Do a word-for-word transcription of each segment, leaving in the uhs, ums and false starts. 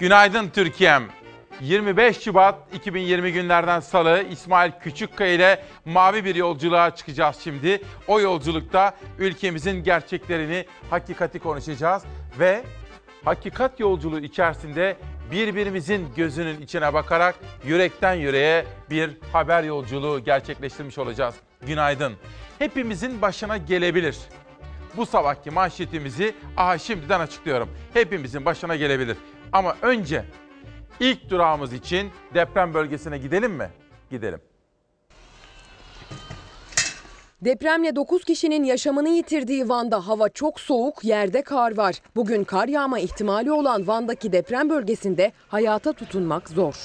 Günaydın Türkiye'm. yirmi beş Şubat iki bin yirmi günlerden Salı, İsmail Küçükkaya ile mavi bir yolculuğa çıkacağız şimdi. O yolculukta ülkemizin gerçeklerini, hakikati konuşacağız ve hakikat yolculuğu içerisinde birbirimizin gözünün içine bakarak yürekten yüreğe bir haber yolculuğu gerçekleştirmiş olacağız. Günaydın. Hepimizin başına gelebilir. Bu sabahki manşetimizi aha şimdiden açıklıyorum. Hepimizin başına gelebilir. Ama önce ilk durağımız için deprem bölgesine gidelim mi? Gidelim. Depremle dokuz kişinin yaşamını yitirdiği Van'da hava çok soğuk, yerde kar var. Bugün kar yağma ihtimali olan Van'daki deprem bölgesinde hayata tutunmak zor.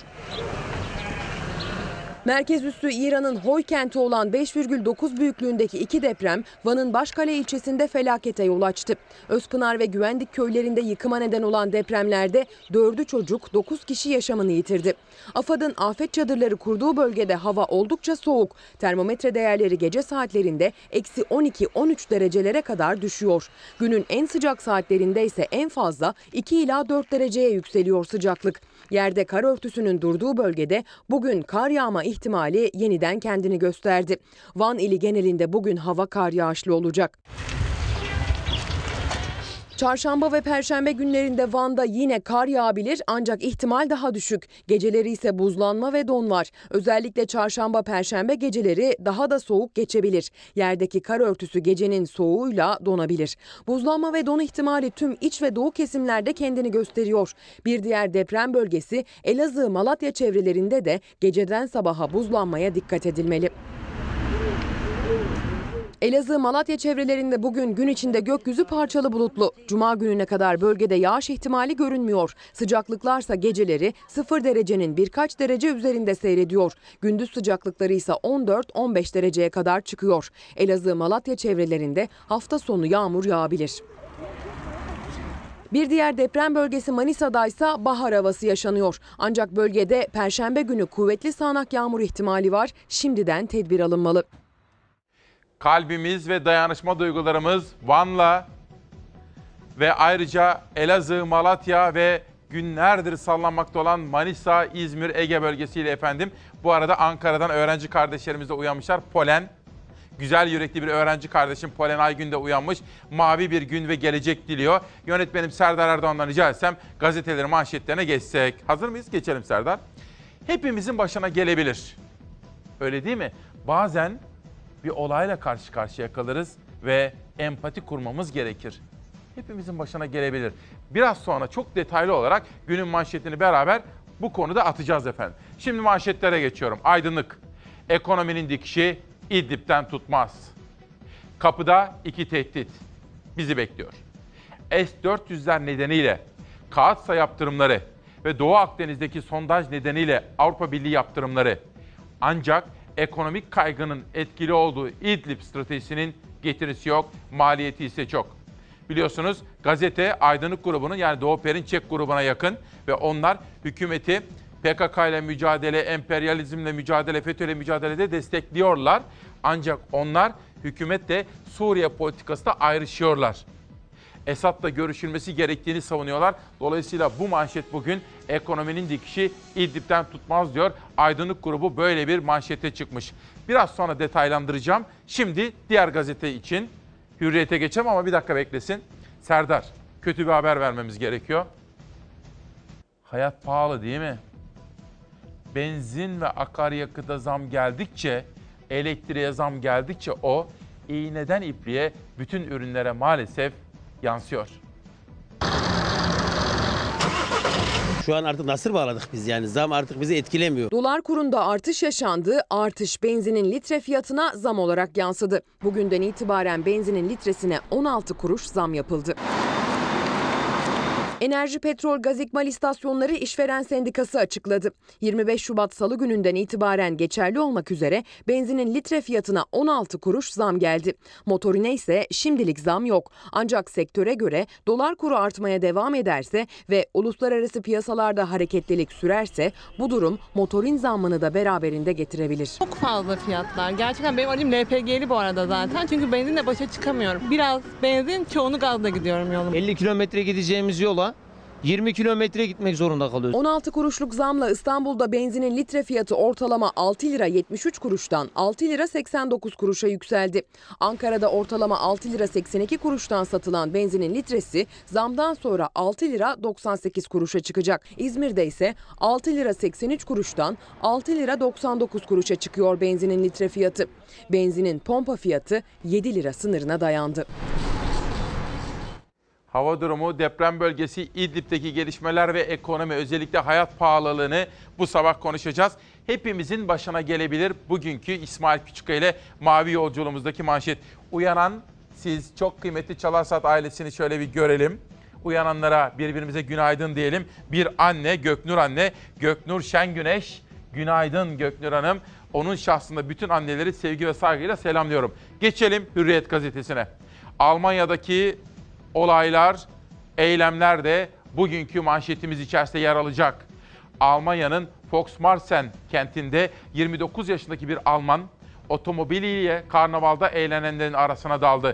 Merkez üssü İran'ın Hoy kenti olan beş virgül dokuz büyüklüğündeki iki deprem Van'ın Başkale ilçesinde felakete yol açtı. Özpınar ve Güvendik köylerinde yıkıma neden olan depremlerde dördü çocuk, dokuz kişi yaşamını yitirdi. AFAD'ın afet çadırları kurduğu bölgede hava oldukça soğuk. Termometre değerleri gece saatlerinde eksi on iki on üç derecelere kadar düşüyor. Günün en sıcak saatlerinde ise en fazla iki ila dört dereceye yükseliyor sıcaklık. Yerde kar örtüsünün durduğu bölgede bugün kar yağma ihtimali yeniden kendini gösterdi. Van ili genelinde bugün hava kar yağışlı olacak. Çarşamba ve Perşembe günlerinde Van'da yine kar yağabilir ancak ihtimal daha düşük. Geceleri ise buzlanma ve don var. Özellikle Çarşamba, Perşembe geceleri daha da soğuk geçebilir. Yerdeki kar örtüsü gecenin soğuğuyla donabilir. Buzlanma ve don ihtimali tüm iç ve doğu kesimlerde kendini gösteriyor. Bir diğer deprem bölgesi Elazığ, Malatya çevrelerinde de geceden sabaha buzlanmaya dikkat edilmeli. Elazığ, Malatya çevrelerinde bugün gün içinde gökyüzü parçalı bulutlu. Cuma gününe kadar bölgede yağış ihtimali görünmüyor. Sıcaklıklarsa geceleri sıfır derecenin birkaç derece üzerinde seyrediyor. Gündüz sıcaklıkları ise on dört on beş dereceye kadar çıkıyor. Elazığ, Malatya çevrelerinde hafta sonu yağmur yağabilir. Bir diğer deprem bölgesi Manisa'da ise bahar havası yaşanıyor. Ancak bölgede Perşembe günü kuvvetli sağanak yağmur ihtimali var. Şimdiden tedbir alınmalı. Kalbimiz ve dayanışma duygularımız Van'la ve ayrıca Elazığ, Malatya ve günlerdir sallanmakta olan Manisa, İzmir, Ege bölgesiyle efendim. Bu arada Ankara'dan öğrenci kardeşlerimiz de uyanmışlar. Polen, güzel yürekli bir öğrenci kardeşim Polen Aygün de uyanmış. Mavi bir gün ve gelecek diliyor. Yönetmenim Serdar Erdoğan'dan rica etsem gazetelerin manşetlerine geçsek. Hazır mıyız? Geçelim Serdar. Hepimizin başına gelebilir. Öyle değil mi? Bazen bir olayla karşı karşıya kalırız ve empati kurmamız gerekir. Hepimizin başına gelebilir. Biraz sonra çok detaylı olarak günün manşetini beraber bu konuda atacağız efendim. Şimdi manşetlere geçiyorum. Aydınlık. Ekonominin dikişi İdlib'den tutmaz. Kapıda iki tehdit bizi bekliyor. S dört yüzler nedeniyle Kağıtsa yaptırımları ve Doğu Akdeniz'deki sondaj nedeniyle Avrupa Birliği yaptırımları. Ancak ekonomik kaygının etkili olduğu İdlib stratejisinin getirisi yok, maliyeti ise çok. Biliyorsunuz gazete Aydınlık grubunun yani Doğu Perinçek grubuna yakın ve onlar hükümeti P K K ile mücadele, emperyalizmle mücadele, FETÖ'yle mücadelede destekliyorlar. Ancak onlar hükümetle Suriye politikasında ayrışıyorlar. Esad'la görüşülmesi gerektiğini savunuyorlar. Dolayısıyla bu manşet bugün ekonominin dikişi İdlib'den tutmaz diyor. Aydınlık grubu böyle bir manşete çıkmış. Biraz sonra detaylandıracağım. Şimdi diğer gazete için Hürriyet'e geçeceğim ama bir dakika beklesin. Serdar, kötü bir haber vermemiz gerekiyor. Hayat pahalı değil mi? Benzin ve akaryakıta zam geldikçe, elektriğe zam geldikçe o iğneden ipliğe bütün ürünlere maalesef yansıyor. Şu an artık nasır bağladık biz yani zam artık bizi etkilemiyor. Dolar kurunda artış yaşandı. Artış benzinin litre fiyatına zam olarak yansıdı. Bugünden itibaren benzinin litresine on altı kuruş zam yapıldı. Enerji, Petrol, Gaz İkmal İstasyonları İşveren Sendikası açıkladı. yirmi beş Şubat Salı gününden itibaren geçerli olmak üzere benzinin litre fiyatına on altı kuruş zam geldi. Motorine ise şimdilik zam yok. Ancak sektöre göre dolar kuru artmaya devam ederse ve uluslararası piyasalarda hareketlilik sürerse bu durum motorin zammını da beraberinde getirebilir. Çok fazla fiyatlar. Gerçekten benim aracım L P G'li bu arada zaten. Çünkü benzinle başa çıkamıyorum. Biraz benzin, çoğunu gazla gidiyorum yolum. elli kilometre gideceğimiz yola yirmi kilometre gitmek zorunda kalıyoruz. on altı kuruşluk zamla İstanbul'da benzinin litre fiyatı ortalama altı lira yetmiş üç kuruştan altı lira seksen dokuz kuruşa yükseldi. Ankara'da ortalama altı lira seksen iki kuruştan satılan benzinin litresi zamdan sonra altı lira doksan sekiz kuruşa çıkacak. İzmir'de ise altı lira seksen üç kuruştan altı lira doksan dokuz kuruşa çıkıyor benzinin litre fiyatı. Benzinin pompa fiyatı yedi lira sınırına dayandı. Hava durumu, deprem bölgesi, İdlib'deki gelişmeler ve ekonomi, özellikle hayat pahalılığını bu sabah konuşacağız. Hepimizin başına gelebilir bugünkü İsmail Küçükkaya ile Mavi Yolculuğumuzdaki manşet. Uyanan siz, çok kıymetli Çalar Saat ailesini şöyle bir görelim. Uyananlara birbirimize günaydın diyelim. Bir anne, Göknur anne, Göknur Şengüneş. Günaydın Göknur Hanım. Onun şahsında bütün anneleri sevgi ve saygıyla selamlıyorum. Geçelim Hürriyet gazetesine. Almanya'daki olaylar, eylemler de bugünkü manşetimiz içerisinde yer alacak. Almanya'nın Volksmarsen kentinde yirmi dokuz yaşındaki bir Alman otomobiliyle karnavalda eğlenenlerin arasına daldı.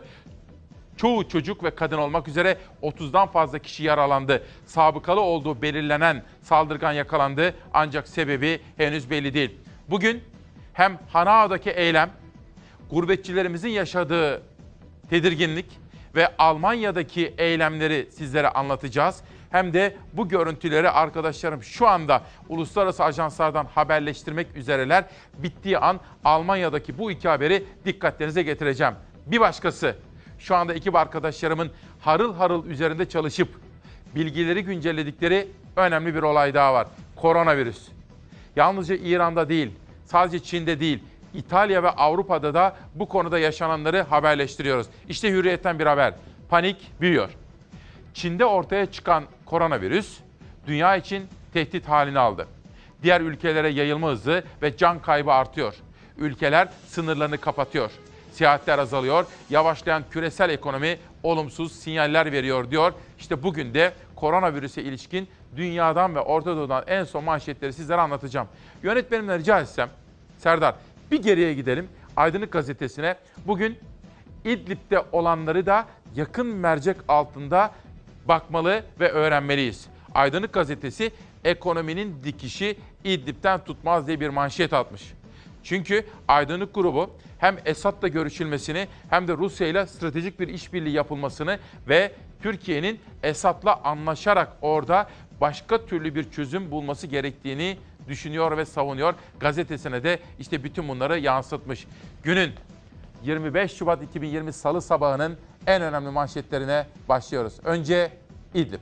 Çoğu çocuk ve kadın olmak üzere otuzdan fazla kişi yaralandı. Sabıkalı olduğu belirlenen saldırgan yakalandı ancak sebebi henüz belli değil. Bugün hem Hanao'daki eylem, gurbetçilerimizin yaşadığı tedirginlik ve Almanya'daki eylemleri sizlere anlatacağız. Hem de bu görüntüleri arkadaşlarım şu anda uluslararası ajanslardan haberleştirmek üzereler. Bittiği an Almanya'daki bu iki haberi dikkatlerinize getireceğim. Bir başkası, şu anda ekip arkadaşlarımın harıl harıl üzerinde çalışıp bilgileri güncelledikleri önemli bir olay daha var. Koronavirüs. Yalnızca İran'da değil, sadece Çin'de değil, İtalya ve Avrupa'da da bu konuda yaşananları haberleştiriyoruz. İşte Hürriyet'ten bir haber. Panik büyüyor. Çin'de ortaya çıkan koronavirüs dünya için tehdit halini aldı. Diğer ülkelere yayılma hızı ve can kaybı artıyor. Ülkeler sınırlarını kapatıyor. Seyahatler azalıyor. Yavaşlayan küresel ekonomi olumsuz sinyaller veriyor diyor. İşte bugün de koronavirüse ilişkin dünyadan ve Orta Doğu'dan en son manşetleri sizlere anlatacağım. Yönetmenimden rica etsem, Serdar, bir geriye gidelim. Aydınlık Gazetesi'ne. Bugün İdlib'de olanları da yakın mercek altında bakmalı ve öğrenmeliyiz. Aydınlık Gazetesi, ekonominin dikişi İdlib'den tutmaz diye bir manşet atmış. Çünkü Aydınlık grubu hem Esad'la görüşülmesini hem de Rusya ile stratejik bir işbirliği yapılmasını ve Türkiye'nin Esad'la anlaşarak orada başka türlü bir çözüm bulması gerektiğini düşünüyor ve savunuyor. Gazetesine de işte bütün bunları yansıtmış. Günün yirmi beş Şubat iki bin yirmi Salı sabahının en önemli manşetlerine başlıyoruz. Önce İdlib.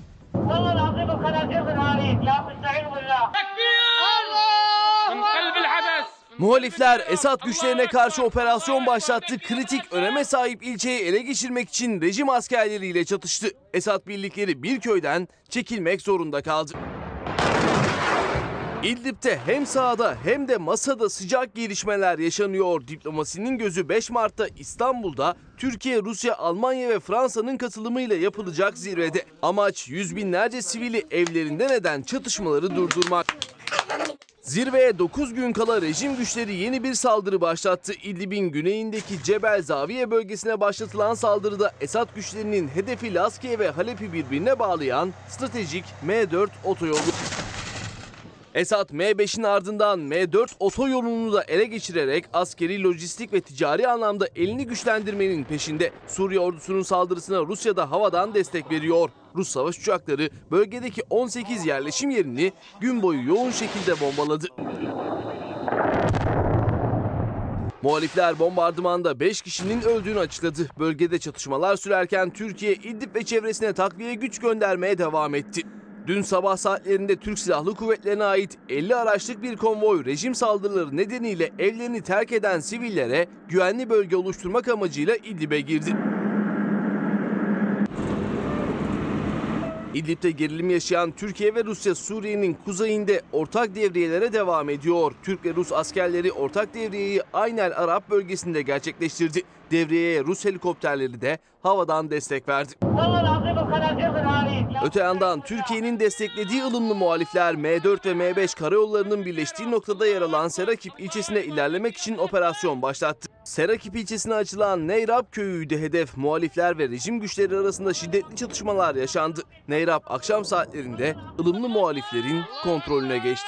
Muhalifler Esad güçlerine karşı operasyon başlattı. Kritik öneme sahip ilçeyi ele geçirmek için rejim askerleriyle çatıştı. Esad birlikleri bir köyden çekilmek zorunda kaldı. İdlib'de hem sahada hem de masada sıcak gelişmeler yaşanıyor. Diplomasinin gözü beş Mart'ta İstanbul'da Türkiye, Rusya, Almanya ve Fransa'nın katılımıyla yapılacak zirvede. Amaç yüz binlerce sivili evlerinden eden çatışmaları durdurmak. Zirveye dokuz gün kala rejim güçleri yeni bir saldırı başlattı. İdlib'in güneyindeki Cebel Zaviye bölgesine başlatılan saldırıda Esad güçlerinin hedefi Laskiye ve Halep'i birbirine bağlayan stratejik M dört otoyolu. Esad M beşin ardından M dört otoyolunu da ele geçirerek askeri, lojistik ve ticari anlamda elini güçlendirmenin peşinde. Suriye ordusunun saldırısına Rusya da havadan destek veriyor. Rus savaş uçakları bölgedeki on sekiz yerleşim yerini gün boyu yoğun şekilde bombaladı. Muhalifler bombardımanda beş kişinin öldüğünü açıkladı. Bölgede çatışmalar sürerken Türkiye, İdlib ve çevresine takviye güç göndermeye devam etti. Dün sabah saatlerinde Türk Silahlı Kuvvetleri'ne ait elli araçlık bir konvoy rejim saldırıları nedeniyle evlerini terk eden sivillere güvenli bölge oluşturmak amacıyla İdlib'e girdi. İdlib'de gerilim yaşayan Türkiye ve Rusya, Suriye'nin kuzeyinde ortak devriyelere devam ediyor. Türk ve Rus askerleri ortak devriyeyi Ayn el Arab bölgesinde gerçekleştirdi. Devriyeye Rus helikopterleri de havadan destek verdi. Öte yandan Türkiye'nin desteklediği ılımlı muhalifler M dört ve M beş karayollarının birleştiği noktada yer alan Serakip ilçesine ilerlemek için operasyon başlattı. Serakip ilçesine açılan Neyrap köyüydü hedef. Muhalifler ve rejim güçleri arasında şiddetli çatışmalar yaşandı. Neyrap akşam saatlerinde ılımlı muhaliflerin kontrolüne geçti.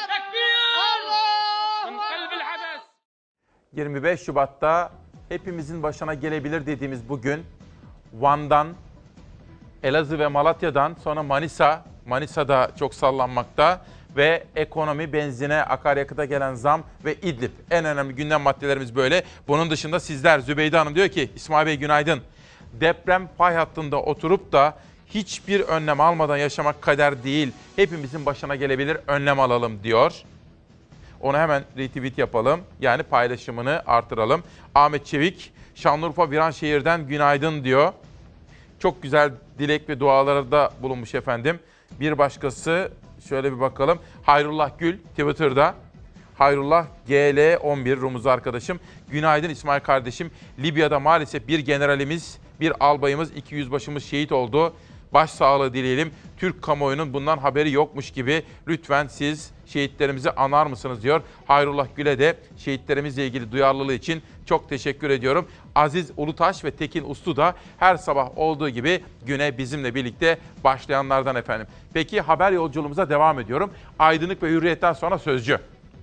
yirmi beş Şubat'ta hepimizin başına gelebilir dediğimiz bugün Van'dan, Elazığ ve Malatya'dan sonra Manisa, Manisa'da çok sallanmakta ve ekonomi, benzine, akaryakıta gelen zam ve İdlib. En önemli gündem maddelerimiz böyle. Bunun dışında sizler, Zübeyde Hanım diyor ki, İsmail Bey günaydın. Deprem fay hattında oturup da hiçbir önlem almadan yaşamak kader değil. Hepimizin başına gelebilir, önlem alalım diyor. Onu hemen retweet yapalım. Yani paylaşımını artıralım. Ahmet Çevik, Şanlıurfa Viranşehir'den günaydın diyor. Çok güzel dilek ve dualara da bulunmuş efendim. Bir başkası, şöyle bir bakalım. Hayrullah Gül Twitter'da. Hayrullah G L on bir Rumuz arkadaşım. Günaydın İsmail kardeşim. Libya'da maalesef bir generalimiz, bir albayımız, iki yüzbaşımız şehit oldu. Başsağlığı dileyelim. Türk kamuoyunun bundan haberi yokmuş gibi lütfen siz şehitlerimizi anar mısınız diyor. Hayrullah Gül'e de şehitlerimizle ilgili duyarlılığı için çok teşekkür ediyorum. Aziz Ulutaş ve Tekin Uslu da her sabah olduğu gibi güne bizimle birlikte başlayanlardan efendim. Peki haber yolculuğumuza devam ediyorum. Aydınlık ve Hürriyet'ten sonra Sözcü.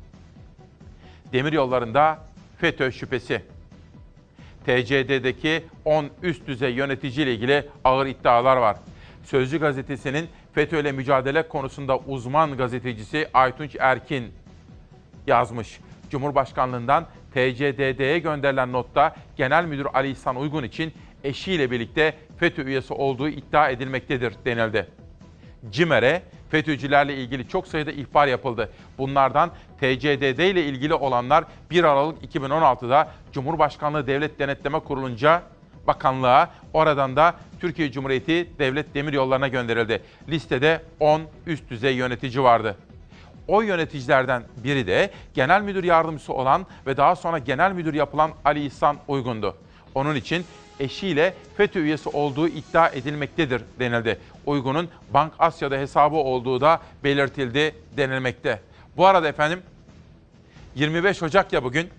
Demiryollarında FETÖ şüphesi. T C D'deki on üst düzey yöneticiyle ilgili ağır iddialar var. Sözcü gazetesinin FETÖ ile mücadele konusunda uzman gazetecisi Aytunç Erkin yazmış. Cumhurbaşkanlığından T C D D'ye gönderilen notta Genel Müdür Ali İhsan Uygun için eşiyle birlikte FETÖ üyesi olduğu iddia edilmektedir denildi. CİMER'e FETÖ'cülerle ilgili çok sayıda ihbar yapıldı. Bunlardan T C D D ile ilgili olanlar bir Aralık iki bin on altıda Cumhurbaşkanlığı Devlet Denetleme Kurulu'nca bakanlığa, oradan da Türkiye Cumhuriyeti Devlet Demiryolları'na gönderildi. Listede on üst düzey yönetici vardı. O yöneticilerden biri de genel müdür yardımcısı olan ve daha sonra genel müdür yapılan Ali İhsan Uygun'du. Onun için eşiyle FETÖ üyesi olduğu iddia edilmektedir denildi. Uygun'un Bank Asya'da hesabı olduğu da belirtildi denilmekte. Bu arada efendim yirmi beş Ocak ya bugün,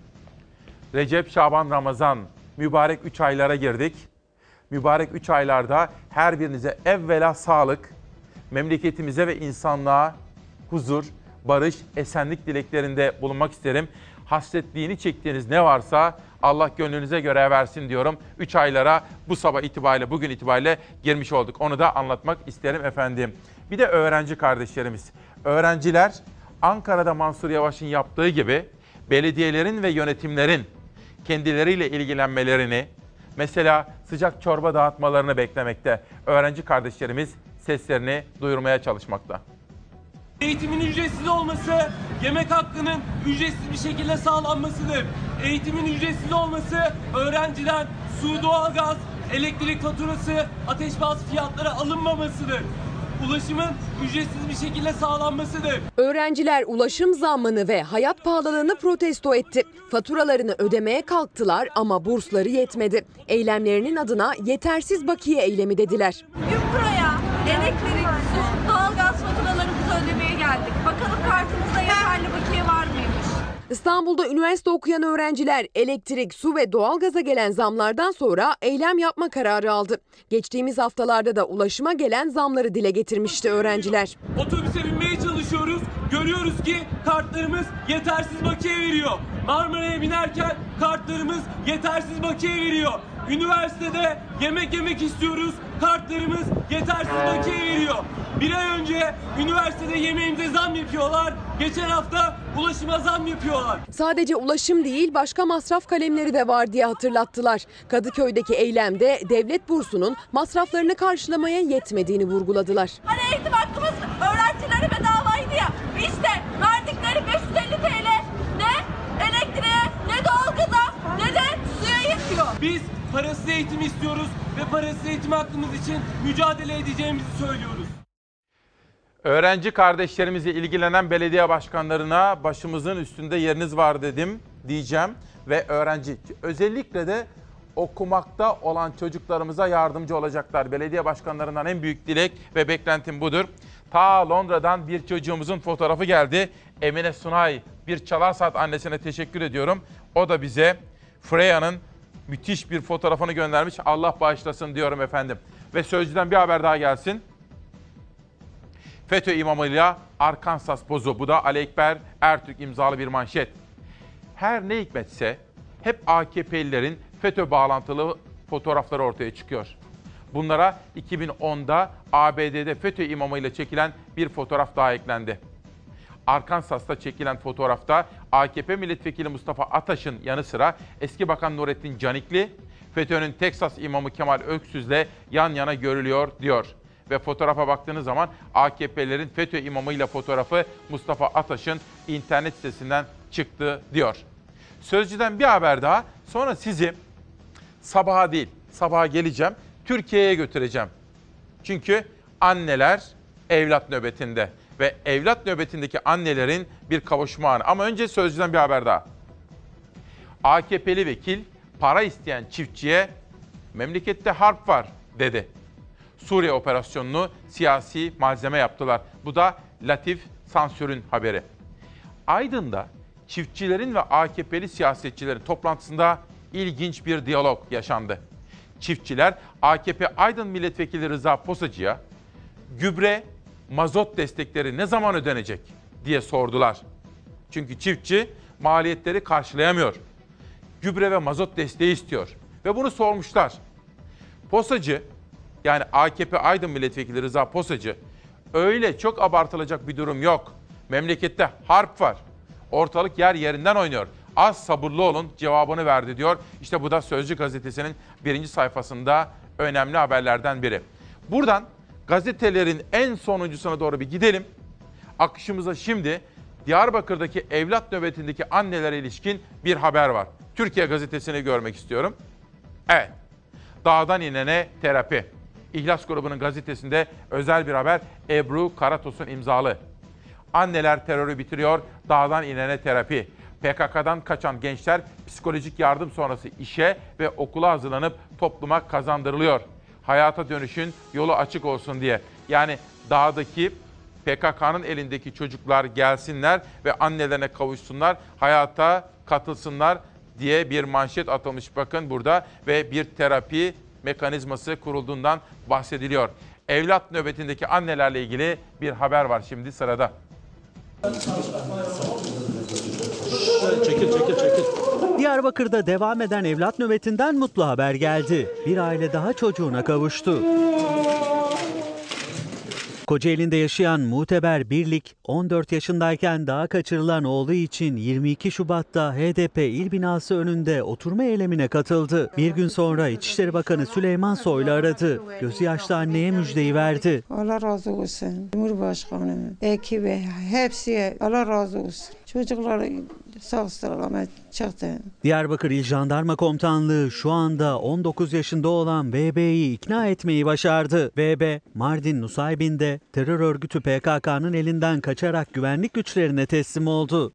Recep, Şaban, Ramazan mübarek üç aylara girdik. Mübarek üç aylarda her birinize evvela sağlık, memleketimize ve insanlığa huzur, barış, esenlik dileklerinde bulunmak isterim. Hasretliğini çektiğiniz ne varsa Allah gönlünüze göre versin diyorum. üç aylara bu sabah itibariyle, bugün itibariyle girmiş olduk. Onu da anlatmak isterim efendim. Bir de öğrenci kardeşlerimiz. Öğrenciler Ankara'da Mansur Yavaş'ın yaptığı gibi belediyelerin ve yönetimlerin kendileriyle ilgilenmelerini, mesela sıcak çorba dağıtmalarını beklemekte. Öğrenci kardeşlerimiz seslerini duyurmaya çalışmakta. Eğitimin ücretsiz olması, yemek hakkının ücretsiz bir şekilde sağlanmasıdır. Eğitimin ücretsiz olması, öğrenciden su, doğalgaz, elektrik faturası, ateş baz fiyatları alınmamasıdır. Ulaşımın ücretsiz bir şekilde sağlanmasıdır. Öğrenciler ulaşım zammını ve hayat pahalılığını protesto etti. Faturalarını ödemeye kalktılar ama bursları yetmedi. Eylemlerinin adına yetersiz bakiye eylemi dediler. Bugün buraya elektrik, su, doğalgaz faturalarımızı ödemeye geldik. Bakalım kartımızda yeterli bakiye var mıymış? İstanbul'da üniversite okuyan öğrenciler elektrik, su ve doğalgaza gelen zamlardan sonra eylem yapma kararı aldı. Geçtiğimiz haftalarda da ulaşıma gelen zamları dile getirmişti öğrenciler. Otobüse binmeye çalışıyoruz. Görüyoruz ki kartlarımız yetersiz bakiye veriyor. Marmara'ya binerken kartlarımız yetersiz bakiye veriyor. Üniversitede yemek yemek istiyoruz. Kartlarımız yetersiz bakiye veriyor. Bir ay önce üniversitede yemeğimize zam yapıyorlar. Geçen hafta ulaşıma zam yapıyorlar. Sadece ulaşım değil, başka masraf kalemleri de var diye hatırlattılar. Kadıköy'deki eylemde devlet bursunun masraflarını karşılamaya yetmediğini vurguladılar. Hani eğitim hakkımız öğrencilere bedavaydı ya. İşte verdikleri beş yüz elli TL ne elektriğe, ne doğalgaza, ne de suya yetiyor. Biz parasız eğitim istiyoruz ve parasız eğitim hakkımız için mücadele edeceğimizi söylüyoruz. Öğrenci kardeşlerimizle ilgilenen belediye başkanlarına başımızın üstünde yeriniz var dedim diyeceğim. Ve öğrenci, özellikle de okumakta olan çocuklarımıza yardımcı olacaklar. Belediye başkanlarından en büyük dilek ve beklentim budur. Ta Londra'dan bir çocuğumuzun fotoğrafı geldi. Emine Sunay, bir Çalar Saat annesine teşekkür ediyorum. O da bize Freya'nın müthiş bir fotoğrafını göndermiş. Allah bağışlasın diyorum efendim. Ve Sözcü'den bir haber daha gelsin. FETÖ imamıyla Arkansas pozu. Bu da Ali Ekber Ertürk imzalı bir manşet. Her ne hikmetse hep A K P'lilerin FETÖ bağlantılı fotoğrafları ortaya çıkıyor. Bunlara iki bin onda A B D'de FETÖ imamıyla çekilen bir fotoğraf daha eklendi. Arkansas'ta çekilen fotoğrafta A K P milletvekili Mustafa Ataş'ın yanı sıra eski bakan Nurettin Canikli, FETÖ'nün Teksas imamı Kemal Öksüz'le yan yana görülüyor diyor. Ve fotoğrafa baktığınız zaman A K P'lilerin FETÖ imamıyla fotoğrafı Mustafa Ataş'ın internet sitesinden çıktı diyor. Sözcü'den bir haber daha, sonra sizi sabaha değil, sabaha geleceğim, Türkiye'ye götüreceğim. Çünkü anneler evlat nöbetinde ve evlat nöbetindeki annelerin bir kavuşma anı. Ama önce Sözcü'den bir haber daha. A K P'li vekil para isteyen çiftçiye memlekette harp var dedi. Suriye operasyonunu siyasi malzeme yaptılar. Bu da Latif Sansür'ün haberi. Aydın'da çiftçilerin ve A K P'li siyasetçilerin toplantısında ilginç bir diyalog yaşandı. Çiftçiler A K P Aydın Milletvekili Rıza Posacı'ya gübre, mazot destekleri ne zaman ödenecek diye sordular. Çünkü çiftçi maliyetleri karşılayamıyor. Gübre ve mazot desteği istiyor ve bunu sormuşlar. Posacı, yani A K P Aydın Milletvekili Rıza Posacı, öyle çok abartılacak bir durum yok. Memlekette harp var. Ortalık yer yerinden oynuyor. Az sabırlı olun cevabını verdi diyor. İşte bu da Sözcü gazetesinin birinci sayfasında önemli haberlerden biri. Buradan gazetelerin en sonuncusuna doğru bir gidelim. Akışımıza şimdi Diyarbakır'daki evlat nöbetindeki annelere ilişkin bir haber var. Türkiye gazetesini görmek istiyorum. Evet. Dağdan inene terapi. İhlas grubunun gazetesinde özel bir haber, Ebru Karatos'un imzalı. Anneler terörü bitiriyor, dağdan inene terapi. P K K'dan kaçan gençler psikolojik yardım sonrası işe ve okula hazırlanıp topluma kazandırılıyor. Hayata dönüşün yolu açık olsun diye. Yani dağdaki P K K'nın elindeki çocuklar gelsinler ve annelerine kavuşsunlar, hayata katılsınlar diye bir manşet atılmış bakın burada ve bir terapi mekanizması kurulduğundan bahsediliyor. Evlat nöbetindeki annelerle ilgili bir haber var şimdi sırada. Çekil, çekil, çekil. Diyarbakır'da devam eden evlat nöbetinden mutlu haber geldi. Bir aile daha çocuğuna kavuştu. Kocaeli'nde yaşayan Muteber Birlik, on dört yaşındayken dağa kaçırılan oğlu için yirmi iki Şubat'ta H D P il binası önünde oturma eylemine katıldı. Bir gün sonra İçişleri Bakanı Süleyman Soylu aradı. Gözü yaşlı anneye müjdeyi verdi. Allah razı olsun. Cumhurbaşkanı, ekibi, hepsi Allah razı olsun. Çocuklar sağ selamet çıktı. Diyarbakır İl Jandarma Komutanlığı şu anda on dokuz yaşında olan V B'yi ikna etmeyi başardı. V B, Mardin Nusaybin'de terör örgütü P K K'nın elinden kaçarak güvenlik güçlerine teslim oldu.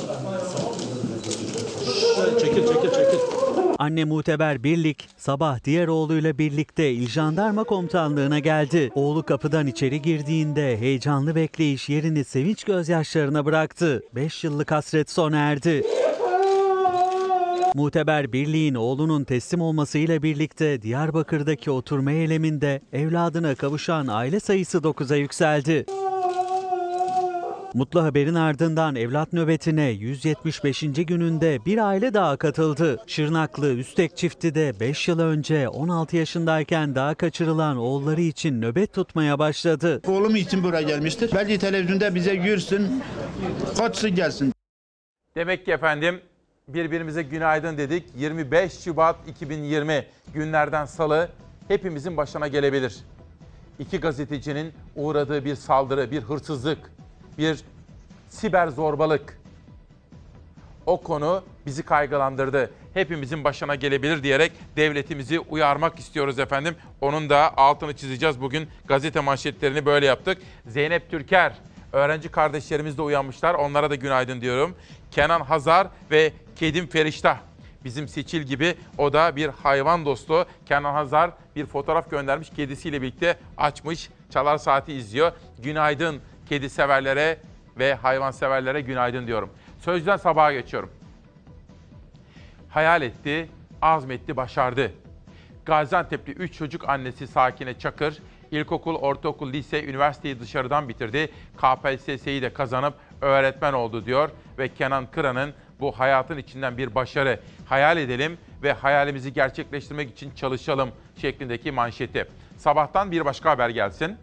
Çekil, çekil, çekil. Anne Muteber Birlik sabah diğer oğluyla birlikte İl Jandarma Komutanlığı'na geldi. Oğlu kapıdan içeri girdiğinde heyecanlı bekleyiş yerini sevinç gözyaşlarına bıraktı. beş yıllık hasret sona erdi. Muteber Birliğin oğlunun teslim olmasıyla birlikte Diyarbakır'daki oturma eyleminde evladına kavuşan aile sayısı dokuza yükseldi. Mutlu haberin ardından evlat nöbetine yüz yetmiş beşinci gününde bir aile daha katıldı. Şırnaklı Üstek çifti de beş yıl önce on altı yaşındayken dağa kaçırılan oğulları için nöbet tutmaya başladı. Oğlum için buraya gelmiştir. Belki televizyonda bize görsün, kaçsın gelsin. Demek ki efendim birbirimize günaydın dedik. yirmi beş Şubat iki bin yirmi günlerden salı hepimizin başına gelebilir. İki gazetecinin uğradığı bir saldırı, bir hırsızlık, bir siber zorbalık. O konu bizi kaygılandırdı. Hepimizin başına gelebilir diyerek devletimizi uyarmak istiyoruz efendim. Onun da altını çizeceğiz bugün. Gazete manşetlerini böyle yaptık. Zeynep Türker, öğrenci kardeşlerimiz de uyanmışlar. Onlara da günaydın diyorum. Kenan Hazar ve Kedim Feriştah. Bizim Seçil gibi o da bir hayvan dostu. Kenan Hazar bir fotoğraf göndermiş. Kedisiyle birlikte açmış. Çalar Saati izliyor. Günaydın kedi severlere ve hayvan severlere günaydın diyorum. Sözcüden sabaha geçiyorum. Hayal etti, azmetti, başardı. Gaziantep'li üç çocuk annesi Sakine Çakır, ilkokul, ortaokul, lise, üniversiteyi dışarıdan bitirdi. K P S S'yi de kazanıp öğretmen oldu diyor. Ve Kenan Kıran'ın bu hayatın içinden bir başarı. Hayal edelim ve hayalimizi gerçekleştirmek için çalışalım şeklindeki manşeti. Sabahtan bir başka haber gelsin.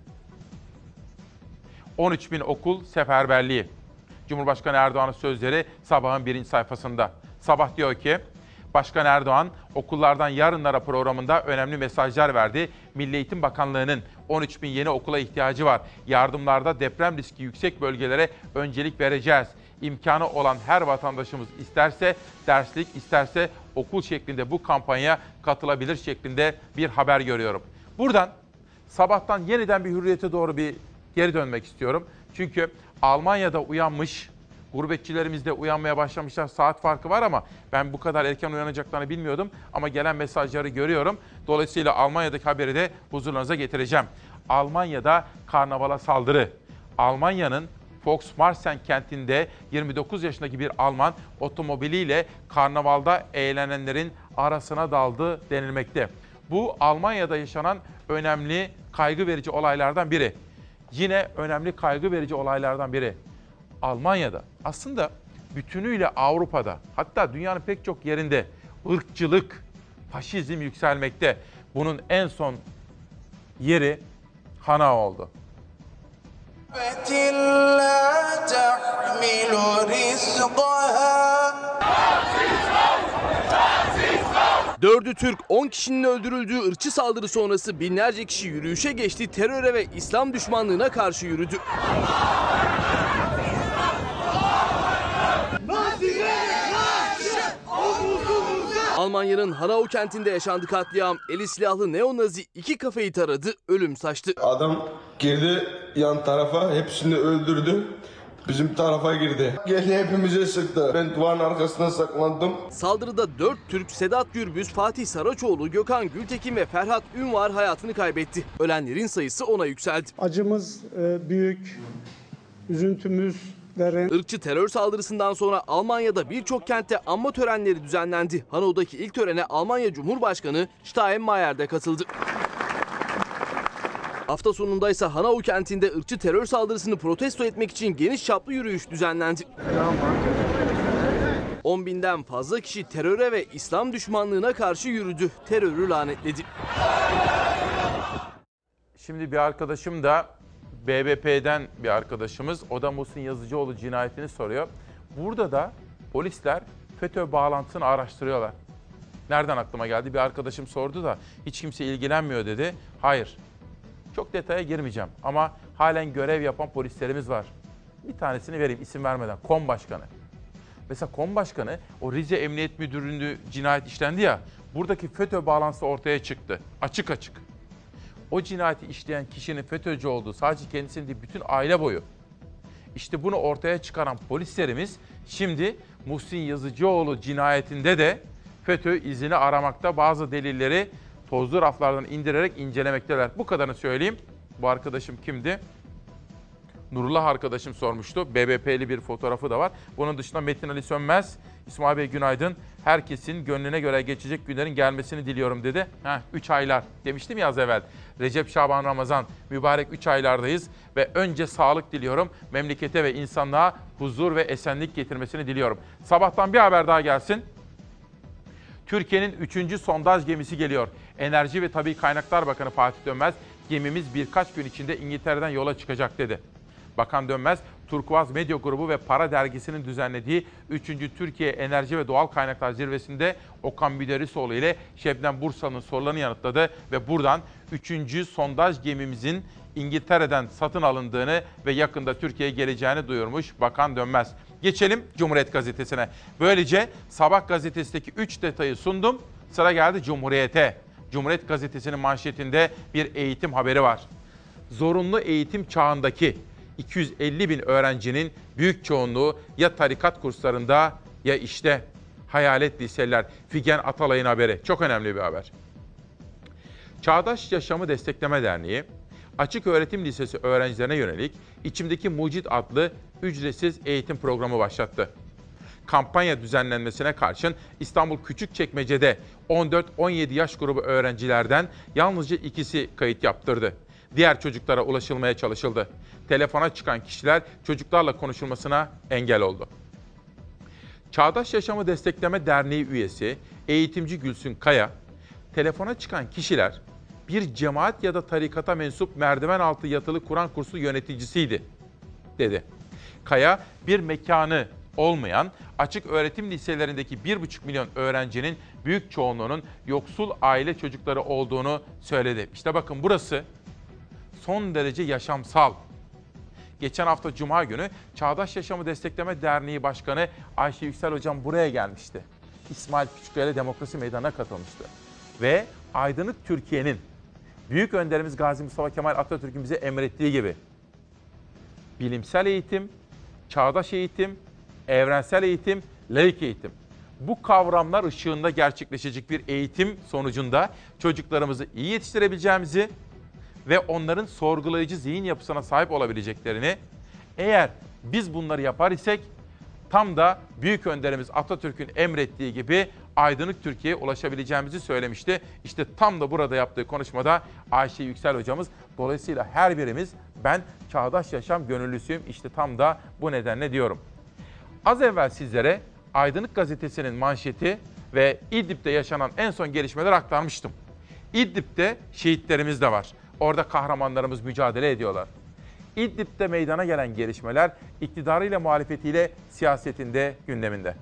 on üç bin okul seferberliği. Cumhurbaşkanı Erdoğan'ın sözleri Sabah'ın birinci sayfasında. Sabah diyor ki, Başkan Erdoğan okullardan yarınlara programında önemli mesajlar verdi. Milli Eğitim Bakanlığı'nın on üç bin yeni okula ihtiyacı var. Yardımlarda deprem riski yüksek bölgelere öncelik vereceğiz. İmkanı olan her vatandaşımız isterse derslik, isterse okul şeklinde bu kampanyaya katılabilir şeklinde bir haber görüyorum. Buradan Sabahtan yeniden bir hürriyete doğru bir geri dönmek istiyorum. Çünkü Almanya'da uyanmış, gurbetçilerimiz de uyanmaya başlamışlar. Saat farkı var ama ben bu kadar erken uyanacaklarını bilmiyordum. Ama gelen mesajları görüyorum. Dolayısıyla Almanya'daki haberi de huzurlarınıza getireceğim. Almanya'da karnavala saldırı. Almanya'nın Volksmarsen kentinde yirmi dokuz yaşındaki bir Alman otomobiliyle karnavalda eğlenenlerin arasına daldı denilmekte. Bu Almanya'da yaşanan önemli kaygı verici olaylardan biri. Yine önemli kaygı verici olaylardan biri. Almanya'da aslında bütünüyle Avrupa'da hatta dünyanın pek çok yerinde ırkçılık, faşizm yükselmekte. Bunun en son yeri Hanau oldu. Dördü Türk, on kişinin öldürüldüğü ırkçı saldırı sonrası binlerce kişi yürüyüşe geçti, teröre ve İslam düşmanlığına karşı yürüdü. Almanya'nın Hanau kentinde yaşandı katliam. Eli silahlı neonazi iki kafeyi taradı, ölüm saçtı. Adam girdi yan tarafa, hepsini öldürdü. Bizim tarafa girdi. Geldi hepimize sıktı. Ben duvarın arkasına saklandım. Saldırıda dört Türk, Sedat Gürbüz, Fatih Saraçoğlu, Gökhan Gültekin ve Ferhat Ünvar hayatını kaybetti. Ölenlerin sayısı ona yükseldi. Acımız büyük, üzüntümüz derin. Irkçı terör saldırısından sonra Almanya'da birçok kentte anma törenleri düzenlendi. Hanau'daki ilk törene Almanya Cumhurbaşkanı Steinmeier de katıldı. Hafta sonundaysa Hanau kentinde ırkçı terör saldırısını protesto etmek için geniş çaplı yürüyüş düzenlendi. on binden fazla kişi teröre ve İslam düşmanlığına karşı yürüdü. Terörü lanetledi. Şimdi bir arkadaşım da B B P'den bir arkadaşımız, o da Muhsin Yazıcıoğlu cinayetini soruyor. Burada da polisler FETÖ bağlantısını araştırıyorlar. Nereden aklıma geldi? Bir arkadaşım sordu da hiç kimse ilgilenmiyor dedi. Hayır. Çok detaya girmeyeceğim ama halen görev yapan polislerimiz var. Bir tanesini vereyim isim vermeden. KOM Başkanı. Mesela KOM Başkanı o Rize Emniyet Müdürlüğü cinayet işlendi ya, buradaki FETÖ bağlantısı ortaya çıktı. Açık açık. O cinayeti işleyen kişinin FETÖ'cü olduğu sadece kendisinin değil bütün aile boyu. İşte bunu ortaya çıkaran polislerimiz şimdi Muhsin Yazıcıoğlu cinayetinde de FETÖ izini aramakta, bazı delilleri tozlu raflardan indirerek incelemekteler. Bu kadarını söyleyeyim. Bu arkadaşım kimdi? Nurullah arkadaşım sormuştu. B B P'li bir fotoğrafı da var. Bunun dışında Metin Ali Sönmez, İsmail Bey günaydın. Herkesin gönlüne göre geçecek günlerin gelmesini diliyorum dedi. Heh, üç aylar demiştim ya az evvel. Recep, Şaban, Ramazan mübarek üç aylardayız ve önce sağlık diliyorum. Memlekete ve insanlığa huzur ve esenlik getirmesini diliyorum. Sabahtan bir haber daha gelsin. Türkiye'nin üçüncü sondaj gemisi geliyor. Enerji ve Tabii Kaynaklar Bakanı Fatih Dönmez, gemimiz birkaç gün içinde İngiltere'den yola çıkacak dedi. Bakan Dönmez, Turkuaz Medya Grubu ve Para Dergisi'nin düzenlediği üçüncü Türkiye Enerji ve Doğal Kaynaklar Zirvesi'nde Okan Müderrisoğlu ile Şebnem Bursalı'nın sorularını yanıtladı ve buradan üçüncü sondaj gemimizin İngiltere'den satın alındığını ve yakında Türkiye'ye geleceğini duyurmuş Bakan Dönmez. Geçelim Cumhuriyet Gazetesi'ne. Böylece Sabah gazetesindeki üç detayı sundum. Sıra geldi Cumhuriyet'e. Cumhuriyet Gazetesi'nin manşetinde bir eğitim haberi var. Zorunlu eğitim çağındaki iki yüz elli bin öğrencinin büyük çoğunluğu ya tarikat kurslarında ya işte. Hayalet liseler. Figen Atalay'ın haberi. Çok önemli bir haber. Çağdaş Yaşamı Destekleme Derneği, Açık Öğretim Lisesi öğrencilerine yönelik İçimdeki Mucit adlı ücretsiz eğitim programı başlattı. Kampanya düzenlenmesine karşın İstanbul Küçükçekmece'de on dört on yedi yaş grubu öğrencilerden yalnızca ikisi kayıt yaptırdı. Diğer çocuklara ulaşılmaya çalışıldı. Telefona çıkan kişiler çocuklarla konuşulmasına engel oldu. Çağdaş Yaşamı Destekleme Derneği üyesi eğitimci Gülsün Kaya, telefona çıkan kişiler bir cemaat ya da tarikata mensup merdiven altı yatılı Kur'an kursu yöneticisiydi, dedi. Kaya, bir mekanı olmayan açık öğretim liselerindeki bir buçuk milyon öğrencinin büyük çoğunluğunun yoksul aile çocukları olduğunu söyledi. İşte bakın burası son derece yaşamsal. Geçen hafta Cuma günü Çağdaş Yaşamı Destekleme Derneği Başkanı Ayşe Yüksel Hocam buraya gelmişti. İsmail Küçükkaya Demokrasi Meydanı'na katılmıştı. Ve aydınlık Türkiye'nin büyük önderimiz Gazi Mustafa Kemal Atatürk'ün bize emrettiği gibi bilimsel eğitim, çağdaş eğitim, evrensel eğitim, laik eğitim. Bu kavramlar ışığında gerçekleşecek bir eğitim sonucunda çocuklarımızı iyi yetiştirebileceğimizi ve onların sorgulayıcı zihin yapısına sahip olabileceklerini, eğer biz bunları yapar isek tam da büyük önderimiz Atatürk'ün emrettiği gibi aydınlık Türkiye'ye ulaşabileceğimizi söylemişti. İşte tam da burada yaptığı konuşmada Ayşe Yüksel hocamız, dolayısıyla her birimiz ben çağdaş yaşam gönüllüsüyüm, işte tam da bu nedenle diyorum. Az evvel sizlere Aydınlık Gazetesi'nin manşeti ve İdlib'de yaşanan en son gelişmeleri aktarmıştım. İdlib'de şehitlerimiz de var. Orada kahramanlarımız mücadele ediyorlar. İdlib'de meydana gelen gelişmeler iktidarıyla muhalefetiyle siyasetinde gündeminde.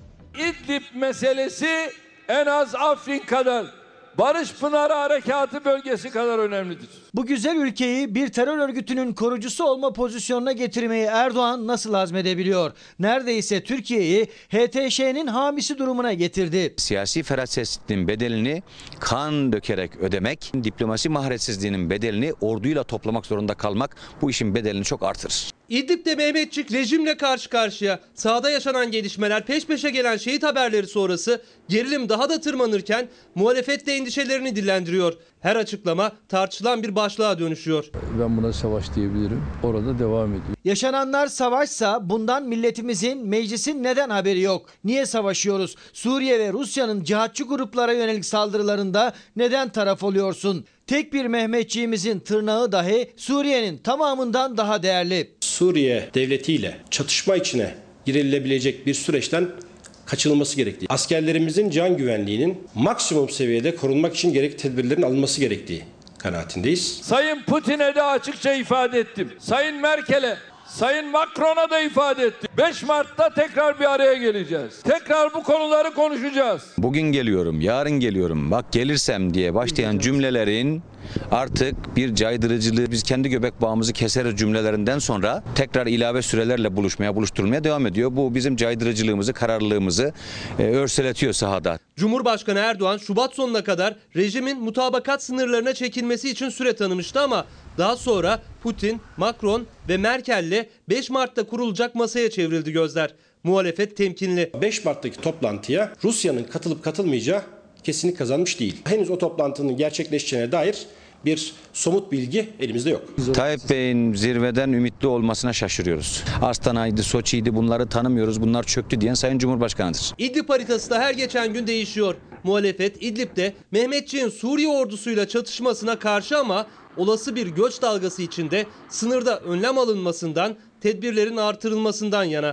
İdlib meselesi en az Afrin kadar, Barış Pınarı Harekatı bölgesi kadar önemlidir. Bu güzel ülkeyi bir terör örgütünün korucusu olma pozisyonuna getirmeyi Erdoğan nasıl hazmedebiliyor? Neredeyse Türkiye'yi H T Ş'nin hamisi durumuna getirdi. Siyasi ferasetinin bedelini kan dökerek ödemek, diplomasi maharetsizliğinin bedelini orduyla toplamak zorunda kalmak bu işin bedelini çok artırır. İdlib'de Mehmetçik rejimle karşı karşıya. Sahada yaşanan gelişmeler, peş peşe gelen şehit haberleri sonrası gerilim daha da tırmanırken muhalefet de endişelerini dillendiriyor. Her açıklama tartışılan bir başlığa dönüşüyor. Ben buna savaş diyebilirim. Orada devam ediyor. Yaşananlar savaşsa bundan milletimizin, meclisin neden haberi yok? Niye savaşıyoruz? Suriye ve Rusya'nın cihatçı gruplara yönelik saldırılarında neden taraf oluyorsun? Tek bir Mehmetçiğimizin tırnağı dahi Suriye'nin tamamından daha değerli. Suriye devletiyle çatışma içine girilebilecek bir süreçten kaçınılması gerektiği, askerlerimizin can güvenliğinin maksimum seviyede korunmak için gerekli tedbirlerin alınması gerektiği kanaatindeyiz. Sayın Putin'e de açıkça ifade ettim. Sayın Merkel'e, Sayın Macron'a da ifade ettim. beş Mart'ta tekrar bir araya geleceğiz. Tekrar bu konuları konuşacağız. Bugün geliyorum, yarın geliyorum, bak gelirsem diye başlayan cümlelerin artık bir caydırıcılığı, biz kendi göbek bağımızı keseriz cümlelerinden sonra tekrar ilave sürelerle buluşmaya, buluşturulmaya devam ediyor. Bu bizim caydırıcılığımızı, kararlılığımızı e, örseletiyor sahada. Cumhurbaşkanı Erdoğan Şubat sonuna kadar rejimin mutabakat sınırlarına çekilmesi için süre tanımıştı ama daha sonra Putin, Macron ve Merkel'le beş Mart'ta kurulacak masaya çevrildi gözler. Muhalefet temkinli. beş Mart'taki toplantıya Rusya'nın katılıp katılmayacağı kesinlik kazanmış değil. Henüz o toplantının gerçekleşeceğine dair bir somut bilgi elimizde yok. Tayyip Bey'in zirveden ümitli olmasına şaşırıyoruz. Astana'ydı, Soçi'ydi, bunları tanımıyoruz, bunlar çöktü diyen Sayın Cumhurbaşkanı'dır. İdlib haritası da her geçen gün değişiyor. Muhalefet İdlib'de Mehmetçiğin Suriye ordusuyla çatışmasına karşı ama olası bir göç dalgası içinde sınırda önlem alınmasından, tedbirlerin artırılmasından yana.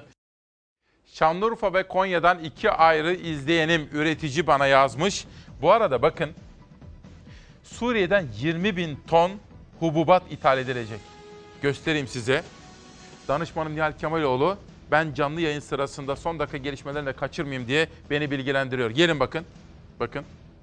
Şanlıurfa ve Konya'dan iki ayrı izleyenim, üretici bana yazmış. Bu arada bakın, Suriye'den yirmi bin ton hububat ithal edilecek. Göstereyim size. Danışmanım Nihal Kemaloğlu, ben canlı yayın sırasında son dakika gelişmelerini de kaçırmayayım diye beni bilgilendiriyor. Gelin bakın, bakın.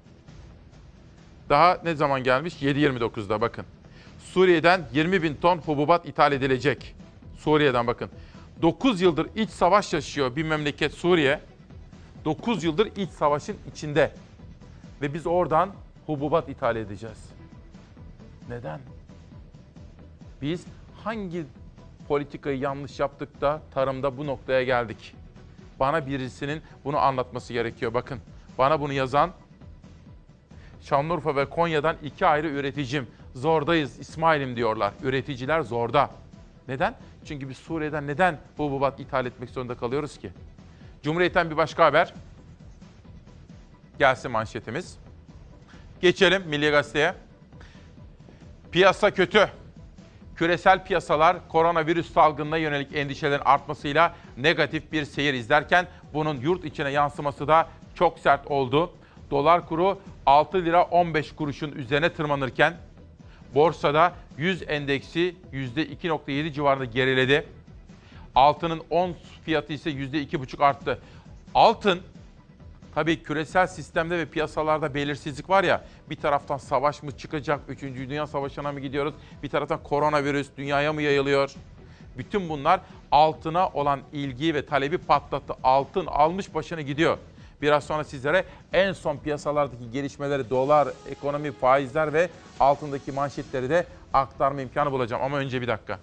Daha ne zaman gelmiş? yedi yirmi dokuzda bakın. Suriye'den yirmi bin ton hububat ithal edilecek. Suriye'den bakın. dokuz yıldır iç savaş yaşıyor bir memleket Suriye. dokuz yıldır iç savaşın içinde. Ve biz oradan hububat ithal edeceğiz. Neden? Biz hangi politikayı yanlış yaptık da tarımda bu noktaya geldik? Bana birisinin bunu anlatması gerekiyor. Bakın, bana bunu yazan Şanlıurfa ve Konya'dan iki ayrı üreticim. Zordayız İsmail'im diyorlar. Üreticiler zorda. Neden? Çünkü biz Suriye'den neden hububat ithal etmek zorunda kalıyoruz ki? Cumhuriyet'ten bir başka haber. Gelsin manşetimiz. Geçelim Milli Gazete'ye. Piyasa kötü. Küresel piyasalar koronavirüs salgınına yönelik endişelerin artmasıyla negatif bir seyir izlerken bunun yurt içine yansıması da çok sert oldu. Dolar kuru altı lira on beş kuruşun üzerine tırmanırken borsada yüz endeksi yüzde iki virgül yedi civarında geriledi. Altının ons fiyatı ise yüzde iki virgül beş arttı. Altın, tabii küresel sistemde ve piyasalarda belirsizlik var ya, bir taraftan savaş mı çıkacak, üçüncü. Dünya Savaşı'na mı gidiyoruz, bir taraftan koronavirüs dünyaya mı yayılıyor? Bütün bunlar altına olan ilgiyi ve talebi patlattı. Altın almış başını gidiyor. Biraz sonra sizlere en son piyasalardaki gelişmeleri, dolar, ekonomi, faizler ve altındaki manşetleri de aktarma imkanı bulacağım. Ama önce bir dakika.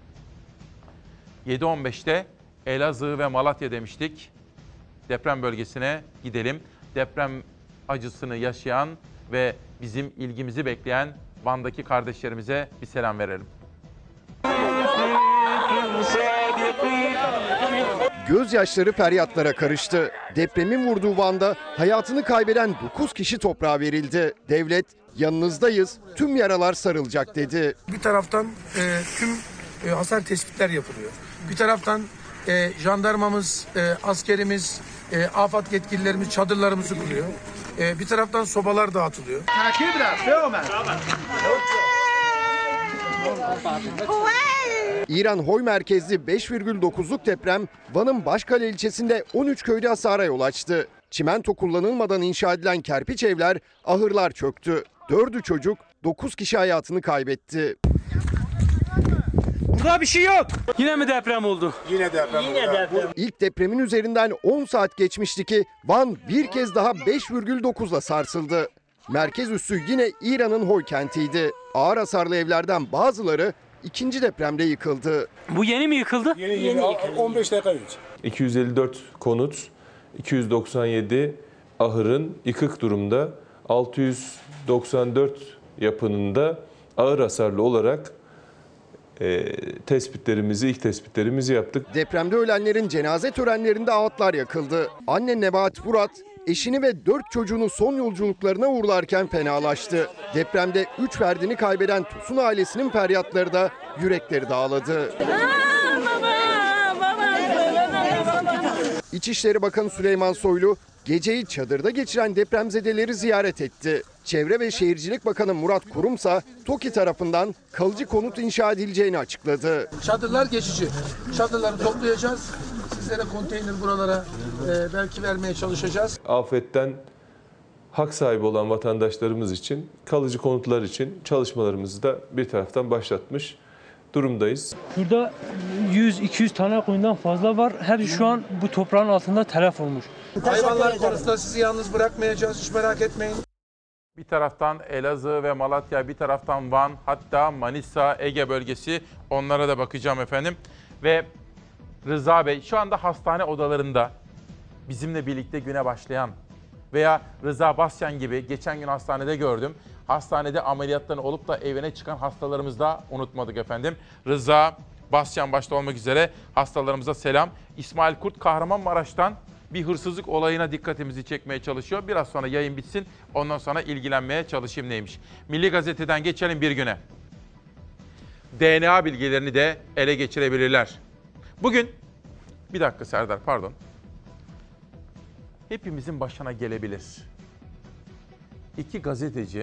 yedi on beşte Elazığ ve Malatya demiştik. Deprem bölgesine gidelim. Deprem acısını yaşayan ve bizim ilgimizi bekleyen Van'daki kardeşlerimize bir selam verelim. Gözyaşları feryatlara karıştı. Depremin vurduğu Van'da hayatını kaybeden dokuz kişi toprağa verildi. Devlet yanınızdayız, tüm yaralar sarılacak dedi. Bir taraftan e, tüm e, hasar tespitler yapılıyor. Bir taraftan e, jandarmamız, e, askerimiz, e, afet yetkililerimiz çadırlarımızı kuruyor. E, bir taraftan sobalar dağıtılıyor. İran Hoy merkezli beş virgül dokuzluk deprem Van'ın Başkale ilçesinde on üç köyde hasara yol açtı. Çimento kullanılmadan inşa edilen kerpiç evler, ahırlar çöktü. Dördü çocuk, dokuz kişi hayatını kaybetti. Burada bir şey yok. Yine mi deprem oldu? Yine deprem Yine oldu. Deprem. İlk depremin üzerinden on saat geçmişti ki Van bir kez daha beş virgül dokuzla sarsıldı. Merkez üssü yine İran'ın Hoy kentiydi. Ağır hasarlı evlerden bazıları ikinci depremde yıkıldı. Bu yeni mi yıkıldı? Yeni, yeni, yeni yıkıldı. on beş dakika önce. iki yüz elli dört konut, iki yüz doksan yedi ahırın yıkık durumda, altı yüz doksan dört yapının da ağır hasarlı olarak e, tespitlerimizi, ilk tespitlerimizi yaptık. Depremde ölenlerin cenaze törenlerinde ağıtlar yakıldı. Anne Nebahat Burat, eşini ve dört çocuğunu son yolculuklarına uğurlarken fenalaştı. Depremde üç ferdini kaybeden Tosun ailesinin feryatları da yürekleri dağladı. İçişleri Bakanı Süleyman Soylu, geceyi çadırda geçiren depremzedeleri ziyaret etti. Çevre ve Şehircilik Bakanı Murat Kurumsa TOKİ tarafından kalıcı konut inşa edileceğini açıkladı. Çadırlar geçici. Çadırları toplayacağız. Sizlere konteyner buralara e, belki vermeye çalışacağız. Afetten hak sahibi olan vatandaşlarımız için, kalıcı konutlar için çalışmalarımızı da bir taraftan başlatmış durumdayız. Şurada yüz iki yüz tane koyundan fazla var. Her şu an bu toprağın altında telef olmuş. Hayvanlar konusunda sizi yalnız bırakmayacağız. Hiç merak etmeyin. Bir taraftan Elazığ ve Malatya, bir taraftan Van, hatta Manisa, Ege bölgesi, onlara da bakacağım efendim. Ve Rıza Bey şu anda hastane odalarında bizimle birlikte güne başlayan veya Rıza Basyan gibi geçen gün hastanede gördüm. Hastanede ameliyattan olup da evine çıkan hastalarımızı da unutmadık efendim. Rıza Basyan başta olmak üzere hastalarımıza selam. İsmail Kurt Kahramanmaraş'tan bir hırsızlık olayına dikkatimizi çekmeye çalışıyor. Biraz sonra yayın bitsin, ondan sonra ilgilenmeye çalışayım neymiş. Milli Gazete'den geçelim bir güne. D N A bilgilerini de ele geçirebilirler. Bugün, bir dakika Serdar pardon. Hepimizin başına gelebilir. İki gazeteci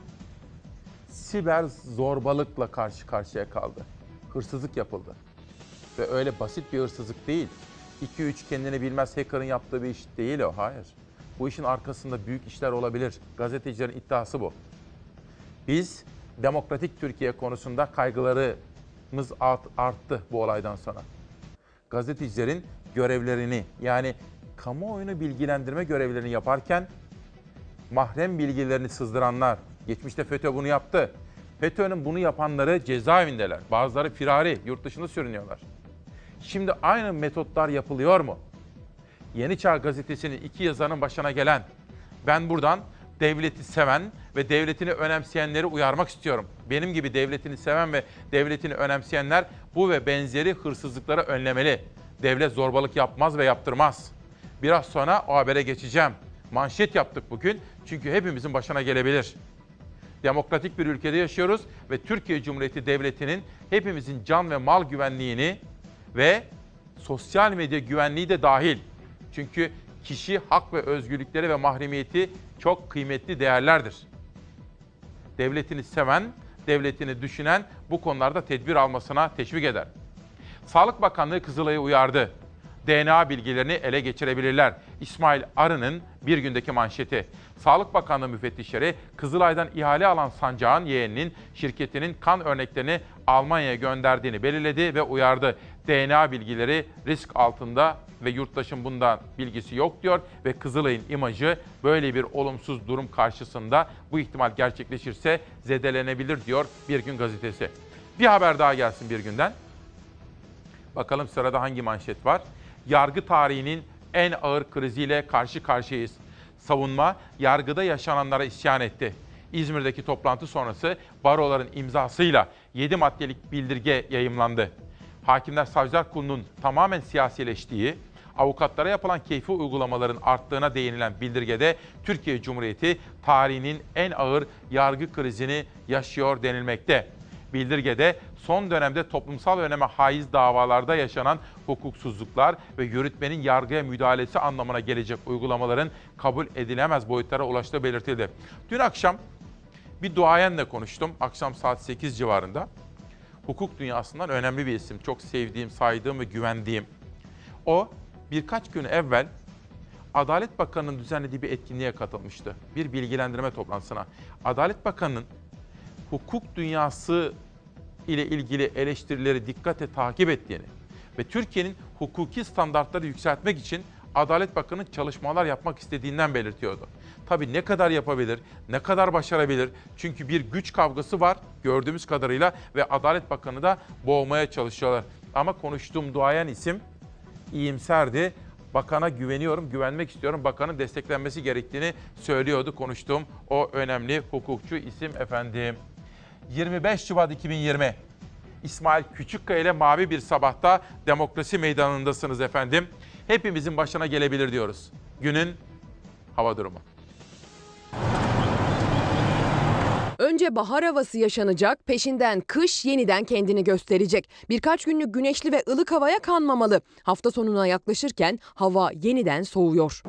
siber zorbalıkla karşı karşıya kaldı. Hırsızlık yapıldı. Ve öyle basit bir hırsızlık değil. iki üç kendini bilmez hacker'ın yaptığı bir iş değil o, hayır. Bu işin arkasında büyük işler olabilir. Gazetecilerin iddiası bu. Biz demokratik Türkiye konusunda kaygılarımız arttı bu olaydan sonra. Gazetecilerin görevlerini, yani kamuoyunu bilgilendirme görevlerini yaparken mahrem bilgilerini sızdıranlar, geçmişte FETÖ bunu yaptı. FETÖ'nün bunu yapanları cezaevindeler. Bazıları firari, yurt dışında sürünüyorlar. Şimdi aynı metotlar yapılıyor mu? Yeni Çağ Gazetesi'nin iki yazarının başına gelen, ben buradan devleti seven ve devletini önemseyenleri uyarmak istiyorum. Benim gibi devletini seven ve devletini önemseyenler bu ve benzeri hırsızlıkları önlemeli. Devlet zorbalık yapmaz ve yaptırmaz. Biraz sonra o habere geçeceğim. Manşet yaptık bugün çünkü hepimizin başına gelebilir. Demokratik bir ülkede yaşıyoruz ve Türkiye Cumhuriyeti Devleti'nin hepimizin can ve mal güvenliğini ve sosyal medya güvenliği de dahil. Çünkü kişi hak ve özgürlükleri ve mahremiyeti çok kıymetli değerlerdir. Devletini seven, devletini düşünen bu konularda tedbir almasına teşvik eder. Sağlık Bakanlığı Kızılay'ı uyardı. D N A bilgilerini ele geçirebilirler. İsmail Arı'nın bir gündeki manşeti. Sağlık Bakanlığı müfettişleri Kızılay'dan ihale alan Sancak'ın yeğeninin şirketinin kan örneklerini Almanya'ya gönderdiğini belirledi ve uyardı. D N A bilgileri risk altında ve yurttaşın bundan bilgisi yok diyor ve Kızılay'ın imajı böyle bir olumsuz durum karşısında bu ihtimal gerçekleşirse zedelenebilir diyor Bir Gün Gazetesi. Bir haber daha gelsin Bir Gün'den. Bakalım sırada hangi manşet var? Yargı tarihinin en ağır kriziyle karşı karşıyayız. Savunma, yargıda yaşananlara isyan etti. İzmir'deki toplantı sonrası baroların imzasıyla yedi maddelik bildirge yayımlandı. Hakimler Savcılar Kurulu'nun tamamen siyasileştiği, avukatlara yapılan keyfi uygulamaların arttığına değinilen bildirgede Türkiye Cumhuriyeti tarihinin en ağır yargı krizini yaşıyor denilmekte. Bildirgede son dönemde toplumsal öneme haiz davalarda yaşanan hukuksuzluklar ve yürütmenin yargıya müdahalesi anlamına gelecek uygulamaların kabul edilemez boyutlara ulaştığı belirtildi. Dün akşam bir duayenle konuştum, akşam saat sekiz civarında. Hukuk dünyasından önemli bir isim, çok sevdiğim, saydığım ve güvendiğim. O birkaç gün evvel Adalet Bakanı'nın düzenlediği bir etkinliğe katılmıştı. Bir bilgilendirme toplantısına. Adalet Bakanı'nın hukuk dünyası ile ilgili eleştirileri dikkatle takip ettiğini ve Türkiye'nin hukuki standartları yükseltmek için Adalet Bakanı çalışmalar yapmak istediğinden belirtiyordu. Tabii ne kadar yapabilir, ne kadar başarabilir? Çünkü bir güç kavgası var gördüğümüz kadarıyla ve Adalet Bakanı da boğmaya çalışıyorlar. Ama konuştuğum duayen isim iyimserdi. Bakana güveniyorum, güvenmek istiyorum. Bakanın desteklenmesi gerektiğini söylüyordu konuştuğum o önemli hukukçu isim efendim. yirmi beş Şubat iki bin yirmi. İsmail Küçükkaya ile mavi bir sabahta Demokrasi Meydanı'ndasınız efendim. Hepimizin başına gelebilir diyoruz. Günün hava durumu. Önce bahar havası yaşanacak, peşinden kış yeniden kendini gösterecek. Birkaç günlük güneşli ve ılık havaya kanmamalı. Hafta sonuna yaklaşırken hava yeniden soğuyor.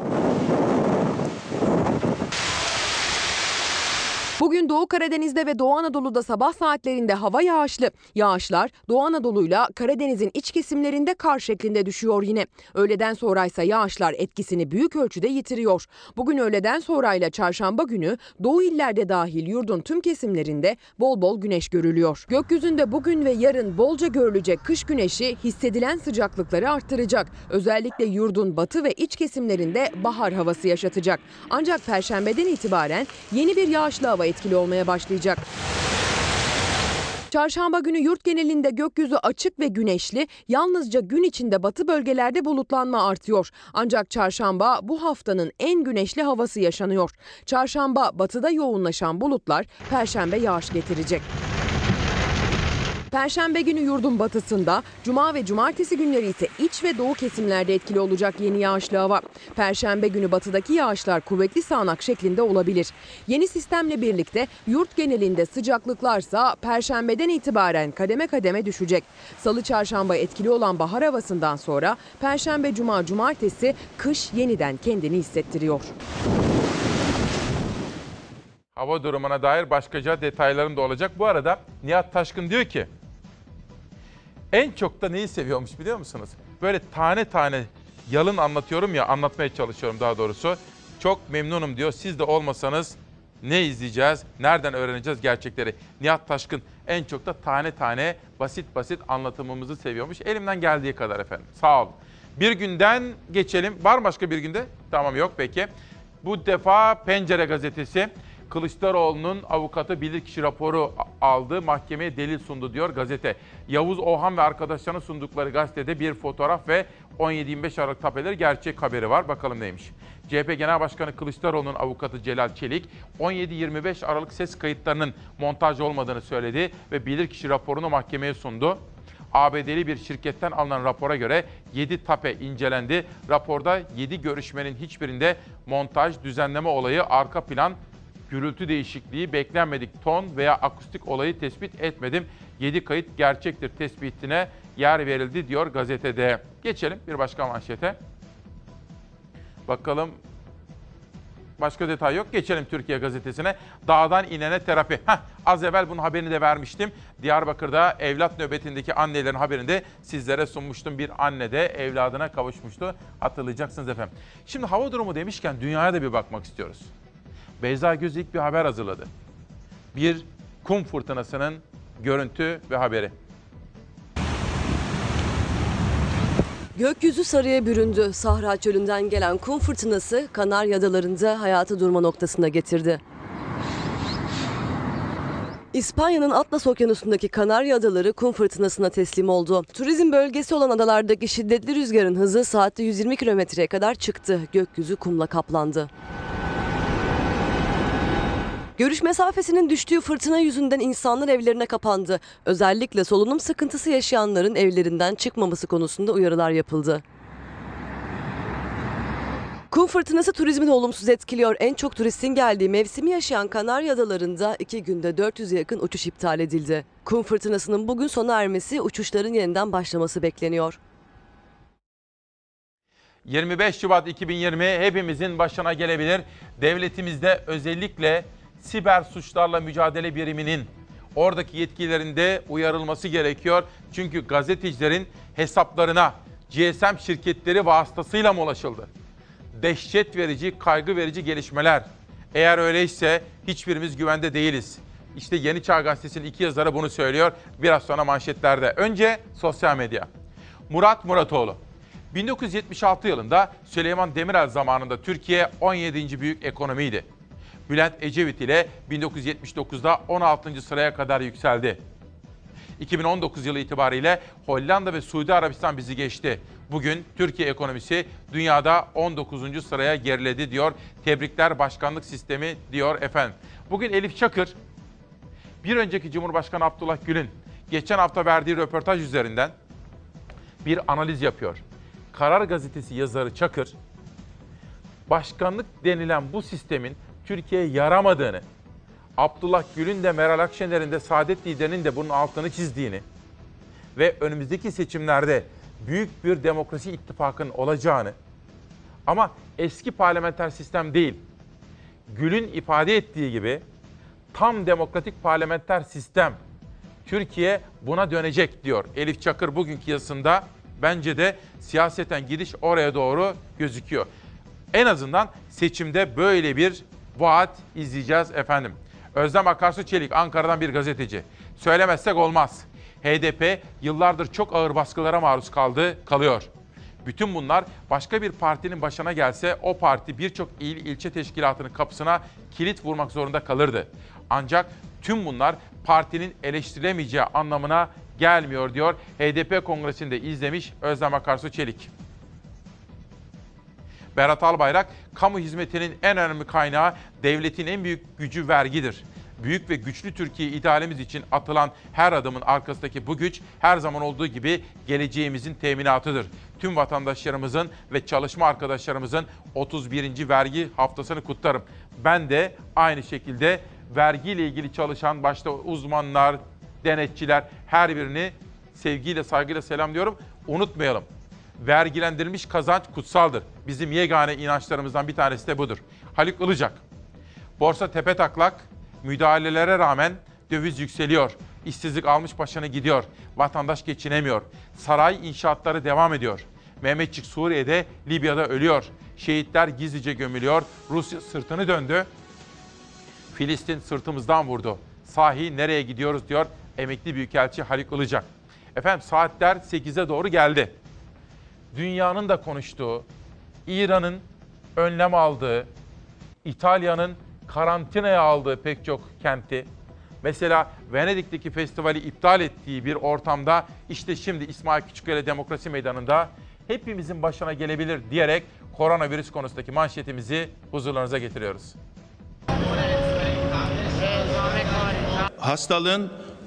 Bugün Doğu Karadeniz'de ve Doğu Anadolu'da sabah saatlerinde hava yağışlı. Yağışlar Doğu Anadolu'yla Karadeniz'in iç kesimlerinde kar şeklinde düşüyor yine. Öğleden sonraysa yağışlar etkisini büyük ölçüde yitiriyor. Bugün öğleden sonrayla çarşamba günü Doğu illerde dahil yurdun tüm kesimlerinde bol bol güneş görülüyor. Gökyüzünde bugün ve yarın bolca görülecek kış güneşi hissedilen sıcaklıkları arttıracak. Özellikle yurdun batı ve iç kesimlerinde bahar havası yaşatacak. Ancak Perşembeden itibaren yeni bir yağışlı hava etkili olmaya başlayacak. Çarşamba günü yurt genelinde gökyüzü açık ve güneşli, yalnızca gün içinde batı bölgelerde bulutlanma artıyor. Ancak çarşamba bu haftanın en güneşli havası yaşanıyor. Çarşamba batıda yoğunlaşan bulutlar Perşembe yağış getirecek. Perşembe günü yurdun batısında, cuma ve cumartesi günleri ise iç ve doğu kesimlerde etkili olacak yeni yağışlı hava. Perşembe günü batıdaki yağışlar kuvvetli sağanak şeklinde olabilir. Yeni sistemle birlikte yurt genelinde sıcaklıklarsa Perşembeden itibaren kademe kademe düşecek. Salı çarşamba etkili olan bahar havasından sonra Perşembe, cuma, cumartesi kış yeniden kendini hissettiriyor. Hava durumuna dair başkaca detaylarım da olacak. Bu arada Nihat Taşkın diyor ki, en çok da neyi seviyormuş biliyor musunuz? Böyle tane tane yalın anlatıyorum ya, anlatmaya çalışıyorum daha doğrusu. Çok memnunum diyor. Siz de olmasanız ne izleyeceğiz, nereden öğreneceğiz gerçekleri? Nihat Taşkın en çok da tane tane basit basit anlatımımızı seviyormuş. Elimden geldiği kadar efendim. Sağ olun. Bir günden geçelim. Var mı başka bir günde? Tamam, yok peki. Bu defa Pencere gazetesi. Kılıçdaroğlu'nun avukatı bilirkişi raporu aldı, mahkemeye delil sundu diyor gazete. Yavuz Ohan ve arkadaşlarının sundukları gazetede bir fotoğraf ve on yedi yirmi beş Aralık tapeleri gerçek haberi var. Bakalım neymiş. C H P Genel Başkanı Kılıçdaroğlu'nun avukatı Celal Çelik, on yedi yirmi beş Aralık ses kayıtlarının montaj olmadığını söyledi ve bilirkişi raporunu mahkemeye sundu. A B D'li bir şirketten alınan rapora göre yedi tape incelendi. Raporda yedi görüşmenin hiçbirinde montaj, düzenleme olayı, arka plan, gürültü değişikliği, beklenmedik ton veya akustik olayı tespit etmedim. yedi kayıt gerçektir tespitine yer verildi diyor gazetede. Geçelim bir başka manşete. Bakalım. Başka detay yok. Geçelim Türkiye Gazetesi'ne. Dağdan inene terapi. Heh, az evvel bunun haberini de vermiştim. Diyarbakır'da evlat nöbetindeki annelerin haberini de sizlere sunmuştum. Bir anne de evladına kavuşmuştu. Hatırlayacaksınız efendim. Şimdi hava durumu demişken dünyaya da bir bakmak istiyoruz. Beyza Gözük bir haber hazırladı. Bir kum fırtınasının görüntü ve haberi. Gökyüzü sarıya büründü. Sahra çölünden gelen kum fırtınası Kanarya Adaları'nda hayatı durma noktasına getirdi. İspanya'nın Atlas Okyanusu'ndaki Kanarya Adaları kum fırtınasına teslim oldu. Turizm bölgesi olan adalardaki şiddetli rüzgarın hızı saatte yüz yirmi kilometreye kadar çıktı. Gökyüzü kumla kaplandı. Görüş mesafesinin düştüğü fırtına yüzünden insanlar evlerine kapandı. Özellikle solunum sıkıntısı yaşayanların evlerinden çıkmaması konusunda uyarılar yapıldı. Kum fırtınası turizmini olumsuz etkiliyor. En çok turistin geldiği mevsimi yaşayan Kanarya Adaları'nda iki günde dört yüze yakın uçuş iptal edildi. Kum fırtınasının bugün sona ermesi, uçuşların yeniden başlaması bekleniyor. yirmi beş Şubat iki bin yirmi hepimizin başına gelebilir. Devletimizde özellikle siber suçlarla mücadele biriminin oradaki yetkilerinde uyarılması gerekiyor. Çünkü gazetecilerin hesaplarına G S M şirketleri vasıtasıyla mı ulaşıldı? Dehşet verici, kaygı verici gelişmeler. Eğer öyleyse hiçbirimiz güvende değiliz. İşte Yeni Çağ Gazetesi'nin iki yazarı bunu söylüyor. Biraz sonra manşetlerde. Önce sosyal medya. Murat Muratoğlu. bin dokuz yüz yetmiş altı yılında Süleyman Demirel zamanında Türkiye on yedinci büyük ekonomiydi. Bülent Ecevit ile bin dokuz yüz yetmiş dokuzda on altıncı sıraya kadar yükseldi. iki bin on dokuz yılı itibariyle Hollanda ve Suudi Arabistan bizi geçti. Bugün Türkiye ekonomisi dünyada on dokuzuncu sıraya geriledi diyor. Tebrikler başkanlık sistemi diyor efendim. Bugün Elif Çakır, bir önceki Cumhurbaşkanı Abdullah Gül'ün geçen hafta verdiği röportaj üzerinden bir analiz yapıyor. Karar Gazetesi yazarı Çakır, başkanlık denilen bu sistemin Türkiye'ye yaramadığını, Abdullah Gül'ün de Meral Akşener'in de Saadet liderinin de bunun altını çizdiğini ve önümüzdeki seçimlerde büyük bir demokrasi ittifakının olacağını, ama eski parlamenter sistem değil, Gül'ün ifade ettiği gibi tam demokratik parlamenter sistem, Türkiye buna dönecek diyor Elif Çakır bugünkü yazısında. Bence de siyaseten gidiş oraya doğru gözüküyor. En azından seçimde böyle bir vaat izleyeceğiz efendim. Özlem Akarsu Çelik, Ankara'dan bir gazeteci. Söylemezsek olmaz. H D P yıllardır çok ağır baskılara maruz kaldı, kalıyor. Bütün bunlar başka bir partinin başına gelse o parti birçok il, ilçe teşkilatının kapısına kilit vurmak zorunda kalırdı. Ancak tüm bunlar partinin eleştirilemeyeceği anlamına gelmiyor diyor. H D P kongresinde izlemiş Özlem Akarsu Çelik. Berat Albayrak, kamu hizmetinin en önemli kaynağı devletin en büyük gücü vergidir. Büyük ve güçlü Türkiye idealimiz için atılan her adımın arkasındaki bu güç her zaman olduğu gibi geleceğimizin teminatıdır. Tüm vatandaşlarımızın ve çalışma arkadaşlarımızın otuz birinci vergi haftasını kutlarım. Ben de aynı şekilde vergiyle ilgili çalışan başta uzmanlar, denetçiler her birini sevgiyle, saygıyla selamlıyorum. Unutmayalım. Vergilendirilmiş kazanç kutsaldır. Bizim yegane inançlarımızdan bir tanesi de budur. Haluk Ilıcak. Borsa tepetaklak, müdahalelere rağmen döviz yükseliyor. İşsizlik almış başını gidiyor. Vatandaş geçinemiyor. Saray inşaatları devam ediyor. Mehmetçik Suriye'de, Libya'da ölüyor. Şehitler gizlice gömülüyor. Rusya sırtını döndü. Filistin sırtımızdan vurdu. Sahi nereye gidiyoruz diyor emekli büyükelçi Haluk Ilıcak. Efendim saatler sekize doğru geldi. Dünyanın da konuştuğu, İran'ın önlem aldığı, İtalya'nın karantinaya aldığı pek çok kenti, mesela Venedik'teki festivali iptal ettiği bir ortamda işte şimdi İsmail Küçükkaya Demokrasi Meydanı'nda hepimizin başına gelebilir diyerek koronavirüs konusundaki manşetimizi huzurlarınıza getiriyoruz. Hastalığın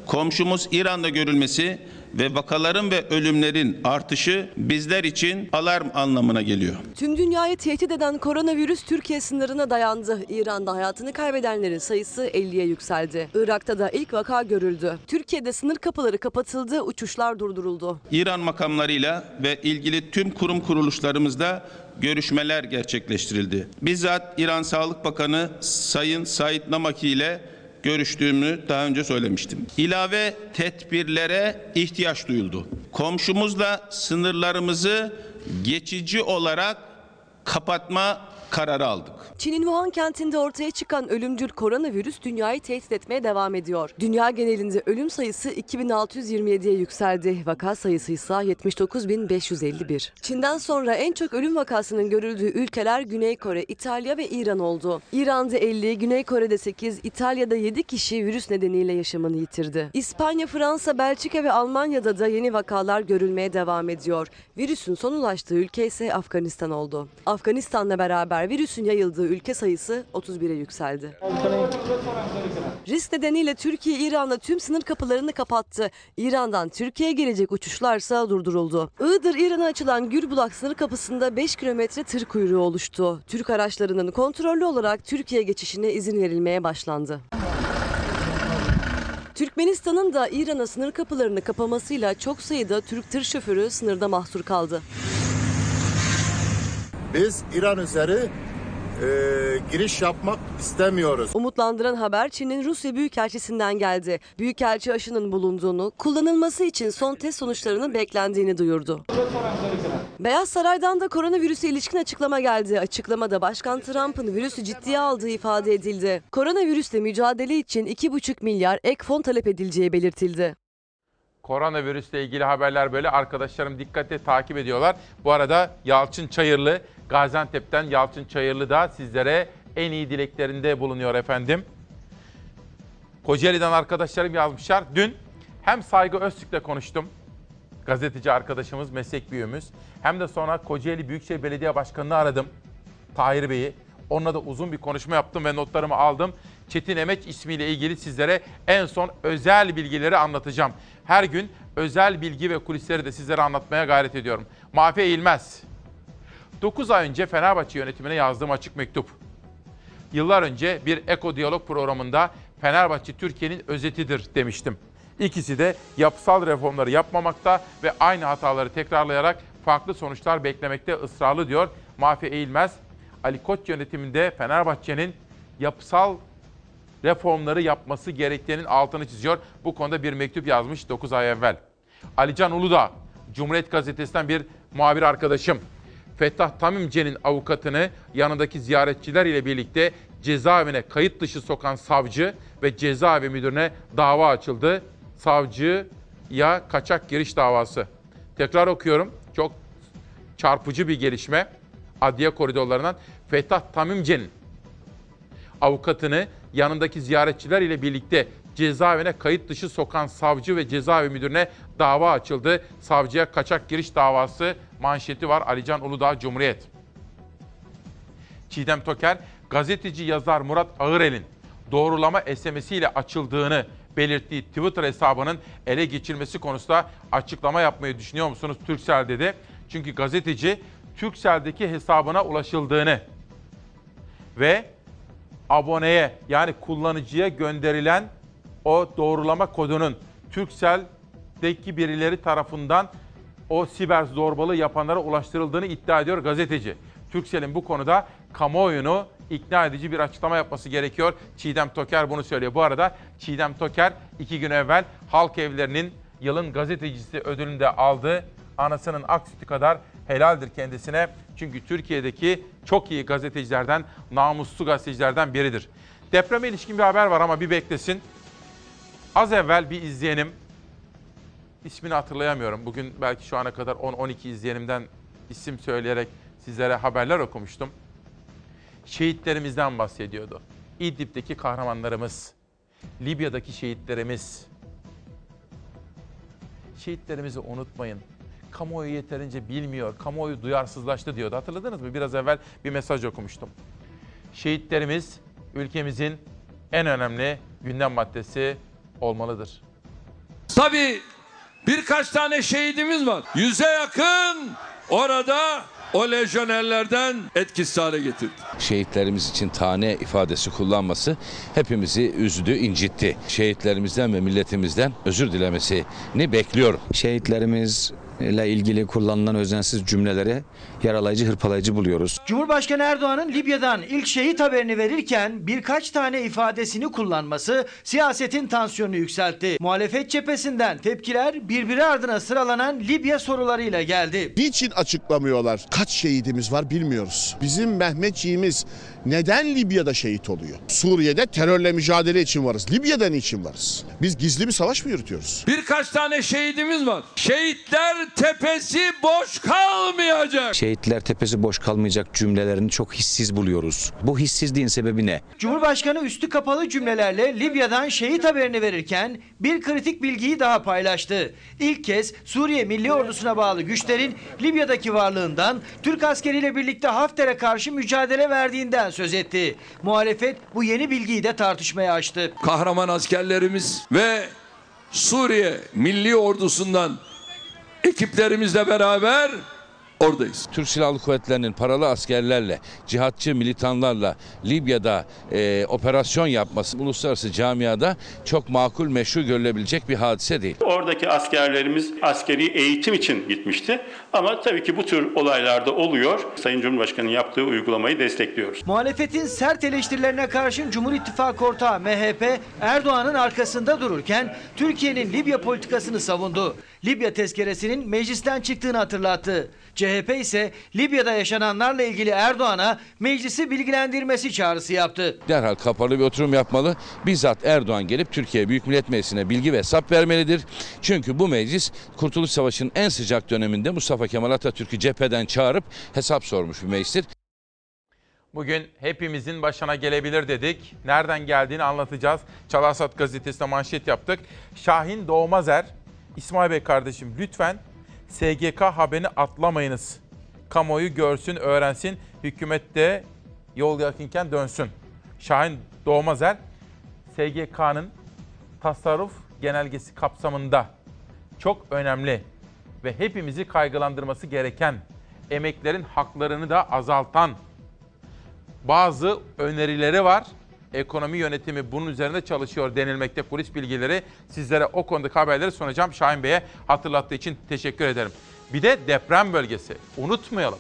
komşumuz İran'da görülmesi ve vakaların ve ölümlerin artışı bizler için alarm anlamına geliyor. Tüm dünyayı tehdit eden koronavirüs Türkiye sınırına dayandı. İran'da hayatını kaybedenlerin sayısı elliye yükseldi. Irak'ta da ilk vaka görüldü. Türkiye'de sınır kapıları kapatıldı, uçuşlar durduruldu. İran makamlarıyla ve ilgili tüm kurum kuruluşlarımızda görüşmeler gerçekleştirildi. Bizzat İran Sağlık Bakanı Sayın Said Namaki ile görüştüğümü daha önce söylemiştim. İlave tedbirlere ihtiyaç duyuldu. Komşumuzla sınırlarımızı geçici olarak kapatma kararı aldık. Çin'in Wuhan kentinde ortaya çıkan ölümcül koronavirüs dünyayı tehdit etmeye devam ediyor. Dünya genelinde ölüm sayısı iki bin altı yüz yirmi yediye yükseldi. Vaka sayısı ise yetmiş dokuz bin beş yüz elli bir. Çin'den sonra en çok ölüm vakasının görüldüğü ülkeler Güney Kore, İtalya ve İran oldu. İran'da elli, Güney Kore'de sekiz, İtalya'da yedi kişi virüs nedeniyle yaşamını yitirdi. İspanya, Fransa, Belçika ve Almanya'da da yeni vakalar görülmeye devam ediyor. Virüsün son ulaştığı ülke ise Afganistan oldu. Afganistan'la beraber virüsün yayıldığı ülke sayısı otuz bire yükseldi. Risk nedeniyle Türkiye İran'la tüm sınır kapılarını kapattı. İran'dan Türkiye'ye gelecek uçuşlarsa durduruldu. Iğdır İran'a açılan Gürbulak sınır kapısında beş kilometre tır kuyruğu oluştu. Türk araçlarının kontrollü olarak Türkiye geçişine izin verilmeye başlandı. Türkmenistan'ın da İran'a sınır kapılarını kapamasıyla çok sayıda Türk tır şoförü sınırda mahsur kaldı. Biz İran üzeri e, giriş yapmak istemiyoruz. Umutlandıran haber Çin'in Rusya Büyükelçisi'nden geldi. Büyükelçi aşının bulunduğunu, kullanılması için son test sonuçlarının beklendiğini duyurdu. Beyaz Saray'dan da koronavirüse ilişkin açıklama geldi. Açıklamada Başkan Trump'ın virüsü ciddiye aldığı ifade edildi. Koronavirüsle mücadele için iki buçuk milyar ek fon talep edileceği belirtildi. Koronavirüsle ilgili haberler böyle. Arkadaşlarım dikkatle takip ediyorlar. Bu arada Yalçın Çayırlı, Gaziantep'ten Yalçın Çayırlı da sizlere en iyi dileklerinde bulunuyor efendim. Kocaeli'den arkadaşlarım yazmışlar. Dün hem Saygı Öztürk'le konuştum. Gazeteci arkadaşımız, meslek büyüğümüz. Hem de sonra Kocaeli Büyükşehir Belediye Başkanı'nı aradım. Tahir Bey'i. Onunla da uzun bir konuşma yaptım ve notlarımı aldım. Çetin Emeç ismiyle ilgili sizlere en son özel bilgileri anlatacağım. Her gün özel bilgi ve kulisleri de sizlere anlatmaya gayret ediyorum. Mahfi Eğilmez. dokuz ay önce Fenerbahçe yönetimine yazdığım açık mektup. Yıllar önce bir Eko Diyalog programında Fenerbahçe Türkiye'nin özetidir demiştim. İkisi de yapısal reformları yapmamakta ve aynı hataları tekrarlayarak farklı sonuçlar beklemekte ısrarlı diyor Mahfi Eğilmez. Ali Koç yönetiminde Fenerbahçe'nin yapısal reformları yapması gerektiğinin altını çiziyor. Bu konuda bir mektup yazmış dokuz ay evvel. Alican Uludağ, Cumhuriyet Gazetesi'nden bir muhabir arkadaşım. Fettah Tamimce'nin avukatını yanındaki ziyaretçiler ile birlikte cezaevine kayıt dışı sokan savcı ve cezaevi müdürüne dava açıldı. Savcıya kaçak giriş davası. Tekrar okuyorum. Çok çarpıcı bir gelişme. Adliye koridorlarından Fettah Tamimce'nin avukatını yanındaki ziyaretçiler ile birlikte cezaevine kayıt dışı sokan savcı ve cezaevi müdürüne dava açıldı. Savcıya kaçak giriş davası manşeti var. Alican Uludağ, Cumhuriyet. Çiğdem Toker, gazeteci yazar Murat Ağırel'in doğrulama S M S'iyle açıldığını belirttiği Twitter hesabının ele geçirilmesi konusunda açıklama yapmayı düşünüyor musunuz Turkcell dedi. Çünkü gazeteci Turkcell'deki hesabına ulaşıldığını ve aboneye yani kullanıcıya gönderilen o doğrulama kodunun Turkcell'deki birileri tarafından o siber zorbalığı yapanlara ulaştırıldığını iddia ediyor gazeteci. Turkcell'in bu konuda kamuoyunu ikna edici bir açıklama yapması gerekiyor. Çiğdem Toker bunu söylüyor. Bu arada Çiğdem Toker iki gün evvel Halk Evleri'nin yılın gazetecisi ödülünü de aldı. Anasının ak sütü kadar helaldir kendisine. Çünkü Türkiye'deki çok iyi gazetecilerden, namuslu gazetecilerden biridir. Depreme ilişkin bir haber var ama bir beklesin. Az evvel bir izleyenim, ismini hatırlayamıyorum. Bugün belki şu ana kadar on on iki izleyenimden isim söyleyerek sizlere haberler okumuştum. Şehitlerimizden bahsediyordu. İdlib'deki kahramanlarımız, Libya'daki şehitlerimiz. Şehitlerimizi unutmayın. Kamuoyu yeterince bilmiyor, kamuoyu duyarsızlaştı diyordu. Hatırladınız mı? Biraz evvel bir mesaj okumuştum. Şehitlerimiz ülkemizin en önemli gündem maddesi olmalıdır. Tabii birkaç tane şehidimiz var. Yüze yakın orada o lejyonerlerden etkisiz hale getirdi. Şehitlerimiz için tane ifadesi kullanması hepimizi üzdü, incitti. Şehitlerimizden ve milletimizden özür dilemesini bekliyorum. Şehitlerimizle ilgili kullanılan özensiz cümleleri yaralayıcı, hırpalayıcı buluyoruz. Cumhurbaşkanı Erdoğan'ın Libya'dan ilk şehit haberini verirken birkaç tane ifadesini kullanması siyasetin tansiyonunu yükseltti. Muhalefet cephesinden tepkiler birbiri ardına sıralanan Libya sorularıyla geldi. Niçin açıklamıyorlar? Kaç şehidimiz var bilmiyoruz. Bizim Mehmetçiğimiz neden Libya'da şehit oluyor? Suriye'de terörle mücadele için varız. Libya'da niçin varız? Biz gizli bir savaş mı yürütüyoruz? Birkaç tane şehidimiz var. Şehitler tepesi boş kalmayacak. Şehitler tepesi boş kalmayacak cümlelerini çok hissiz buluyoruz. Bu hissizliğin sebebi ne? Cumhurbaşkanı üstü kapalı cümlelerle Libya'dan şehit haberini verirken bir kritik bilgiyi daha paylaştı. İlk kez Suriye Milli Ordusu'na bağlı güçlerin Libya'daki varlığından, Türk askeriyle birlikte Hafter'e karşı mücadele verdiğinden söz etti. Muhalefet bu yeni bilgiyi de tartışmaya açtı. Kahraman askerlerimiz ve Suriye Milli Ordusu'ndan ekiplerimizle beraber oradayız. Türk Silahlı Kuvvetleri'nin paralı askerlerle, cihatçı militanlarla Libya'da e, operasyon yapması uluslararası camiada çok makul, meşru görülebilecek bir hadise değil. Oradaki askerlerimiz askeri eğitim için gitmişti. Ama tabii ki bu tür olaylarda oluyor. Sayın Cumhurbaşkanı'nın yaptığı uygulamayı destekliyoruz. Muhalefetin sert eleştirilerine karşın Cumhur İttifakı ortağı M H P, Erdoğan'ın arkasında dururken Türkiye'nin Libya politikasını savundu. Libya tezkeresinin meclisten çıktığını hatırlattı. C H P ise Libya'da yaşananlarla ilgili Erdoğan'a meclisi bilgilendirmesi çağrısı yaptı. Derhal kapalı bir oturum yapmalı. Bizzat Erdoğan gelip Türkiye Büyük Millet Meclisi'ne bilgi ve hesap vermelidir. Çünkü bu meclis Kurtuluş Savaşı'nın en sıcak döneminde Mustafa Kemal Atatürk'ü cepheden çağırıp hesap sormuş bir meclistir. Bugün hepimizin başına gelebilir dedik. Nereden geldiğini anlatacağız. Çalarsat gazetesine manşet yaptık. Şahin Doğmazer, İsmail Bey kardeşim lütfen S G K haberini atlamayınız. Kamuoyu görsün, öğrensin, hükümet de yol yakınken dönsün. Şahin Doğmazer, S G K'nın tasarruf genelgesi kapsamında çok önemli ve hepimizi kaygılandırması gereken, emeklerin haklarını da azaltan bazı önerileri var. Ekonomi yönetimi bunun üzerinde çalışıyor denilmekte, kulis bilgileri. Sizlere o konudaki haberleri sunacağım. Şahin Bey'e hatırlattığı için teşekkür ederim. Bir de deprem bölgesi. Unutmayalım.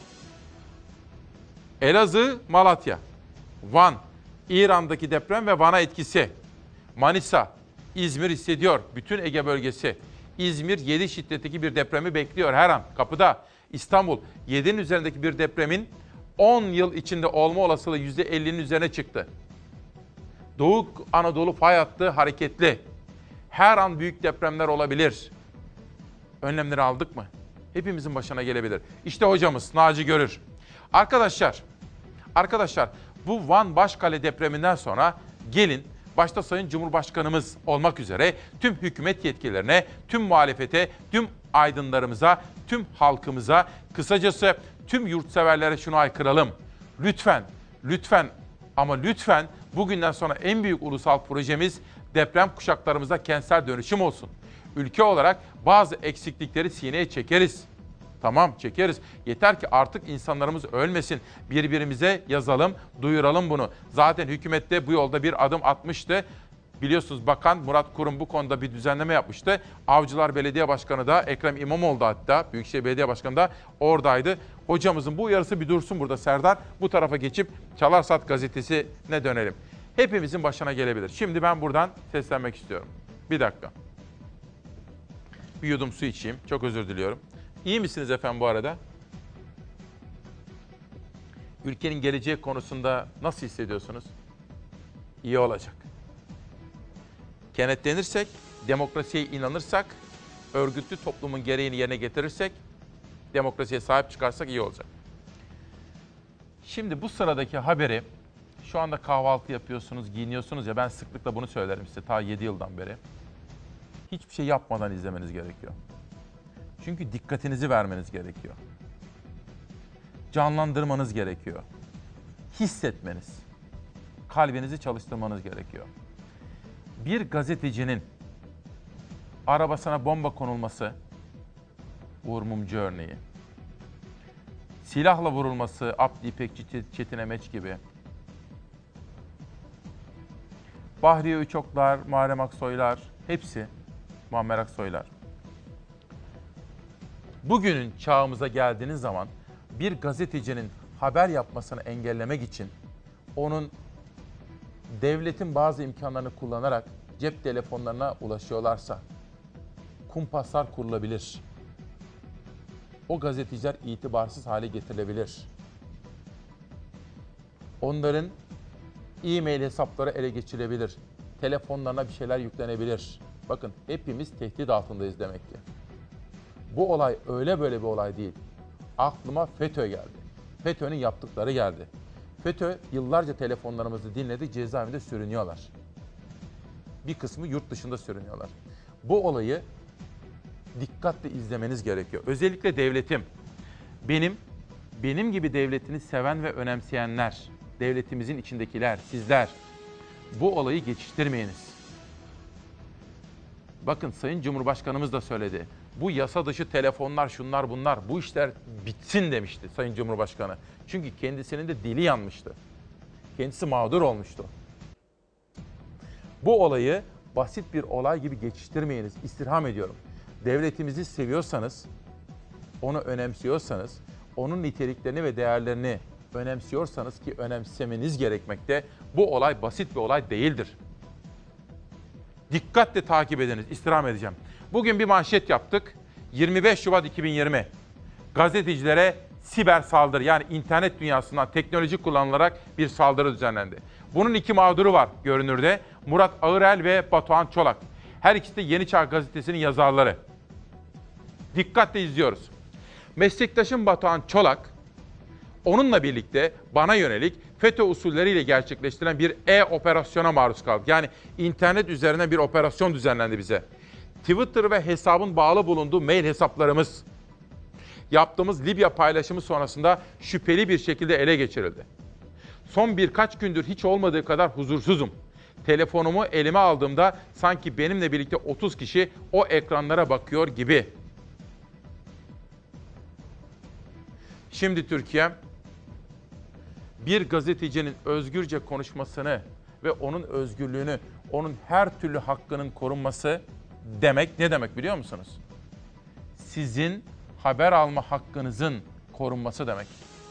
Elazığ, Malatya, Van, İran'daki deprem ve Van'a etkisi. Manisa, İzmir hissediyor. Bütün Ege bölgesi. İzmir yedi şiddetteki bir depremi bekliyor her an kapıda. İstanbul yedinin üzerindeki bir depremin on yıl içinde olma olasılığı yüzde ellinin üzerine çıktı. Doğu Anadolu fay hattı hareketli. Her an büyük depremler olabilir. Önlemleri aldık mı? Hepimizin başına gelebilir. İşte hocamız Naci Görür. Arkadaşlar, arkadaşlar bu Van Başkale depreminden sonra gelin başta Sayın Cumhurbaşkanımız olmak üzere tüm hükümet yetkililerine, tüm muhalefete, tüm aydınlarımıza, tüm halkımıza, kısacası tüm yurtseverlere şunu haykıralım. Lütfen, lütfen ama lütfen bugünden sonra en büyük ulusal projemiz deprem kuşaklarımıza kentsel dönüşüm olsun. Ülke olarak bazı eksiklikleri sineye çekeriz. Tamam çekeriz. Yeter ki artık insanlarımız ölmesin. Birbirimize yazalım, duyuralım bunu. Zaten hükümet de bu yolda bir adım atmıştı. Biliyorsunuz Bakan Murat Kurum bu konuda bir düzenleme yapmıştı. Avcılar Belediye Başkanı da Ekrem İmamoğlu da hatta Büyükşehir Belediye Başkanı da oradaydı. Hocamızın bu uyarısı bir dursun burada Serdar. Bu tarafa geçip Çalarsat gazetesine dönelim. Hepimizin başına gelebilir. Şimdi ben buradan seslenmek istiyorum. Bir dakika. Bir yudum su içeyim. Çok özür diliyorum. İyi misiniz efendim bu arada? Ülkenin geleceği konusunda nasıl hissediyorsunuz? İyi olacak. Kenetlenirsek, demokrasiye inanırsak, örgütlü toplumun gereğini yerine getirirsek, demokrasiye sahip çıkarsak iyi olacak. Şimdi bu sıradaki haberi, şu anda kahvaltı yapıyorsunuz, giyiniyorsunuz ya, ben sıklıkla bunu söylerim size ta yedi yıldan beri. Hiçbir şey yapmadan izlemeniz gerekiyor. Çünkü dikkatinizi vermeniz gerekiyor. Canlandırmanız gerekiyor. Hissetmeniz, kalbinizi çalıştırmanız gerekiyor. Bir gazetecinin arabasına bomba konulması, Uğur Mumcu örneği. Silahla vurulması, Abdi İpekçi, Çetin Emeç gibi. Bahriye Üçoklar, Muharrem Aksoylar, hepsi Muammer Aksoylar. Bugünün çağımıza geldiğiniz zaman bir gazetecinin haber yapmasını engellemek için onun devletin bazı imkanlarını kullanarak cep telefonlarına ulaşıyorlarsa kumpaslar kurulabilir. O gazeteciler itibarsız hale getirilebilir. Onların e-mail hesapları ele geçirebilir. Telefonlarına bir şeyler yüklenebilir. Bakın hepimiz tehdit altındayız demek ki. Bu olay öyle böyle bir olay değil. Aklıma FETÖ geldi. FETÖ'nün yaptıkları geldi. FETÖ yıllarca telefonlarımızı dinledi, cezaevinde sürünüyorlar. Bir kısmı yurt dışında sürünüyorlar. Bu olayı dikkatle izlemeniz gerekiyor. Özellikle devletim, benim, benim gibi devletini seven ve önemseyenler, devletimizin içindekiler, sizler, bu olayı geçiştirmeyiniz. Bakın Sayın Cumhurbaşkanımız da söyledi. Bu yasa dışı telefonlar, şunlar bunlar, bu işler bitsin demişti Sayın Cumhurbaşkanı. Çünkü kendisinin de dili yanmıştı. Kendisi mağdur olmuştu. Bu olayı basit bir olay gibi geçiştirmeyiniz. İstirham ediyorum. Devletimizi seviyorsanız, onu önemsiyorsanız, onun niteliklerini ve değerlerini önemsiyorsanız ki önemsemeniz gerekmekte, bu olay basit bir olay değildir. Dikkatle takip ediniz, istirham edeceğim. Bugün bir manşet yaptık. yirmi beş Şubat iki bin yirmi. Gazetecilere siber saldırı, yani internet dünyasından teknoloji kullanılarak bir saldırı düzenlendi. Bunun iki mağduru var görünürde. Murat Ağırel ve Batuhan Çolak. Her ikisi de Yeni Çağ Gazetesi'nin yazarları. Dikkatle izliyoruz. Meslektaşım Batuhan Çolak, onunla birlikte bana yönelik FETÖ usulleriyle gerçekleştirilen bir e-operasyona maruz kaldık. Yani internet üzerine bir operasyon düzenlendi bize. Twitter ve hesabın bağlı bulunduğu mail hesaplarımız, yaptığımız Libya paylaşımı sonrasında şüpheli bir şekilde ele geçirildi. Son birkaç gündür hiç olmadığı kadar huzursuzum. Telefonumu elime aldığımda sanki benimle birlikte otuz kişi o ekranlara bakıyor gibi. Şimdi Türkiye, bir gazetecinin özgürce konuşmasını ve onun özgürlüğünü, onun her türlü hakkının korunması demek ne demek biliyor musunuz? Sizin haber alma hakkınızın korunması demek.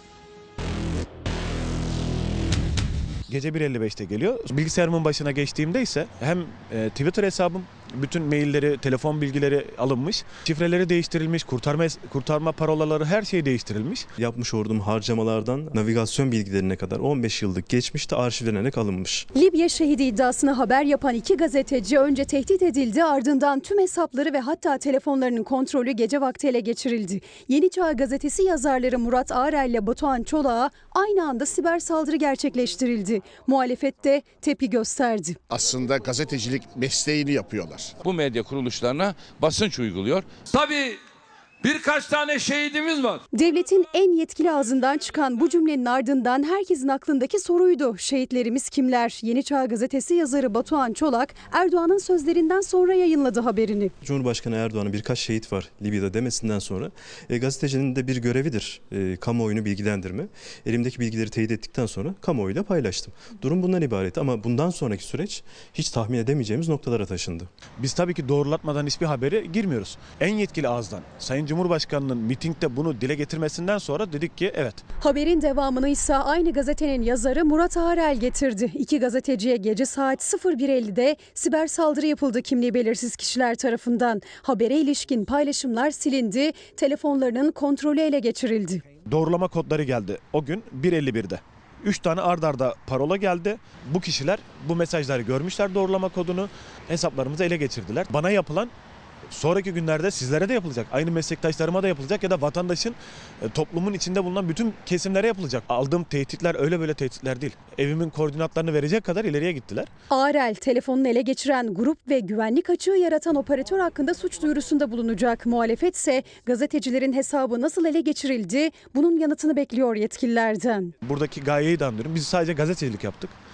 Gece bir elli beşte geliyor. Bilgisayarımın başına geçtiğimde ise hem e, Twitter hesabım, bütün mailleri, telefon bilgileri alınmış, şifreleri değiştirilmiş, kurtarma kurtarma parolaları, her şey değiştirilmiş. Yapmış olduğum harcamalardan navigasyon bilgilerine kadar on beş yıllık geçmişte arşivlenerek alınmış. Libya şehidi iddiasını haber yapan iki gazeteci önce tehdit edildi, ardından tüm hesapları ve hatta telefonlarının kontrolü gece vakti ele geçirildi. Yeni Çağ Gazetesi yazarları Murat Ağırel ile Batuhan Çolak'a aynı anda siber saldırı gerçekleştirildi. Muhalefet de tepki gösterdi. Aslında gazetecilik mesleğini yapıyorlar. Bu medya kuruluşlarına basınç uyguluyor. Tabii birkaç tane şehidimiz var. Devletin en yetkili ağzından çıkan bu cümlenin ardından herkesin aklındaki soruydu. Şehitlerimiz kimler? Yeni Çağ Gazetesi yazarı Batuhan Çolak, Erdoğan'ın sözlerinden sonra yayınladı haberini. Cumhurbaşkanı Erdoğan'ın birkaç şehit var Libya'da demesinden sonra e, gazetecinin de bir görevidir e, kamuoyunu bilgilendirme. Elimdeki bilgileri teyit ettikten sonra kamuoyuyla paylaştım. Durum bundan ibaret ama bundan sonraki süreç hiç tahmin edemeyeceğimiz noktalara taşındı. Biz tabii ki doğrulatmadan hiçbir habere girmiyoruz. En yetkili ağızdan Sayın Cumhurbaşkanı'nın mitingde bunu dile getirmesinden sonra dedik ki evet. Haberin devamını ise aynı gazetenin yazarı Murat Ağırel getirdi. İki gazeteciye gece saat sıfır bir ellide siber saldırı yapıldı kimliği belirsiz kişiler tarafından. Habere ilişkin paylaşımlar silindi, telefonlarının kontrolü ele geçirildi. Doğrulama kodları geldi o gün bir elli birde. Üç tane ard arda parola geldi. Bu kişiler bu mesajları görmüşler, doğrulama kodunu, hesaplarımızı ele geçirdiler. Bana yapılan sonraki günlerde sizlere de yapılacak. Aynı meslektaşlarıma da yapılacak ya da vatandaşın, toplumun içinde bulunan bütün kesimlere yapılacak. Aldığım tehditler öyle böyle tehditler değil. Evimin koordinatlarını verecek kadar ileriye gittiler. Ağırel telefonunu ele geçiren grup ve güvenlik açığı yaratan operatör hakkında suç duyurusunda bulunacak. Muhalefet ise gazetecilerin hesabı nasıl ele geçirildi, bunun yanıtını bekliyor yetkililerden. Buradaki gayeyi de anlıyorum. Biz sadece gazetecilik yaptık.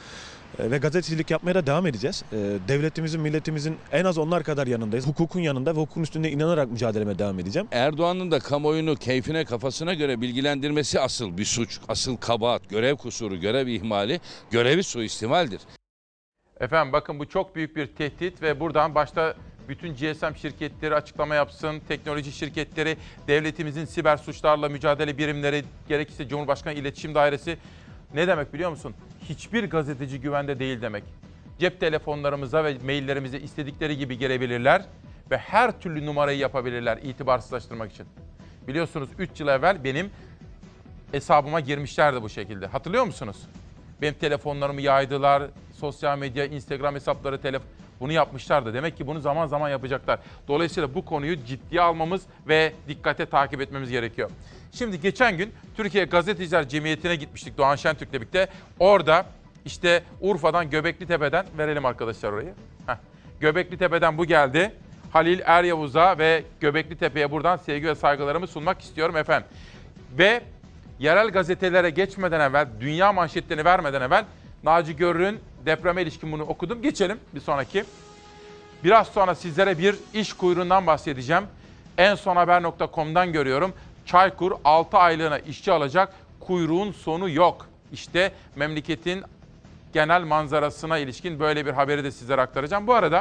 E, ve gazetecilik yapmaya da devam edeceğiz. E, devletimizin, milletimizin en az onlar kadar yanındayız. Hukukun yanında ve hukukun üstünde inanarak mücadeleme devam edeceğim. Erdoğan'ın da kamuoyunu keyfine kafasına göre bilgilendirmesi asıl bir suç, asıl kabahat, görev kusuru, görev ihmali, görevi suistimaldir. Efendim bakın bu çok büyük bir tehdit ve buradan başta bütün G S M şirketleri açıklama yapsın, teknoloji şirketleri, devletimizin siber suçlarla mücadele birimleri, gerekirse Cumhurbaşkanı İletişim Dairesi. Ne demek biliyor musun? Hiçbir gazeteci güvende değil demek. Cep telefonlarımıza ve maillerimize istedikleri gibi girebilirler ve her türlü numarayı yapabilirler itibarsızlaştırmak için. Biliyorsunuz üç yıl evvel benim hesabıma girmişlerdi bu şekilde. Hatırlıyor musunuz? Benim telefonlarımı yaydılar, sosyal medya, Instagram hesapları, telefon... Bunu yapmışlardı. Demek ki bunu zaman zaman yapacaklar. Dolayısıyla bu konuyu ciddiye almamız ve dikkate takip etmemiz gerekiyor. Şimdi geçen gün Türkiye Gazeteciler Cemiyeti'ne gitmiştik Doğan Şentürk'le birlikte. Orada işte Urfa'dan, Göbeklitepe'den, verelim arkadaşlar orayı. Heh. Göbeklitepe'den bu geldi. Halil Eryavuz'a ve Göbeklitepe'ye buradan sevgi ve saygılarımı sunmak istiyorum efendim. Ve yerel gazetelere geçmeden evvel, dünya manşetlerini vermeden evvel Naci Görür'ün depreme ilişkin bunu okudum. Geçelim bir sonraki. Biraz sonra sizlere bir iş kuyruğundan bahsedeceğim. en son haber nokta com'dan görüyorum. Çaykur altı aylığına işçi alacak, kuyruğun sonu yok. İşte memleketin genel manzarasına ilişkin böyle bir haberi de sizlere aktaracağım. Bu arada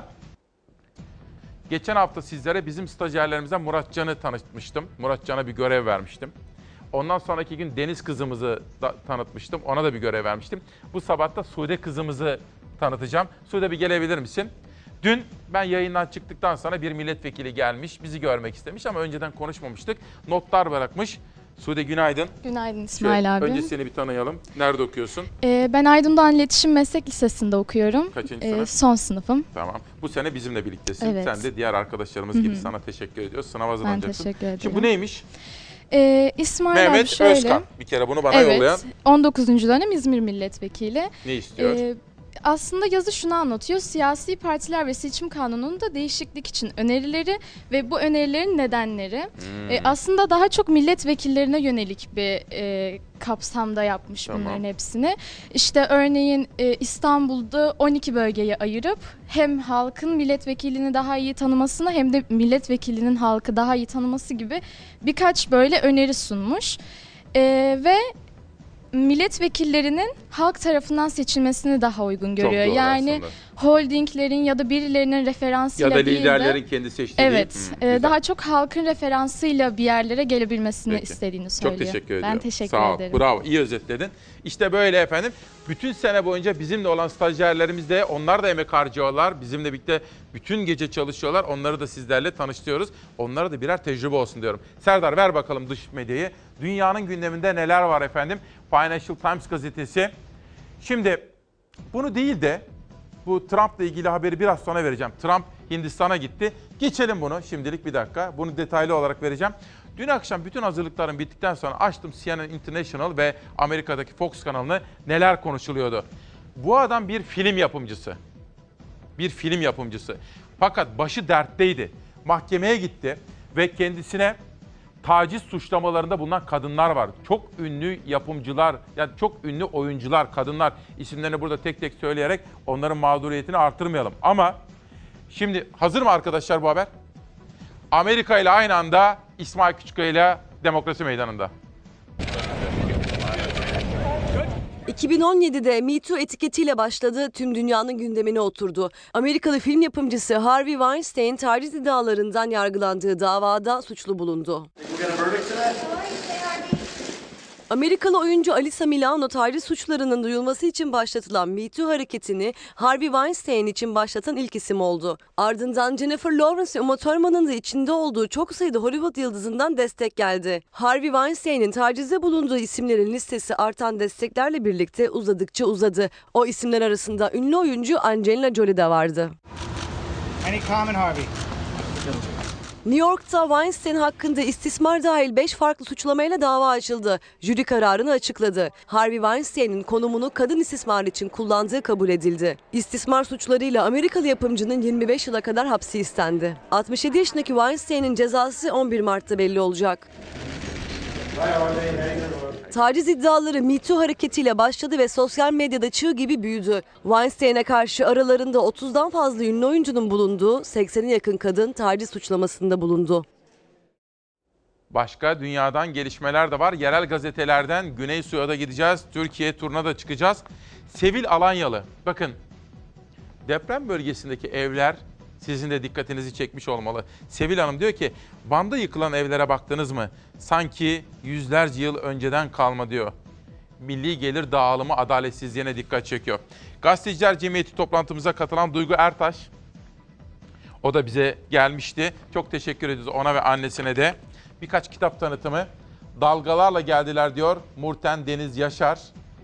geçen hafta sizlere bizim stajyerlerimizden Muratcan'ı tanıtmıştım. Muratcan'a bir görev vermiştim. Ondan sonraki gün Deniz kızımızı da tanıtmıştım. Ona da bir görev vermiştim. Bu sabah da Sude kızımızı tanıtacağım. Sude bir gelebilir misin? Dün ben yayından çıktıktan sonra bir milletvekili gelmiş, bizi görmek istemiş ama önceden konuşmamıştık. Notlar bırakmış. Sude günaydın. Günaydın İsmail şey, abi. Önce seni bir tanıyalım. Nerede okuyorsun? Ee, ben Aydın'dan İletişim Meslek Lisesi'nde okuyorum. Kaçıncı Ee, sınıf? Son sınıfım. Tamam. Bu sene bizimle birliktesin. Evet. Sen de diğer arkadaşlarımız Hı hı. gibi sana teşekkür ediyoruz. Sınava Ben hazırlanacaksın. teşekkür ederim. Şimdi bu neymiş? Ee, İsmail Mehmet abi şöyle. Özkan. Bir kere bunu bana evet, yollayan. on dokuzuncu dönem İzmir Milletvekili. Ne istiyor? Ee, aslında yazı şunu anlatıyor. Siyasi partiler ve seçim kanununda değişiklik için önerileri ve bu önerilerin nedenleri. Hmm. Ee, aslında daha çok milletvekillerine yönelik bir e, kapsamda yapmış Tamam. bunların hepsini. İşte örneğin e, İstanbul'da on iki bölgeye ayırıp hem halkın milletvekilini daha iyi tanımasını hem de milletvekilinin halkı daha iyi tanıması gibi birkaç böyle öneri sunmuş. Ee, ve milletvekillerinin halk tarafından seçilmesini daha uygun görüyor. doğru Yani aslında. holdinglerin ya da birilerinin referansıyla Ya da değil de- liderlerin kendi seçtiği Evet, değil. e, güzel. daha çok halkın referansıyla bir yerlere gelebilmesini Peki. istediğini söylüyor. Çok teşekkür ediyorum. Ben teşekkür Sağ ol. ederim. Bravo. İyi özetledin. İşte böyle efendim. Bütün sene boyunca bizimle olan stajyerlerimiz de, onlar da emek harcıyorlar. Bizimle birlikte bütün gece çalışıyorlar. Onları da sizlerle tanıştırıyoruz. Onlara da birer tecrübe olsun diyorum. Serdar ver bakalım dış medyayı. Dünyanın gündeminde neler var efendim? Financial Times gazetesi. Şimdi bunu değil de bu Trump'la ilgili haberi biraz sonra vereceğim. Trump Hindistan'a gitti. Geçelim bunu şimdilik bir dakika. Bunu detaylı olarak vereceğim. Dün akşam bütün hazırlıklarım bittikten sonra açtım C N N International ve Amerika'daki Fox kanalını, neler konuşuluyordu. Bu adam bir film yapımcısı. Bir film yapımcısı. Fakat başı dertteydi. Mahkemeye gitti ve kendisine taciz suçlamalarında bulunan kadınlar var. Çok ünlü yapımcılar, yani çok ünlü oyuncular, kadınlar. İsimlerini burada tek tek söyleyerek onların mağduriyetini artırmayalım. Ama şimdi hazır mı arkadaşlar bu haber? Amerika ile aynı anda İsmail Küçükkaya ile Demokrasi Meydanı'nda. iki bin on yedide Me Too etiketiyle başladı, tüm dünyanın gündemine oturdu. Amerikalı film yapımcısı Harvey Weinstein taciz iddialarından yargılandığı davada suçlu bulundu. Amerikalı oyuncu Alyssa Milano taciz suçlarının duyulması için başlatılan Me Too hareketini Harvey Weinstein için başlatan ilk isim oldu. Ardından Jennifer Lawrence ve Uma Thurman'ın da içinde olduğu çok sayıda Hollywood yıldızından destek geldi. Harvey Weinstein'in tacizde bulunduğu isimlerin listesi artan desteklerle birlikte uzadıkça uzadı. O isimler arasında ünlü oyuncu Angelina Jolie de vardı. Any comment, Harvey? New York'ta Weinstein hakkında istismar dahil beş farklı suçlamayla dava açıldı. Jüri kararını açıkladı. Harvey Weinstein'in konumunu kadın istismar için kullandığı kabul edildi. İstismar suçlarıyla Amerikalı yapımcının yirmi beş yıla kadar hapsi istendi. altmış yedi yaşındaki Weinstein'in cezası on bir Mart'ta belli olacak. Taciz iddiaları Me Too hareketiyle başladı ve sosyal medyada çığ gibi büyüdü. Weinstein'e karşı aralarında otuzdan fazla ünlü oyuncunun bulunduğu seksene yakın kadın taciz suçlamasında bulundu. Başka dünyadan gelişmeler de var. Yerel gazetelerden Güney Su'ya da gideceğiz. Türkiye turuna da çıkacağız. Sevil Alanyalı. Bakın, deprem bölgesindeki evler sizin de dikkatinizi çekmiş olmalı. Sevil Hanım diyor ki, Van'da yıkılan evlere baktınız mı? Sanki yüzlerce yıl önceden kalma diyor. Milli gelir dağılımı adaletsizliğine dikkat çekiyor. Gazeteciler Cemiyeti toplantımıza katılan Duygu Ertaş, o da bize gelmişti. Çok teşekkür ediyoruz ona ve annesine de. Birkaç kitap tanıtımı. Dalgalarla geldiler diyor Murten Deniz Yaşar.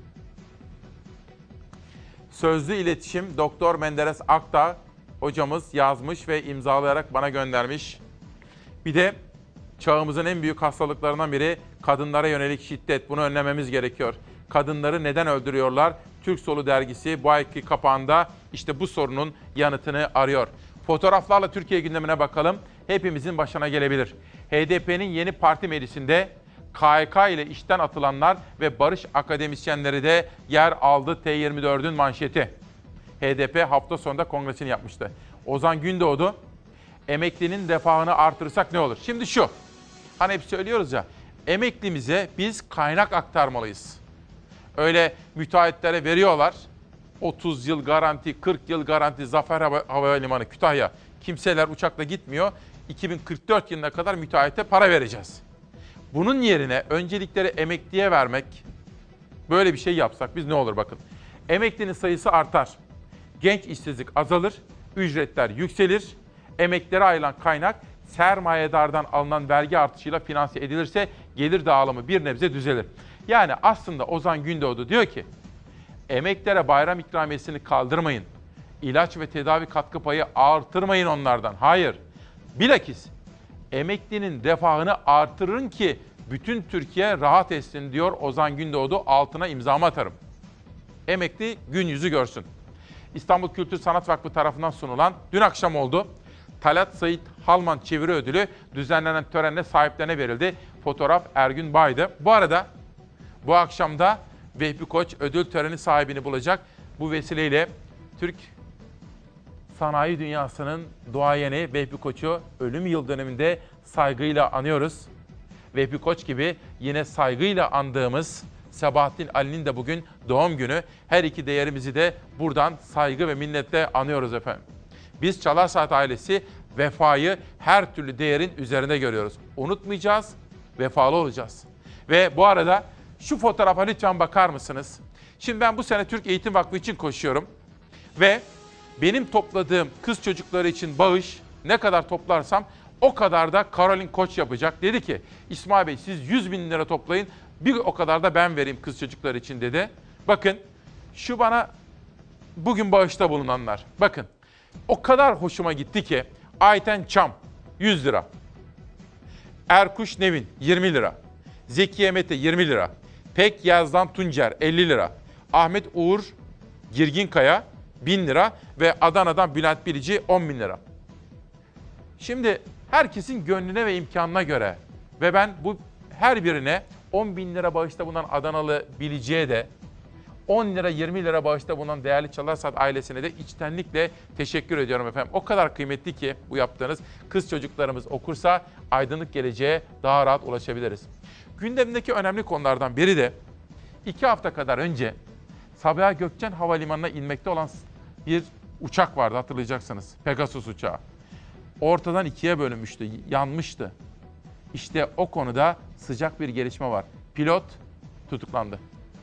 Sözlü iletişim Doktor Menderes Akdağ hocamız yazmış ve imzalayarak bana göndermiş. Bir de çağımızın en büyük hastalıklarından biri kadınlara yönelik şiddet. Bunu önlememiz gerekiyor. Kadınları neden öldürüyorlar? Türk Solu dergisi bu ayki kapağında işte bu sorunun yanıtını arıyor. Fotoğraflarla Türkiye gündemine bakalım. Hepimizin başına gelebilir. H D P'nin yeni parti meclisinde K H K ile işten atılanlar ve barış akademisyenleri de yer aldı. T yirmi dördün manşeti. H D P hafta sonunda kongresini yapmıştı. Ozan Gündoğdu, emeklinin refahını artırırsak ne olur? Şimdi şu, hani hep söylüyoruz ya, emeklimize biz kaynak aktarmalıyız. Öyle müteahhitlere veriyorlar, otuz yıl garanti, kırk yıl garanti, Zafer Hava- Havalimanı Kütahya. Kimseler uçakla gitmiyor. iki bin kırk dört yılına kadar müteahhite para vereceğiz. Bunun yerine öncelikleri emekliye vermek, böyle bir şey yapsak biz ne olur bakın. Emeklinin sayısı artar. Genç işsizlik azalır, ücretler yükselir, emeklilere ayrılan kaynak sermayedardan alınan vergi artışıyla finanse edilirse gelir dağılımı bir nebze düzelir. Yani aslında Ozan Gündoğdu diyor ki, emeklilere bayram ikramiyesini kaldırmayın, ilaç ve tedavi katkı payı artırmayın onlardan. Hayır, bilakis emeklinin refahını artırın ki bütün Türkiye rahat etsin diyor Ozan Gündoğdu, altına imzamı atarım. Emekli gün yüzü görsün. İstanbul Kültür Sanat Vakfı tarafından sunulan, dün akşam oldu, Talat Sait Halman Çeviri Ödülü düzenlenen törenle sahiplerine verildi. Fotoğraf Ergün Bay'dı. Bu arada bu akşam da Vehbi Koç ödül töreni sahibini bulacak. Bu vesileyle Türk sanayi dünyasının duayeni Vehbi Koç'u ölüm yıl dönümünde saygıyla anıyoruz. Vehbi Koç gibi yine saygıyla andığımız Sabahattin Ali'nin de bugün doğum günü. Her iki değerimizi de buradan saygı ve minnetle anıyoruz efendim. Biz Çalar Saat ailesi vefayı her türlü değerin üzerinde görüyoruz. Unutmayacağız, vefalı olacağız. Ve bu arada şu fotoğrafa lütfen bakar mısınız? Şimdi ben bu sene Türk Eğitim Vakfı için koşuyorum. Ve benim topladığım kız çocukları için bağış ne kadar toplarsam o kadar da Karolin Koç yapacak. Dedi ki, İsmail Bey siz yüz bin lira toplayın, bir o kadar da ben vereyim kız çocukları için dedi. Bakın şu bana bugün bağışta bulunanlar. Bakın o kadar hoşuma gitti ki Ayten Çam yüz lira. Erkuş Nevin yirmi lira. Zekiye Mete yirmi lira. Pek Yazdan Tuncer elli lira. Ahmet Uğur Girginkaya bin lira ve Adana'dan Bülent Bilici on bin lira. Şimdi herkesin gönlüne ve imkanına göre ve ben bu her birine on bin lira bağışta bulunan Adanalı Bilici'ye de on lira yirmi lira bağışta bulunan değerli Çalar Saat ailesine de içtenlikle teşekkür ediyorum efendim. O kadar kıymetli ki bu yaptığınız, kız çocuklarımız okursa aydınlık geleceğe daha rahat ulaşabiliriz. Gündemdeki önemli konulardan biri de iki hafta kadar önce Sabiha Gökçen Havalimanı'na inmekte olan bir uçak vardı, hatırlayacaksınız. Pegasus uçağı. Ortadan ikiye bölünmüştü, yanmıştı. İşte o konuda sıcak bir gelişme var. Pilot tutuklandı.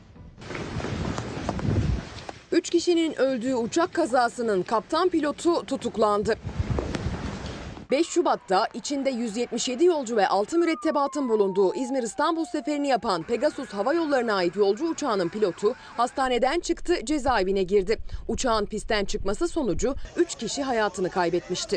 Üç kişinin öldüğü uçak kazasının kaptan pilotu tutuklandı. beş Şubat'ta içinde yüz yetmiş yedi yolcu ve altı mürettebatın bulunduğu İzmir-İstanbul seferini yapan Pegasus Hava Yolları'na ait yolcu uçağının pilotu hastaneden çıktı, cezaevine girdi. Uçağın pistten çıkması sonucu üç kişi hayatını kaybetmişti.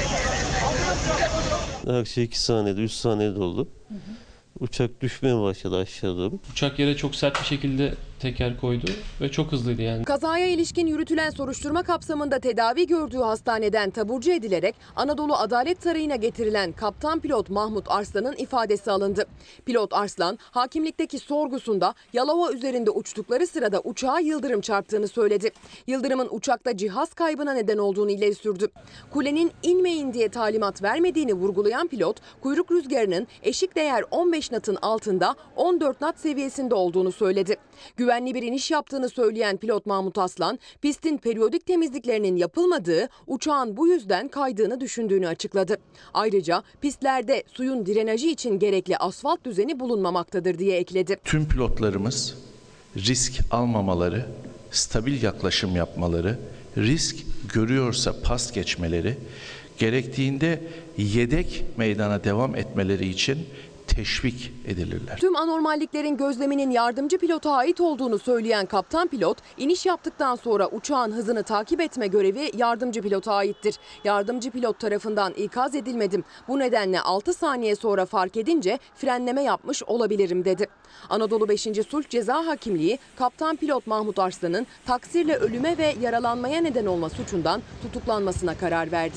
Akşam iki saniyede, üç saniyede oldu. Hı hı. Uçak düşmeye başladı aşağı doğru. Uçak yere çok sert bir şekilde teker koydu ve çok hızlıydı yani. Kazaya ilişkin yürütülen soruşturma kapsamında tedavi gördüğü hastaneden taburcu edilerek Anadolu Adalet Sarayı'na getirilen kaptan pilot Mahmut Arslan'ın ifadesi alındı. Pilot Arslan, hakimlikteki sorgusunda Yalova üzerinde uçtukları sırada uçağa yıldırım çarptığını söyledi. Yıldırımın uçakta cihaz kaybına neden olduğunu ileri sürdü. Kulenin inmeyin diye talimat vermediğini vurgulayan pilot, kuyruk rüzgarının eşik değer on beş knot'ın altında on dört knot seviyesinde olduğunu söyledi. Güvenli bir iniş yaptığını söyleyen pilot Mahmut Arslan, pistin periyodik temizliklerinin yapılmadığı, uçağın bu yüzden kaydığını düşündüğünü açıkladı. Ayrıca pistlerde suyun drenajı için gerekli asfalt düzeni bulunmamaktadır diye ekledi. Tüm pilotlarımız risk almamaları, stabil yaklaşım yapmaları, risk görüyorsa pas geçmeleri, gerektiğinde yedek meydana devam etmeleri için teşvik edilirler. Tüm anormalliklerin gözleminin yardımcı pilota ait olduğunu söyleyen kaptan pilot, iniş yaptıktan sonra uçağın hızını takip etme görevi yardımcı pilota aittir. Yardımcı pilot tarafından ikaz edilmedim. Bu nedenle altı saniye sonra fark edince frenleme yapmış olabilirim dedi. Anadolu beşinci Sulh Ceza Hakimliği, kaptan pilot Mahmut Arslan'ın taksirle ölüme ve yaralanmaya neden olma suçundan tutuklanmasına karar verdi.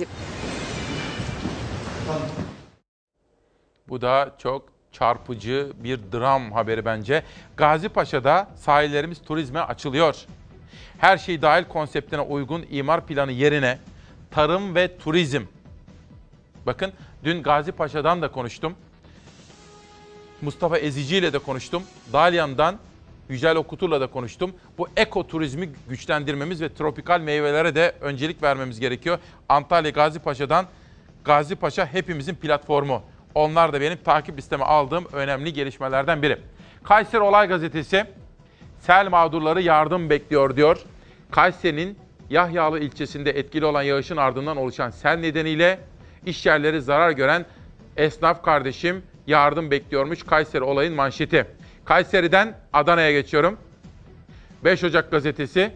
Bu da çok çarpıcı bir dram haberi bence. Gazi Paşa'da sahillerimiz turizme açılıyor. Her şey dahil konseptine uygun imar planı yerine tarım ve turizm. Bakın dün Gazi Paşa'dan da konuştum. Mustafa Ezici ile de konuştum. Dalyan'dan Yücel Okutur'la da konuştum. Bu ekoturizmi güçlendirmemiz ve tropikal meyvelere de öncelik vermemiz gerekiyor. Antalya Gazi Paşa'dan Gazi Paşa hepimizin platformu. Onlar da benim takip listeme aldığım önemli gelişmelerden biri. Kayseri Olay Gazetesi, sel mağdurları yardım bekliyor diyor. Kayseri'nin Yahyalı ilçesinde etkili olan yağışın ardından oluşan sel nedeniyle iş yerleri zarar gören esnaf kardeşim yardım bekliyormuş. Kayseri Olay'ın manşeti. Kayseri'den Adana'ya geçiyorum. beş Ocak Gazetesi,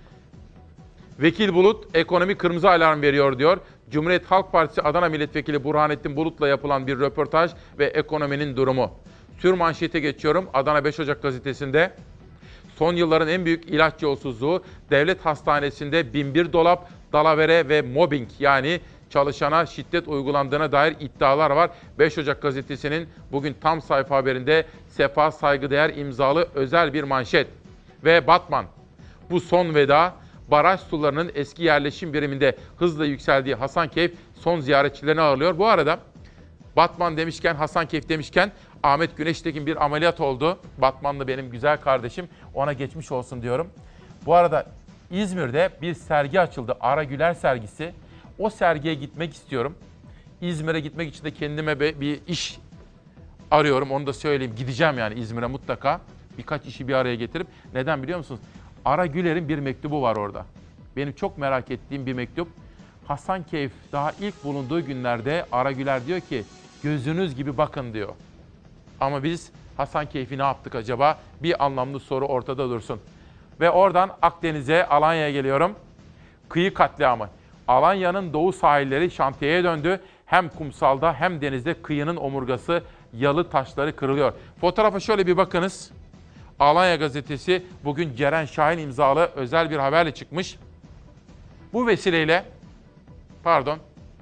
Vekil Bulut ekonomi kırmızı alarm veriyor diyor. Cumhuriyet Halk Partisi Adana Milletvekili Burhanettin Bulut'la yapılan bir röportaj ve ekonominin durumu. Sür manşete geçiyorum. Adana beş Ocak Gazetesi'nde son yılların en büyük ilaç yolsuzluğu, devlet hastanesinde bin bir dolap, dalavere ve mobbing yani çalışana şiddet uygulandığına dair iddialar var. beş Ocak Gazetesi'nin bugün tam sayfa haberinde Sefa Saygıdeğer imzalı özel bir manşet. Ve Batman, bu son veda. Baraj sularının eski yerleşim biriminde hızla yükseldiği Hasankeyf son ziyaretçilerini ağırlıyor. Bu arada Batman demişken, Hasankeyf demişken Ahmet Güneştekin bir ameliyat oldu. Batmanlı benim güzel kardeşim. Ona geçmiş olsun diyorum. Bu arada İzmir'de bir sergi açıldı. Ara Güler sergisi. O sergiye gitmek istiyorum. İzmir'e gitmek için de kendime bir iş arıyorum. Onu da söyleyeyim. Gideceğim yani İzmir'e mutlaka. Birkaç işi bir araya getirip. Neden biliyor musunuz? Ara Güler'in bir mektubu var orada. Benim çok merak ettiğim bir mektup. Hasankeyf daha ilk bulunduğu günlerde Ara Güler diyor ki gözünüz gibi bakın diyor. Ama biz Hasankeyf'i ne yaptık acaba? Bir anlamlı soru ortada dursun. Ve oradan Akdeniz'e, Alanya'ya geliyorum. Kıyı katliamı. Alanya'nın doğu sahilleri şantiyeye döndü. Hem kumsalda hem denizde kıyının omurgası, yalı taşları kırılıyor. Fotoğrafa şöyle bir bakınız. Alanya Gazetesi bugün Ceren Şahin imzalı özel bir haberle çıkmış. Bu vesileyle, pardon,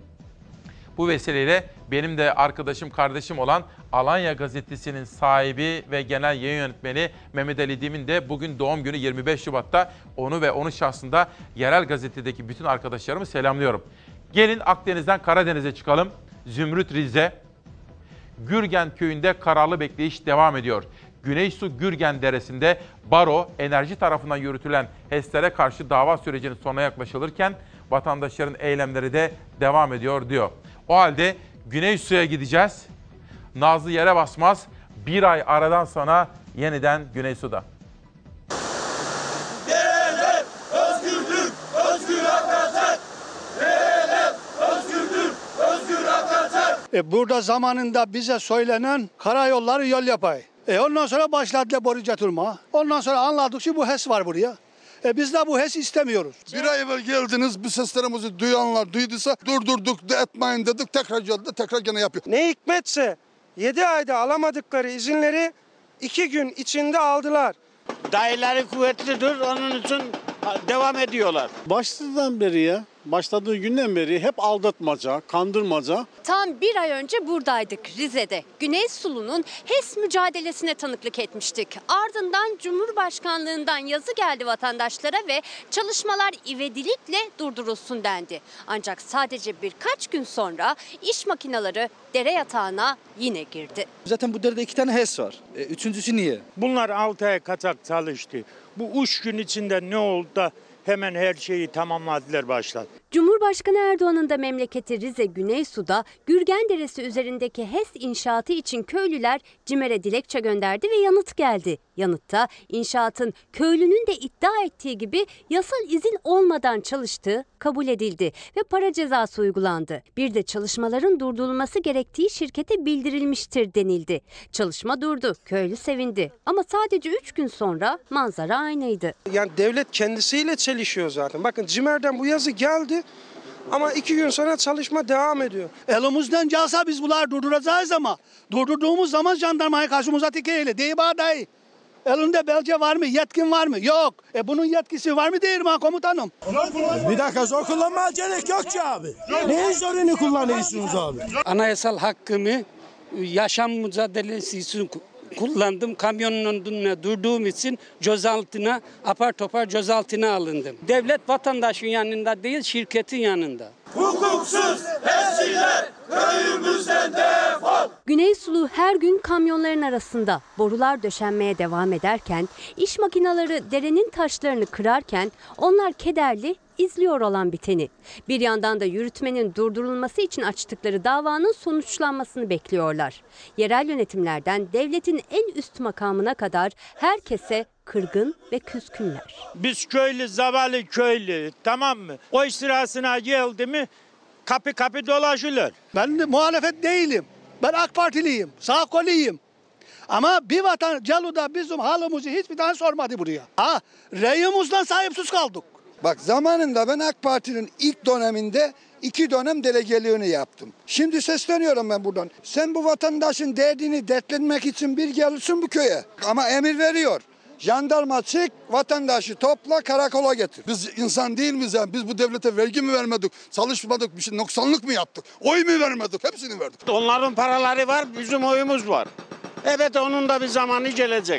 bu vesileyle benim de arkadaşım, kardeşim olan Alanya Gazetesi'nin sahibi ve genel yayın yönetmeni Mehmet Ali Dim'in de bugün doğum günü yirmi beş Şubat'ta. Onu ve onun şahsında yerel gazetedeki bütün arkadaşlarımı selamlıyorum. Gelin Akdeniz'den Karadeniz'e çıkalım. Zümrüt Rize. Gürgen köyünde kararlı bekleyiş devam ediyor. Güneysu Gürgen Deresi'nde Baro Enerji tarafından yürütülen HES'lere karşı dava sürecinin sonuna yaklaşılırken vatandaşların eylemleri de devam ediyor diyor. O halde Güneysu'ya gideceğiz. Nazlı yere basmaz. Bir ay aradan sonra yeniden Güneysu'da. Değerler özgürdür, özgür hakikaten. Değerler özgürdür, özgür hakikaten. E burada zamanında bize söylenen karayolları yol yapay. E ondan sonra başladılar boru getirme. Ondan sonra anladık ki bu HES var buraya. E biz de bu HES istemiyoruz. Bir ay evvel geldiniz, bu seslerimizi duyanlar duyduysa durdurduk, de etmeyin dedik, tekrar geldi, tekrar gene yapıyor. Ne hikmetse yedi ayda alamadıkları izinleri iki gün içinde aldılar. Dayıları kuvvetlidir, onun için devam ediyorlar. Başladıdan beri ya, başladığı günden beri hep aldatmaca, kandırmaca. Tam bir ay önce buradaydık Rize'de. Güney Sulu'nun HES mücadelesine tanıklık etmiştik. Ardından Cumhurbaşkanlığından yazı geldi vatandaşlara ve çalışmalar ivedilikle durdurulsun dendi. Ancak sadece birkaç gün sonra iş makineleri dere yatağına yine girdi. Zaten bu derede iki tane HES var. E, üçüncüsü niye? Bunlar altı ay kaçak çalıştı. Bu üç gün içinde ne oldu da hemen her şeyi tamamladılar başladı. Cumhurbaşkanı Erdoğan'ın da memleketi Rize Güneysu'da Gürgen Deresi üzerindeki HES inşaatı için köylüler CİMER'e dilekçe gönderdi ve yanıt geldi. Yanıtta inşaatın köylünün de iddia ettiği gibi yasal izin olmadan çalıştığı kabul edildi ve para cezası uygulandı. Bir de çalışmaların durdurulması gerektiği şirkete bildirilmiştir denildi. Çalışma durdu, köylü sevindi ama sadece üç gün sonra manzara aynıydı. Yani devlet kendisiyle çelişiyor zaten. Bakın CİMER'den bu yazı geldi. Ama iki gün sonra çalışma devam ediyor. Elimizden gelse biz bunları durduracağız ama durdurduğumuz zaman jandarmaya karşımıza tikeyle. Değil bana dayı. Elinde belge var mı? Yetkin var mı? Yok. E bunun yetkisi var mı değil mi komutanım? Bir dakika zor kullanmaya gerek yok ki abi. Neyin zorunu kullanıyorsunuz abi? Anayasal hakkımı yaşam mücadelesi için kullandım. Kamyonun önüne durduğum için gözaltına, apar topar gözaltına alındım. Devlet vatandaşın yanında değil, şirketin yanında. Hukuksuz HES'çiler köyümüzden defol. Güney Sulu her gün kamyonların arasında borular döşenmeye devam ederken, iş makineleri derenin taşlarını kırarken onlar kederli izliyor olan biteni. Bir yandan da yürütmenin durdurulması için açtıkları davanın sonuçlanmasını bekliyorlar. Yerel yönetimlerden devletin en üst makamına kadar herkese kırgın ve küskünler. Biz köylü, zavallı köylü, tamam mı? O sırasına geldi mi kapı kapı dolaşırlar. Ben de muhalefet değilim. Ben AK Partiliyim, sağ koluyum. Ama bir vatan Calu'da bizim halımızı hiçbir tane sormadı buraya. Ha, reyimizden sahipsiz kaldık. Bak zamanında ben AK Parti'nin ilk döneminde iki dönem delegeliğini yaptım. Şimdi sesleniyorum ben buradan. Sen bu vatandaşın derdini dertlenmek için bir gelirsin bu köye. Ama emir veriyor. Jandarma çık, vatandaşı topla, karakola getir. Biz insan değil miyiz yani? Biz bu devlete vergi mi vermedik? Çalışmadık, bir şey noksanlık mı yaptık? Oy mu vermedik? Hepsini verdik. Onların paraları var, bizim oyumuz var. Evet, onun da bir zamanı gelecek.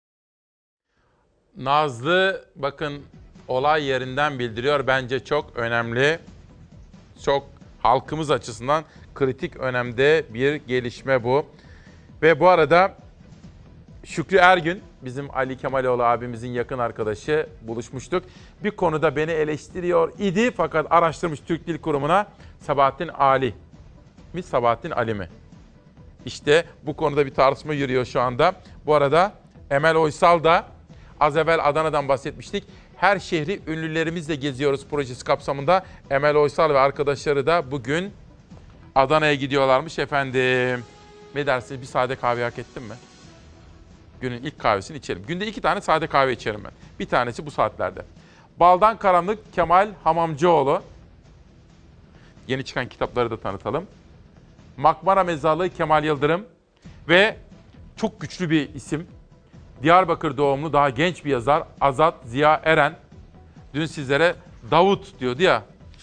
Nazlı bakın olay yerinden bildiriyor. Bence çok önemli. Çok halkımız açısından kritik önemde bir gelişme bu. Ve bu arada Şükrü Ergün, bizim Ali Kemaloğlu abimizin yakın arkadaşı, buluşmuştuk. Bir konuda beni eleştiriyor idi fakat araştırmış Türk Dil Kurumu'na. Sabahattin Ali mi, Sabahattin Ali mi? İşte bu konuda bir tartışma yürüyor şu anda. Bu arada Emel Oysal da az evvel Adana'dan bahsetmiştik. Her şehri ünlülerimizle geziyoruz projesi kapsamında. Emel Oysal ve arkadaşları da bugün Adana'ya gidiyorlarmış efendim. Ne dersiniz, bir sade kahve hak ettim mi? Günün ilk kahvesini içerim. Günde iki tane sade kahve içerim ben. Bir tanesi bu saatlerde. Baldan Karanlık Kemal Hamamcıoğlu. Yeni çıkan kitapları da tanıtalım. Makbara Mezarlığı Kemal Yıldırım. Ve çok güçlü bir isim. Diyarbakır doğumlu daha genç bir yazar Azat Ziya Eren. Dün sizlere Davut diyordu ya.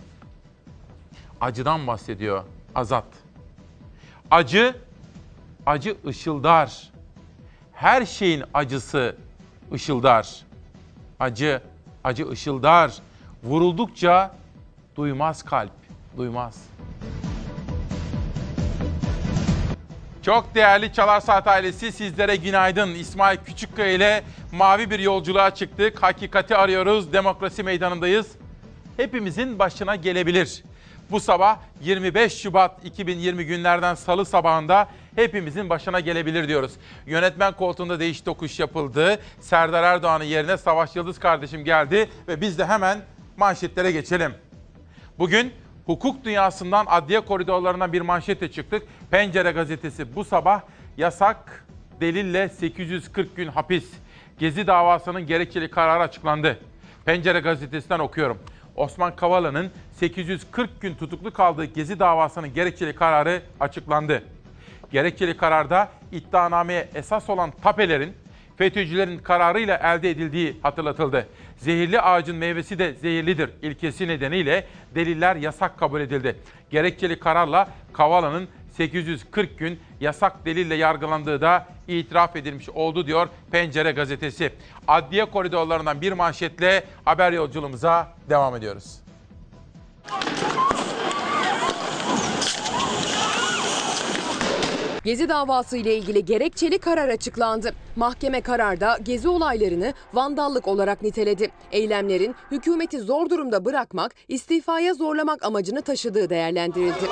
Acıdan bahsediyor Azat. Acı, acı ışıldar. Her şeyin acısı ışıldar. Acı, acı ışıldar. Vuruldukça duymaz kalp, duymaz. Çok değerli Çalar Saat ailesi, sizlere günaydın. İsmail Küçükkaya ile mavi bir yolculuğa çıktık. Hakikati arıyoruz, demokrasi meydanındayız. Hepimizin başına gelebilir. Bu sabah yirmi beş Şubat iki bin yirmi günlerden salı sabahında hepimizin başına gelebilir diyoruz. Yönetmen koltuğunda değiş tokuş yapıldı. Serdar Erdoğan'ın yerine Savaş Yıldız kardeşim geldi ve biz de hemen manşetlere geçelim. Bugün hukuk dünyasından adliye koridorlarından bir manşetle çıktık. Pencere gazetesi bu sabah yasak delille sekiz yüz kırk gün hapis. Gezi davasının gerekçeli kararı açıklandı. Pencere gazetesinden okuyorum. Osman Kavala'nın sekiz yüz kırk gün tutuklu kaldığı Gezi davasının gerekçeli kararı açıklandı. Gerekçeli kararda iddianameye esas olan tapelerin FETÖ'cülerin kararıyla elde edildiği hatırlatıldı. Zehirli ağacın meyvesi de zehirlidir ilkesi nedeniyle deliller yasak kabul edildi. Gerekçeli kararla Kavala'nın sekiz yüz kırk gün yasak delille yargılandığı da itiraf edilmiş oldu diyor Pencere gazetesi. Adliye koridorlarından bir manşetle haber yolculuğumuza devam ediyoruz. Gezi davası ile ilgili gerekçeli karar açıklandı. Mahkeme kararda gezi olaylarını vandallık olarak niteledi. Eylemlerin hükümeti zor durumda bırakmak, istifaya zorlamak amacını taşıdığı değerlendirildi.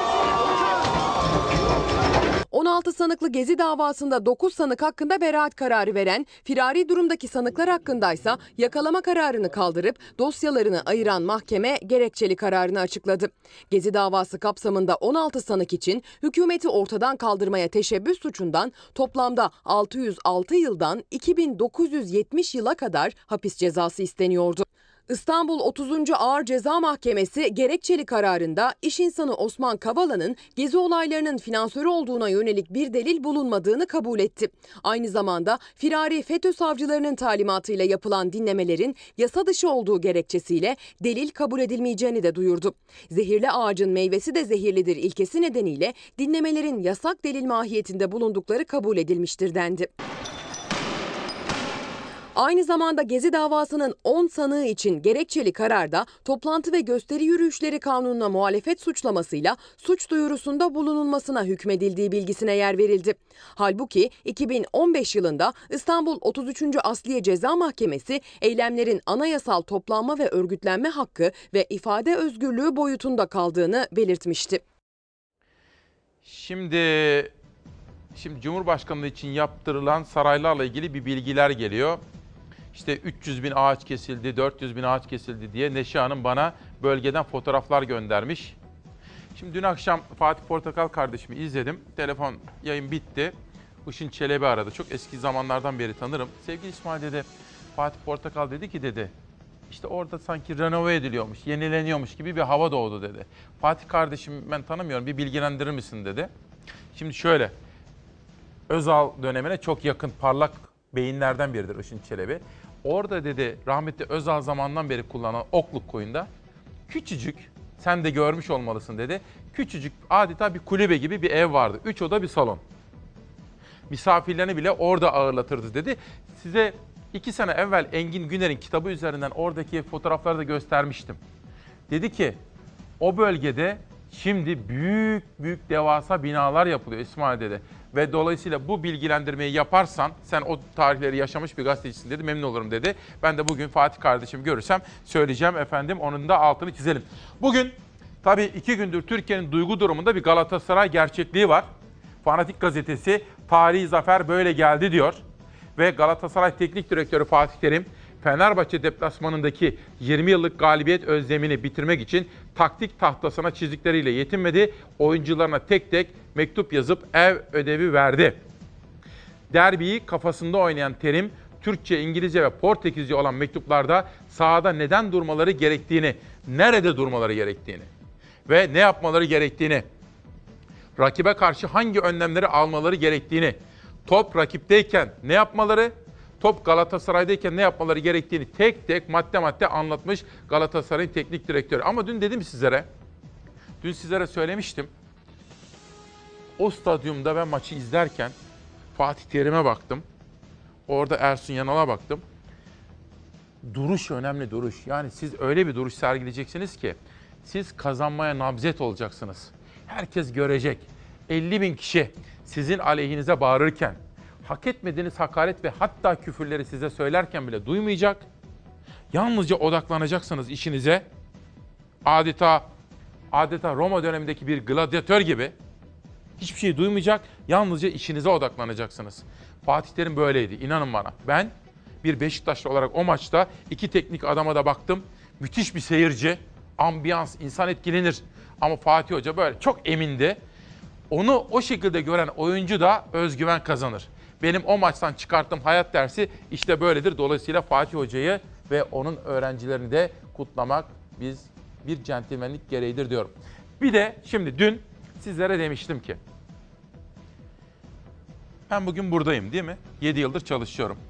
on altı sanıklı Gezi davasında dokuz sanık hakkında beraat kararı veren, firari durumdaki sanıklar hakkındaysa yakalama kararını kaldırıp dosyalarını ayıran mahkeme gerekçeli kararını açıkladı. Gezi davası kapsamında on altı sanık için hükümeti ortadan kaldırmaya teşebbüs suçundan toplamda altı yüz altı yıldan iki bin dokuz yüz yetmiş yıla kadar hapis cezası isteniyordu. İstanbul otuzuncu Ağır Ceza Mahkemesi gerekçeli kararında iş insanı Osman Kavala'nın gezi olaylarının finansörü olduğuna yönelik bir delil bulunmadığını kabul etti. Aynı zamanda firari FETÖ savcılarının talimatıyla yapılan dinlemelerin yasa dışı olduğu gerekçesiyle delil kabul edilmeyeceğini de duyurdu. Zehirli ağacın meyvesi de zehirlidir ilkesi nedeniyle dinlemelerin yasak delil mahiyetinde bulundukları kabul edilmiştir dendi. Aynı zamanda Gezi davasının on sanığı için gerekçeli kararda toplantı ve gösteri yürüyüşleri kanununa muhalefet suçlamasıyla suç duyurusunda bulunulmasına hükmedildiği bilgisine yer verildi. Halbuki iki bin on beş yılında İstanbul otuz üçüncü Asliye Ceza Mahkemesi eylemlerin anayasal toplanma ve örgütlenme hakkı ve ifade özgürlüğü boyutunda kaldığını belirtmişti. Şimdi şimdi Cumhurbaşkanlığı için yaptırılan saraylarla ilgili bir bilgiler geliyor. İşte üç yüz bin ağaç kesildi, dört yüz bin ağaç kesildi diye Neşe Hanım bana bölgeden fotoğraflar göndermiş. Şimdi dün akşam Fatih Portakal kardeşimi izledim. Telefon yayın bitti. Işın Çelebi aradı. Çok eski zamanlardan beri tanırım. Sevgili İsmail dedi, Fatih Portakal dedi ki dedi, işte orada sanki renove ediliyormuş, yenileniyormuş gibi bir hava doğdu dedi. Fatih kardeşim ben tanımıyorum, bir bilgilendirir misin dedi. Şimdi şöyle, Özal dönemine çok yakın parlak beyinlerden biridir Işın Çelebi. Orada dedi rahmetli Özal zamandan beri kullanılan Okluk Koyun'da küçücük, sen de görmüş olmalısın dedi. Küçücük adeta bir kulübe gibi bir ev vardı. Üç oda bir salon. Misafirlerini bile orada ağırlatırdı dedi. Size iki sene evvel Engin Güner'in kitabı üzerinden oradaki fotoğrafları da göstermiştim. Dedi ki o bölgede şimdi büyük büyük devasa binalar yapılıyor İsmail dedi. Ve dolayısıyla bu bilgilendirmeyi yaparsan, sen o tarihleri yaşamış bir gazetecisin dedi, memnun olurum dedi. Ben de bugün Fatih kardeşimi görürsem söyleyeceğim efendim, onun da altını çizelim. Bugün tabii iki gündür Türkiye'nin duygu durumunda bir Galatasaray gerçekliği var. Fanatik gazetesi tarihi zafer böyle geldi diyor. Ve Galatasaray Teknik Direktörü Fatih Terim, Fenerbahçe deplasmanındaki yirmi yıllık galibiyet özlemini bitirmek için taktik tahtasına çizdikleriyle yetinmedi. Oyuncularına tek tek mektup yazıp ev ödevi verdi. Derbiyi kafasında oynayan Terim, Türkçe, İngilizce ve Portekizce olan mektuplarda sahada neden durmaları gerektiğini, nerede durmaları gerektiğini ve ne yapmaları gerektiğini, rakibe karşı hangi önlemleri almaları gerektiğini, top rakipteyken ne yapmaları, top Galatasaray'dayken ne yapmaları gerektiğini tek tek madde madde anlatmış Galatasaray'ın teknik direktörü. Ama dün dedim sizlere, dün sizlere söylemiştim. O stadyumda ben maçı izlerken Fatih Terim'e baktım. Orada Ersun Yanal'a baktım. Duruş önemli, duruş. Yani siz öyle bir duruş sergileyeceksiniz ki siz kazanmaya nabzet olacaksınız. Herkes görecek. elli bin kişi sizin aleyhinize bağırırken, hak etmediğiniz hakaret ve hatta küfürleri size söylerken bile duymayacak. Yalnızca odaklanacaksınız işinize. Adeta adeta Roma dönemindeki bir gladyatör gibi hiçbir şey duymayacak. Yalnızca işinize odaklanacaksınız. Fatih Terim böyleydi, inanın bana. Ben bir Beşiktaşlı olarak o maçta iki teknik adama da baktım. Müthiş bir seyirci, ambiyans, insan etkilenir. Ama Fatih Hoca böyle çok emindi. Onu o şekilde gören oyuncu da özgüven kazanır. Benim o maçtan çıkarttığım hayat dersi işte böyledir. Dolayısıyla Fatih Hoca'yı ve onun öğrencilerini de kutlamak biz bir centilmenlik gereğidir diyorum. Bir de şimdi dün sizlere demiştim ki ben bugün buradayım değil mi? yedi yıldır çalışıyorum.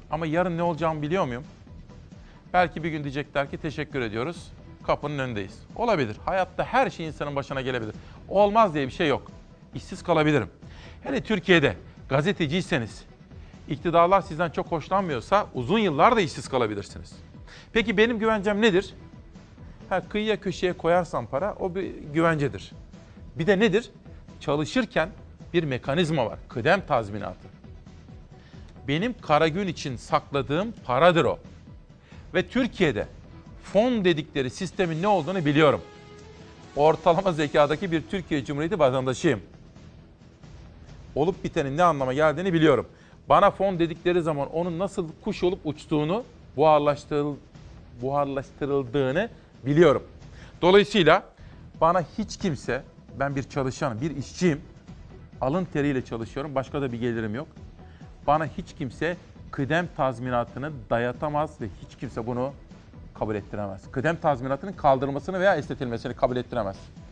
Ama yarın ne olacağımı biliyor muyum? Belki bir gün diyecekler ki teşekkür ediyoruz, kapının önündeyiz. Olabilir. Hayatta her şey insanın başına gelebilir. Olmaz diye bir şey yok. İşsiz kalabilirim. Hele Türkiye'de gazeteciyseniz, iktidarlar sizden çok hoşlanmıyorsa uzun yıllar da işsiz kalabilirsiniz. Peki benim güvencem nedir? Ha, kıyıya köşeye koyarsam para o bir güvencedir. Bir de nedir? Çalışırken bir mekanizma var. Kıdem tazminatı. Benim kara gün için sakladığım paradır o. Ve Türkiye'de fon dedikleri sistemin ne olduğunu biliyorum. Ortalama zekadaki bir Türkiye Cumhuriyeti vatandaşıyım. Olup bitenin ne anlama geldiğini biliyorum. Bana fon dedikleri zaman onun nasıl kuş olup uçtuğunu, buharlaştırıl, buharlaştırıldığını biliyorum. Dolayısıyla bana hiç kimse, ben bir çalışanım, bir işçiyim, alın teriyle çalışıyorum, başka da bir gelirim yok. Bana hiç kimse kıdem tazminatını dayatamaz ve hiç kimse bunu kabul ettiremez. Kıdem tazminatının kaldırılmasını veya esnetilmesini kabul ettiremez.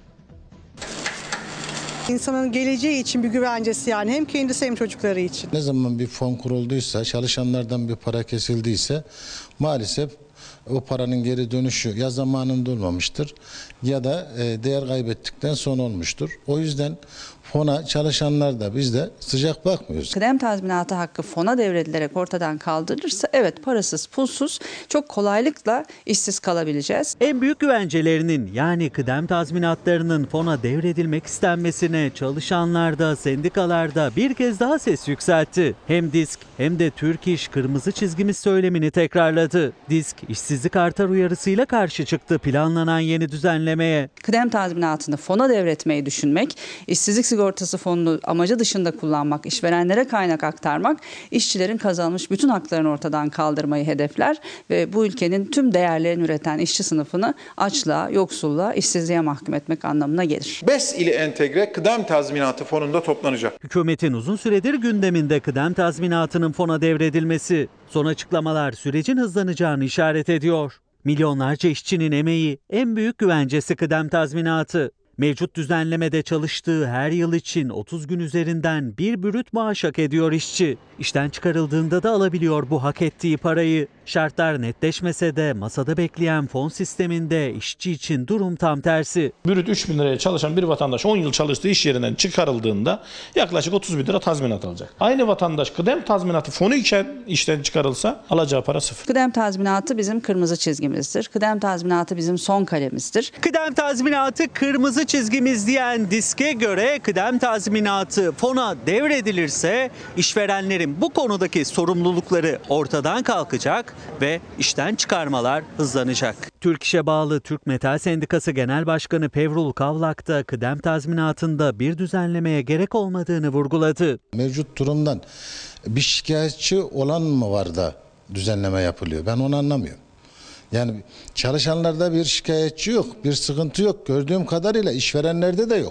İnsanın geleceği için bir güvencesi, yani hem kendisi hem çocukları için. Ne zaman bir fon kurulduysa, çalışanlardan bir para kesildiyse maalesef o paranın geri dönüşü ya zamanında olmamıştır ya da değer kaybettikten sonra olmuştur. O yüzden fona çalışanlar da biz de sıcak bakmıyoruz. Kıdem tazminatı hakkı fona devredilerek ortadan kaldırılırsa evet, parasız pulsuz çok kolaylıkla işsiz kalabileceğiz. En büyük güvencelerinin, yani kıdem tazminatlarının fona devredilmek istenmesine çalışanlar da sendikalar da bir kez daha ses yükseltti. Hem DİSK hem de Türk İş kırmızı çizgimiz söylemini tekrarladı. DİSK işsizlik artar uyarısıyla karşı çıktı planlanan yeni düzenlemeye. Kıdem tazminatını fona devretmeyi düşünmek, işsizlik sigortası fonunu amacı dışında kullanmak, işverenlere kaynak aktarmak, işçilerin kazanmış bütün haklarını ortadan kaldırmayı hedefler ve bu ülkenin tüm değerlerini üreten işçi sınıfını açlığa, yoksulluğa, işsizliğe mahkum etmek anlamına gelir. B E S ile entegre kıdem tazminatı fonunda toplanacak. Hükümetin uzun süredir gündeminde kıdem tazminatının fona devredilmesi. Son açıklamalar sürecin hızlanacağını işaret ediyor. Milyonlarca işçinin emeği, en büyük güvencesi kıdem tazminatı. Mevcut düzenlemede çalıştığı her yıl için otuz gün üzerinden bir brüt maaş hak ediyor işçi. İşten çıkarıldığında da alabiliyor bu hak ettiği parayı. Şartlar netleşmese de masada bekleyen fon sisteminde işçi için durum tam tersi. Brüt üç bin liraya çalışan bir vatandaş on yıl çalıştığı iş yerinden çıkarıldığında yaklaşık otuz bin lira tazminat alacak. Aynı vatandaş kıdem tazminatı fonu iken işten çıkarılsa alacağı para sıfır. Kıdem tazminatı bizim kırmızı çizgimizdir. Kıdem tazminatı bizim son kalemizdir. Kıdem tazminatı kırmızı çizgimiz diyen DİSK'e göre kıdem tazminatı fona devredilirse işverenlerin bu konudaki sorumlulukları ortadan kalkacak ve işten çıkarmalar hızlanacak. Türk İş'e bağlı Türk Metal Sendikası Genel Başkanı Pevrul Kavlak da kıdem tazminatında bir düzenlemeye gerek olmadığını vurguladı. Mevcut durumdan bir şikayetçi olan mı var da düzenleme yapılıyor? Ben onu anlamıyorum. Yani çalışanlarda bir şikayetçi yok, bir sıkıntı yok. Gördüğüm kadarıyla işverenlerde de yok.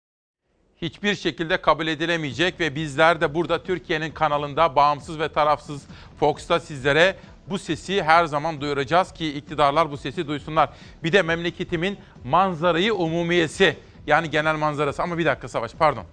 Hiçbir şekilde kabul edilemeyecek ve bizler de burada Türkiye'nin kanalında bağımsız ve tarafsız Fox'ta sizlere bu sesi her zaman duyuracağız ki iktidarlar bu sesi duysunlar. Bir de memleketimin manzarayı umumiyesi, yani genel manzarası. Ama bir dakika Savaş, pardon.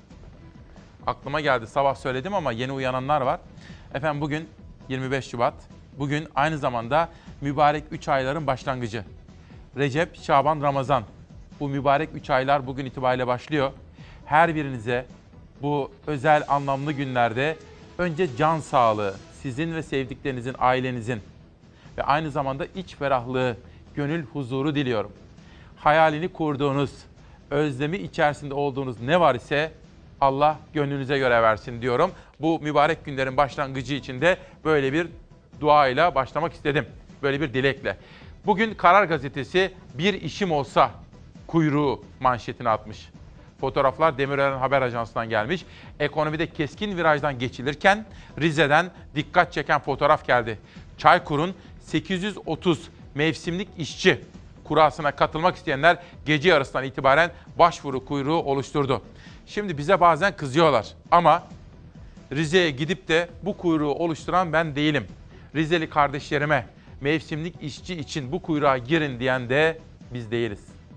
Aklıma geldi, sabah söyledim ama yeni uyananlar var. Efendim bugün yirmi beş Şubat, bugün aynı zamanda mübarek üç ayların başlangıcı. Recep, Şaban, Ramazan. Bu mübarek üç aylar bugün itibariyle başlıyor. Her birinize bu özel anlamlı günlerde önce can sağlığı, sizin ve sevdiklerinizin, ailenizin ve aynı zamanda iç ferahlığı, gönül huzuru diliyorum. Hayalini kurduğunuz, özlemi içerisinde olduğunuz ne var ise Allah gönlünüze göre versin diyorum. Bu mübarek günlerin başlangıcı için de böyle bir duayla başlamak istedim. Böyle bir dilekle. Bugün Karar Gazetesi bir işim olsa kuyruğu manşetine atmış. Fotoğraflar Demirören Haber Ajansı'ndan gelmiş. Ekonomide keskin virajdan geçilirken Rize'den dikkat çeken fotoğraf geldi. Çaykur'un sekiz yüz otuz mevsimlik işçi kurasına katılmak isteyenler gece yarısından itibaren başvuru kuyruğu oluşturdu. Şimdi bize bazen kızıyorlar ama Rize'ye gidip de bu kuyruğu oluşturan ben değilim. Rizeli kardeşlerime mevsimlik işçi için bu kuyruğa girin diyen de biz değiliz.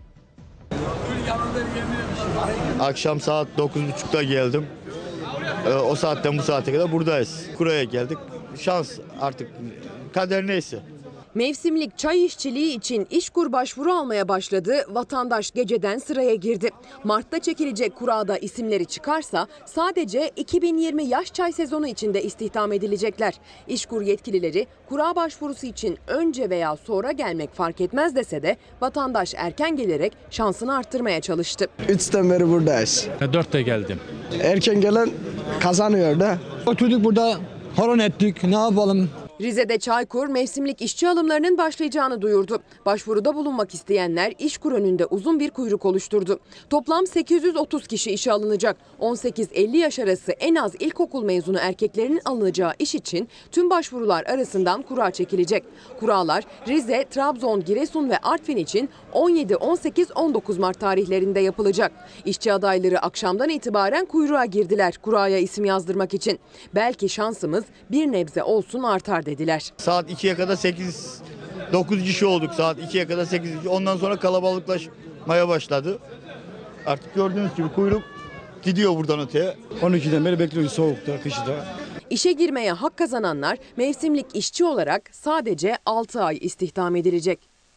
Akşam saat dokuz buçukta geldim. Ee, o saatten bu saate kadar buradayız. Kuraya geldik. şans artık kader neyse. Mevsimlik çay işçiliği için İşkur başvuru almaya başladı. Vatandaş geceden sıraya girdi. Mart'ta çekilecek kurada isimleri çıkarsa sadece iki bin yirmi yaş çay sezonu içinde istihdam edilecekler. İşkur yetkilileri kura başvurusu için önce veya sonra gelmek fark etmez dese de vatandaş erken gelerek şansını arttırmaya çalıştı. Üçten beri buradayız. Dörtte geldim. Erken gelen kazanıyor da. Oturduk burada horon ettik, ne yapalım? Rize'de Çaykur mevsimlik işçi alımlarının başlayacağını duyurdu. Başvuruda bulunmak isteyenler İşkur önünde uzun bir kuyruk oluşturdu. Toplam sekiz yüz otuz kişi işe alınacak. on sekiz elli yaş arası en az ilkokul mezunu erkeklerin alınacağı iş için tüm başvurular arasından kura çekilecek. Kuralar Rize, Trabzon, Giresun ve Artvin için on yedi, on sekiz, on dokuz Mart tarihlerinde yapılacak. İşçi adayları akşamdan itibaren kuyruğa girdiler kuraya isim yazdırmak için. Belki şansımız bir nebze olsun artar dediler. Saat ikiye kadar sekiz dokuz kişi olduk. Saat ikiye kadar sekiz kişi. Ondan sonra kalabalıklaşmaya başladı. Artık gördüğünüz gibi kuyruk gidiyor buradan öteye. on ikiden beri bekliyoruz soğukta, kışta. İşe girmeye hak kazananlar mevsimlik işçi olarak sadece altı ay istihdam edilecek.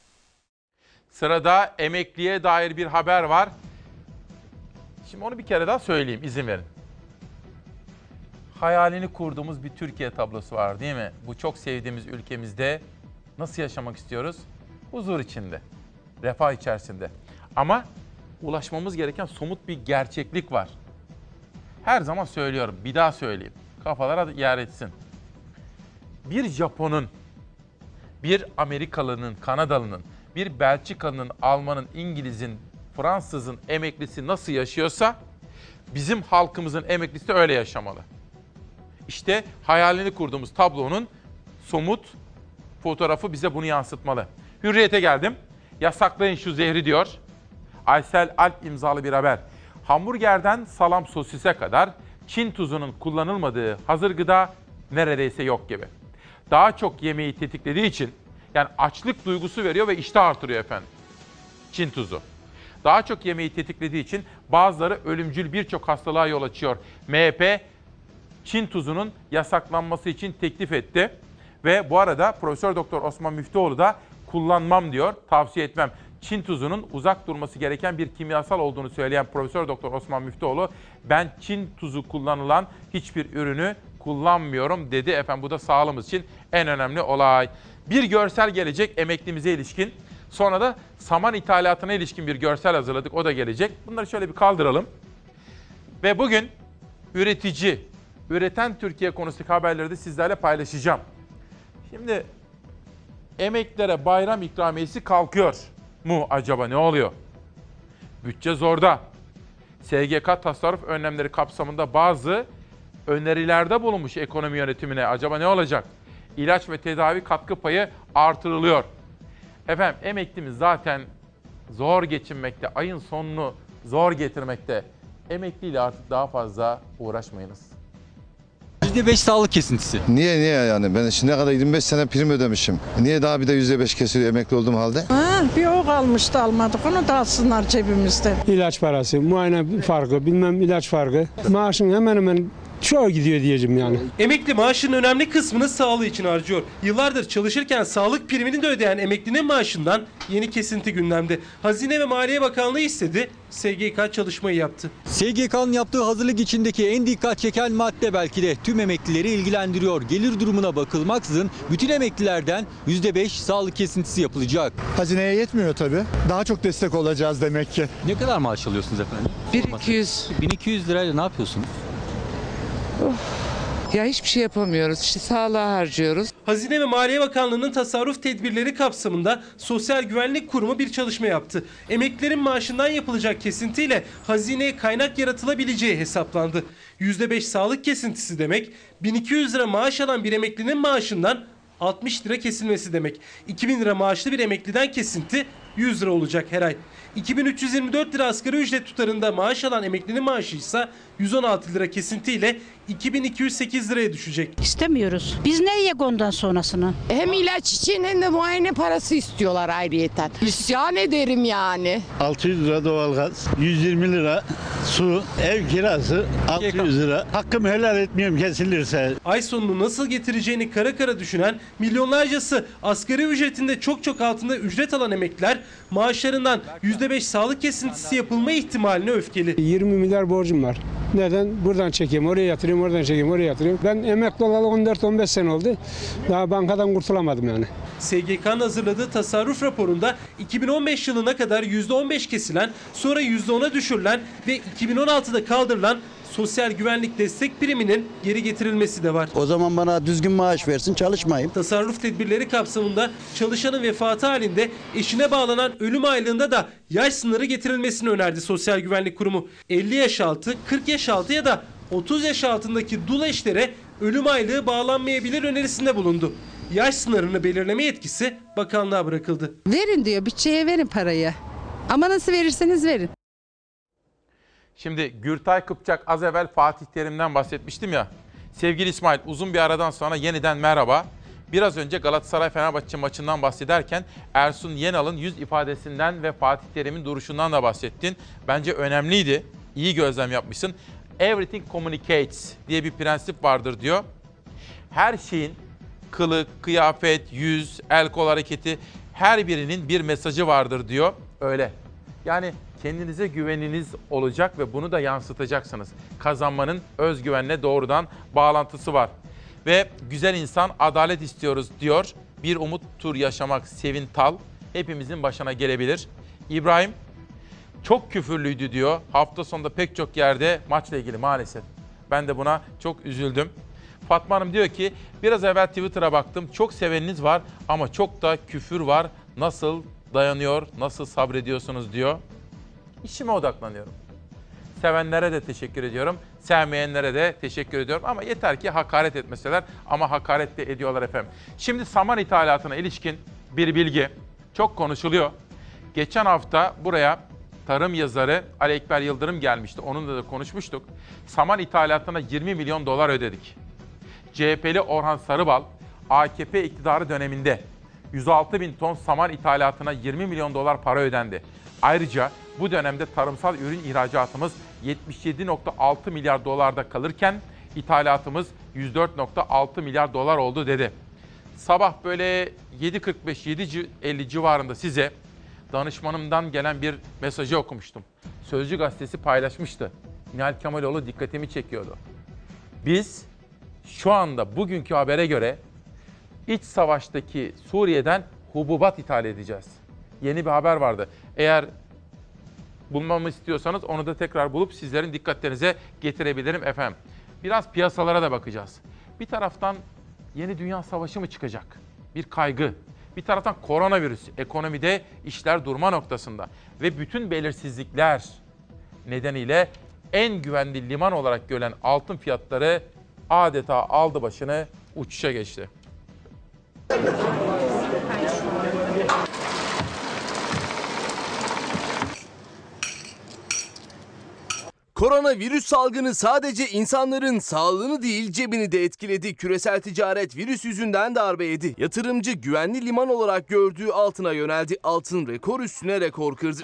Sırada emekliye dair bir haber var. Şimdi onu bir kere daha söyleyeyim, izin verin. Hayalini kurduğumuz bir Türkiye tablosu var değil mi? Bu çok sevdiğimiz ülkemizde nasıl yaşamak istiyoruz? Huzur içinde, refah içerisinde. Ama ulaşmamız gereken somut bir gerçeklik var. Her zaman söylüyorum, bir daha söyleyeyim. Kafalara yer etsin. Bir Japon'un, bir Amerikalı'nın, Kanadalı'nın, bir Belçikalı'nın, Alman'ın, İngiliz'in, Fransız'ın emeklisi nasıl yaşıyorsa bizim halkımızın emeklisi de öyle yaşamalı. İşte hayalini kurduğumuz tablonun somut fotoğrafı bize bunu yansıtmalı. Hürriyet'e geldim. Yasaklayın şu zehri diyor. Aysel Alp imzalı bir haber. Hamburgerden salam sosise kadar Çin tuzunun kullanılmadığı hazır gıda neredeyse yok gibi. Daha çok yemeği tetiklediği için, yani açlık duygusu veriyor ve iştah artırıyor efendim. Çin tuzu. Daha çok yemeği tetiklediği için bazıları ölümcül birçok hastalığa yol açıyor. M H P Çin tuzunun yasaklanması için teklif etti. Ve bu arada Profesör Doktor Osman Müftüoğlu da kullanmam diyor, tavsiye etmem. Çin tuzunun uzak durması gereken bir kimyasal olduğunu söyleyen Profesör Doktor Osman Müftüoğlu, ben Çin tuzu kullanılan hiçbir ürünü kullanmıyorum dedi. Efendim bu da sağlığımız için en önemli olay. Bir görsel gelecek emeklimize ilişkin. Sonra da saman ithalatına ilişkin bir görsel hazırladık, o da gelecek. Bunları şöyle bir kaldıralım. Ve bugün üretici, üreten Türkiye konusundaki haberleri de sizlerle paylaşacağım. Şimdi emeklilere bayram ikramiyesi kalkıyor mu acaba, ne oluyor? Bütçe zorda. S G K tasarruf önlemleri kapsamında bazı önerilerde bulunmuş ekonomi yönetimine. Acaba ne olacak? İlaç ve tedavi katkı payı artırılıyor. Efendim emeklimiz zaten zor geçinmekte, ayın sonunu zor getirmekte. Emekliyle artık daha fazla uğraşmayınız. yüzde beş sağlık kesintisi. Niye niye yani? Ben şimdiye kadar yirmi beş sene prim ödemişim. Niye daha bir de yüzde beş kesiliyor emekli olduğum halde? Ha, bir o kalmıştı almadık. Onu da alsınlar cebimizde. İlaç parası, muayene farkı, bilmem ilaç farkı. Maaşın hemen hemen çoğu gidiyor diyeceğim yani. Emekli maaşının önemli kısmını sağlığı için harcıyor. Yıllardır çalışırken sağlık primini de ödeyen emeklinin maaşından yeni kesinti gündemde. Hazine ve Maliye Bakanlığı istedi, S G K çalışmayı yaptı. S G K'nın yaptığı hazırlık içindeki en dikkat çeken madde belki de tüm emeklileri ilgilendiriyor. Gelir durumuna bakılmaksızın bütün emeklilerden yüzde beş sağlık kesintisi yapılacak. Hazineye yetmiyor tabii. Daha çok destek olacağız demek ki. Ne kadar maaş alıyorsunuz efendim? bin iki yüz. bin iki yüz lirayla ne yapıyorsunuz? Of. Ya hiçbir şey yapamıyoruz. İşte sağlığa harcıyoruz. Hazine ve Maliye Bakanlığı'nın tasarruf tedbirleri kapsamında Sosyal Güvenlik Kurumu bir çalışma yaptı. Emeklilerin maaşından yapılacak kesintiyle hazineye kaynak yaratılabileceği hesaplandı. yüzde beş sağlık kesintisi demek, bin iki yüz lira maaş alan bir emeklinin maaşından altmış lira kesilmesi demek. iki bin lira maaşlı bir emekliden kesinti yüz lira olacak her ay. iki bin üç yüz yirmi dört lira asgari ücret tutarında maaş alan emeklinin maaşı ise yüz on altı lira kesintiyle iki bin iki yüz sekiz liraya düşecek. İstemiyoruz. Biz ne yiyek ondan sonrasını? Hem ilaç için hem de muayene parası istiyorlar ayrıyeten. İsyan ederim yani. altı yüz lira doğalgaz, yüz yirmi lira su, ev kirası altı yüz lira. Hakkımı helal etmiyorum kesilirse. Ay sonunu nasıl getireceğini kara kara düşünen milyonlarcası asgari ücretinde çok çok altında ücret alan emekliler maaşlarından yüzde beş sağlık kesintisi yapılma ihtimaline öfkeli. yirmi milyar borcum var. Neden? Buradan çekeyim, oraya yatırayım, oradan çekeyim, oraya yatırayım. Ben emekli olalı on dört on beş sene oldu. Daha bankadan kurtulamadım yani. S G K'nın hazırladığı tasarruf raporunda iki bin on beş yılına kadar yüzde on beş kesilen, sonra yüzde ona düşürülen ve iki bin on altıda kaldırılan sosyal güvenlik destek priminin geri getirilmesi de var. O zaman bana düzgün maaş versin, çalışmayayım. Tasarruf tedbirleri kapsamında çalışanın vefatı halinde eşine bağlanan ölüm aylığında da yaş sınırı getirilmesini önerdi Sosyal Güvenlik Kurumu. elli yaş altı, kırk yaş altı ya da otuz yaş altındaki dul eşlere ölüm aylığı bağlanmayabilir önerisinde bulundu. Yaş sınırını belirleme yetkisi bakanlığa bırakıldı. Verin diyor, bütçeye verin parayı. Ama nasıl verirseniz verin. Şimdi Gürtay Kıpçak az evvel Fatih Terim'den bahsetmiştim ya. Sevgili İsmail, uzun bir aradan sonra yeniden merhaba. Biraz önce Galatasaray-Fenerbahçe maçından bahsederken Ersun Yenal'ın yüz ifadesinden ve Fatih Terim'in duruşundan da bahsettin. Bence önemliydi. İyi gözlem yapmışsın. Everything communicates diye bir prensip vardır diyor. Her şeyin kılık, kıyafet, yüz, el kol hareketi her birinin bir mesajı vardır diyor. Öyle. Yani kendinize güveniniz olacak ve bunu da yansıtacaksınız. Kazanmanın özgüvenle doğrudan bağlantısı var. Ve güzel insan, adalet istiyoruz diyor. Bir umut tur yaşamak Sevin Tal. Hepimizin başına gelebilir. İbrahim çok küfürlüydü diyor. Hafta sonunda pek çok yerde maçla ilgili maalesef. Ben de buna çok üzüldüm. Fatma Hanım diyor ki biraz evvel Twitter'a baktım. Çok seveniniz var ama çok da küfür var. Nasıl dayanıyor, nasıl sabrediyorsunuz diyor. İşime odaklanıyorum. Sevenlere de teşekkür ediyorum. Sevmeyenlere de teşekkür ediyorum. Ama yeter ki hakaret etmeseler. Ama hakaret de ediyorlar efendim. Şimdi saman ithalatına ilişkin bir bilgi çok konuşuluyor. Geçen hafta buraya tarım yazarı Ali Ekber Yıldırım gelmişti. Onunla da konuşmuştuk. Saman ithalatına yirmi milyon dolar ödedik. C H P'li Orhan Sarıbal, A K P iktidarı döneminde yüz altı bin ton saman ithalatına yirmi milyon dolar para ödendi. Ayrıca bu dönemde tarımsal ürün ihracatımız yetmiş yedi virgül altı milyar dolarda kalırken ithalatımız yüz dört virgül altı milyar dolar oldu dedi. Sabah böyle yedi kırk beş yedi elli civarında size danışmanımdan gelen bir mesajı okumuştum. Sözcü gazetesi paylaşmıştı. Nihal Kemaloğlu dikkatimi çekiyordu. Biz şu anda bugünkü habere göre iç savaştaki Suriye'den hububat ithal edeceğiz. Yeni bir haber vardı. Eğer bulmamı istiyorsanız onu da tekrar bulup sizlerin dikkatlerinize getirebilirim efendim. Biraz piyasalara da bakacağız. Bir taraftan yeni dünya savaşı mı çıkacak? Bir kaygı. Bir taraftan koronavirüs, ekonomide işler durma noktasında. Ve bütün belirsizlikler nedeniyle en güvenli liman olarak görülen altın fiyatları adeta aldı başını uçuşa geçti. Koronavirüs salgını sadece insanların sağlığını değil cebini de etkiledi. Küresel ticaret virüs yüzünden darbe yedi. Yatırımcı güvenli liman olarak gördüğü altına yöneldi. Altın rekor üstüne rekor kırdı.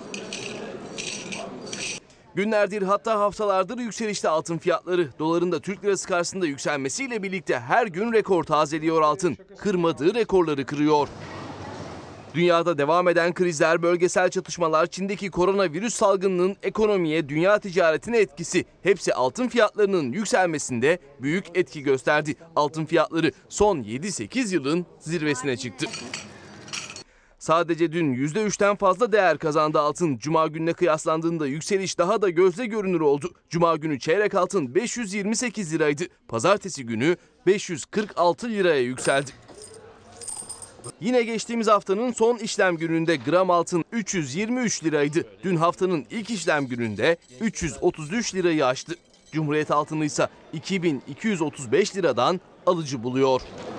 Günlerdir hatta haftalardır yükselişte altın fiyatları. Doların da Türk lirası karşısında yükselmesiyle birlikte her gün rekor tazeliyor altın. Kırmadığı rekorları kırıyor. Dünyada devam eden krizler, bölgesel çatışmalar, Çin'deki koronavirüs salgınının ekonomiye, dünya ticaretine etkisi hepsi altın fiyatlarının yükselmesinde büyük etki gösterdi. Altın fiyatları son yedi sekiz yılın zirvesine çıktı. Sadece dün yüzde üçten fazla değer kazandı altın. Cuma gününe kıyaslandığında yükseliş daha da gözle görünür oldu. Cuma günü çeyrek altın beş yüz yirmi sekiz liraydı. Pazartesi günü beş yüz kırk altı liraya yükseldi. Yine geçtiğimiz haftanın son işlem gününde gram altın üç yüz yirmi üç liraydı. Dün haftanın ilk işlem gününde üç yüz otuz üç lirayı aştı. Cumhuriyet altını ise iki bin iki yüz otuz beş liradan alıcı buluyor.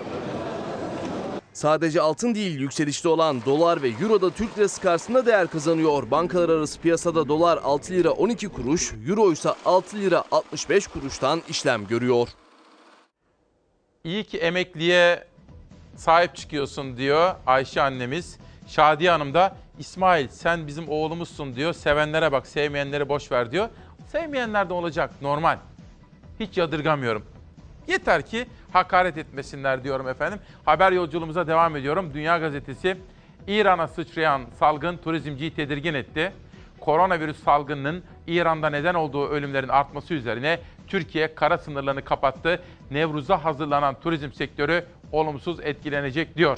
Sadece altın değil, yükselişte olan dolar ve euro da Türk lirası karşısında değer kazanıyor. Bankalar arası piyasada dolar altı lira on iki kuruş, euro ise altı lira altmış beş kuruştan işlem görüyor. İyi ki emekliye sahip çıkıyorsun diyor Ayşe annemiz. Şadiye Hanım da İsmail sen bizim oğlumuzsun diyor. Sevenlere bak, sevmeyenleri boş ver diyor. Sevmeyenler de olacak, normal. Hiç yadırgamıyorum. Yeter ki hakaret etmesinler diyorum efendim. Haber yolculuğumuza devam ediyorum. Dünya Gazetesi, İran'a sıçrayan salgın turizmciyi tedirgin etti. Koronavirüs salgınının İran'da neden olduğu ölümlerin artması üzerine Türkiye kara sınırlarını kapattı. Nevruz'a hazırlanan turizm sektörü olumsuz etkilenecek diyor.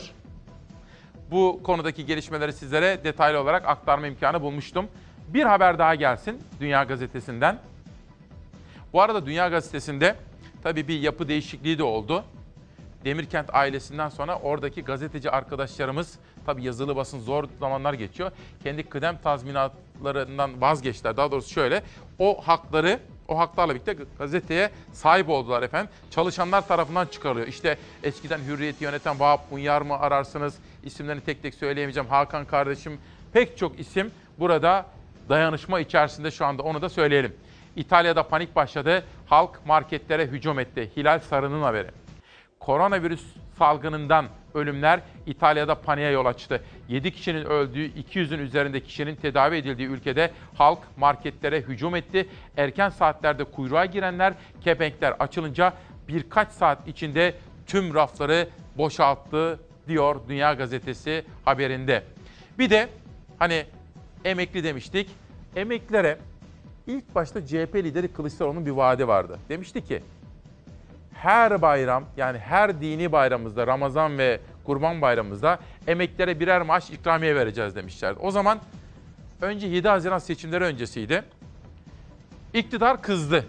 Bu konudaki gelişmeleri sizlere detaylı olarak aktarma imkanı bulmuştum. Bir haber daha gelsin Dünya Gazetesi'nden. Bu arada Dünya Gazetesi'nde tabii bir yapı değişikliği de oldu. Demirkent ailesinden sonra oradaki gazeteci arkadaşlarımız, tabii yazılı basın zor zamanlar geçiyor. Kendi kıdem tazminatlarından vazgeçtiler. Daha doğrusu şöyle, o hakları, o haklarla birlikte gazeteye sahip oldular efendim. Çalışanlar tarafından çıkarılıyor. İşte eskiden Hürriyet'i yöneten Vahap Munyar mı ararsınız? İsimlerini tek tek söyleyemeyeceğim. Hakan kardeşim, pek çok isim burada dayanışma içerisinde şu anda, onu da söyleyelim. İtalya'da panik başladı. Halk marketlere hücum etti. Hilal Sarı'nın haberi. Koronavirüs salgınından ölümler İtalya'da paniğe yol açtı. yedi kişinin öldüğü, iki yüzün üzerinde kişinin tedavi edildiği ülkede halk marketlere hücum etti. Erken saatlerde kuyruğa girenler, kepenkler açılınca birkaç saat içinde tüm rafları boşalttı diyor Dünya Gazetesi haberinde. Bir de hani emekli demiştik. Emeklilere ilk başta C H P lideri Kılıçdaroğlu'nun bir vaadi vardı. Demişti ki her bayram, yani her dini bayramımızda, Ramazan ve Kurban Bayramımızda emeklilere birer maaş ikramiye vereceğiz demişlerdi. O zaman önce yedi Haziran seçimleri öncesiydi. İktidar kızdı.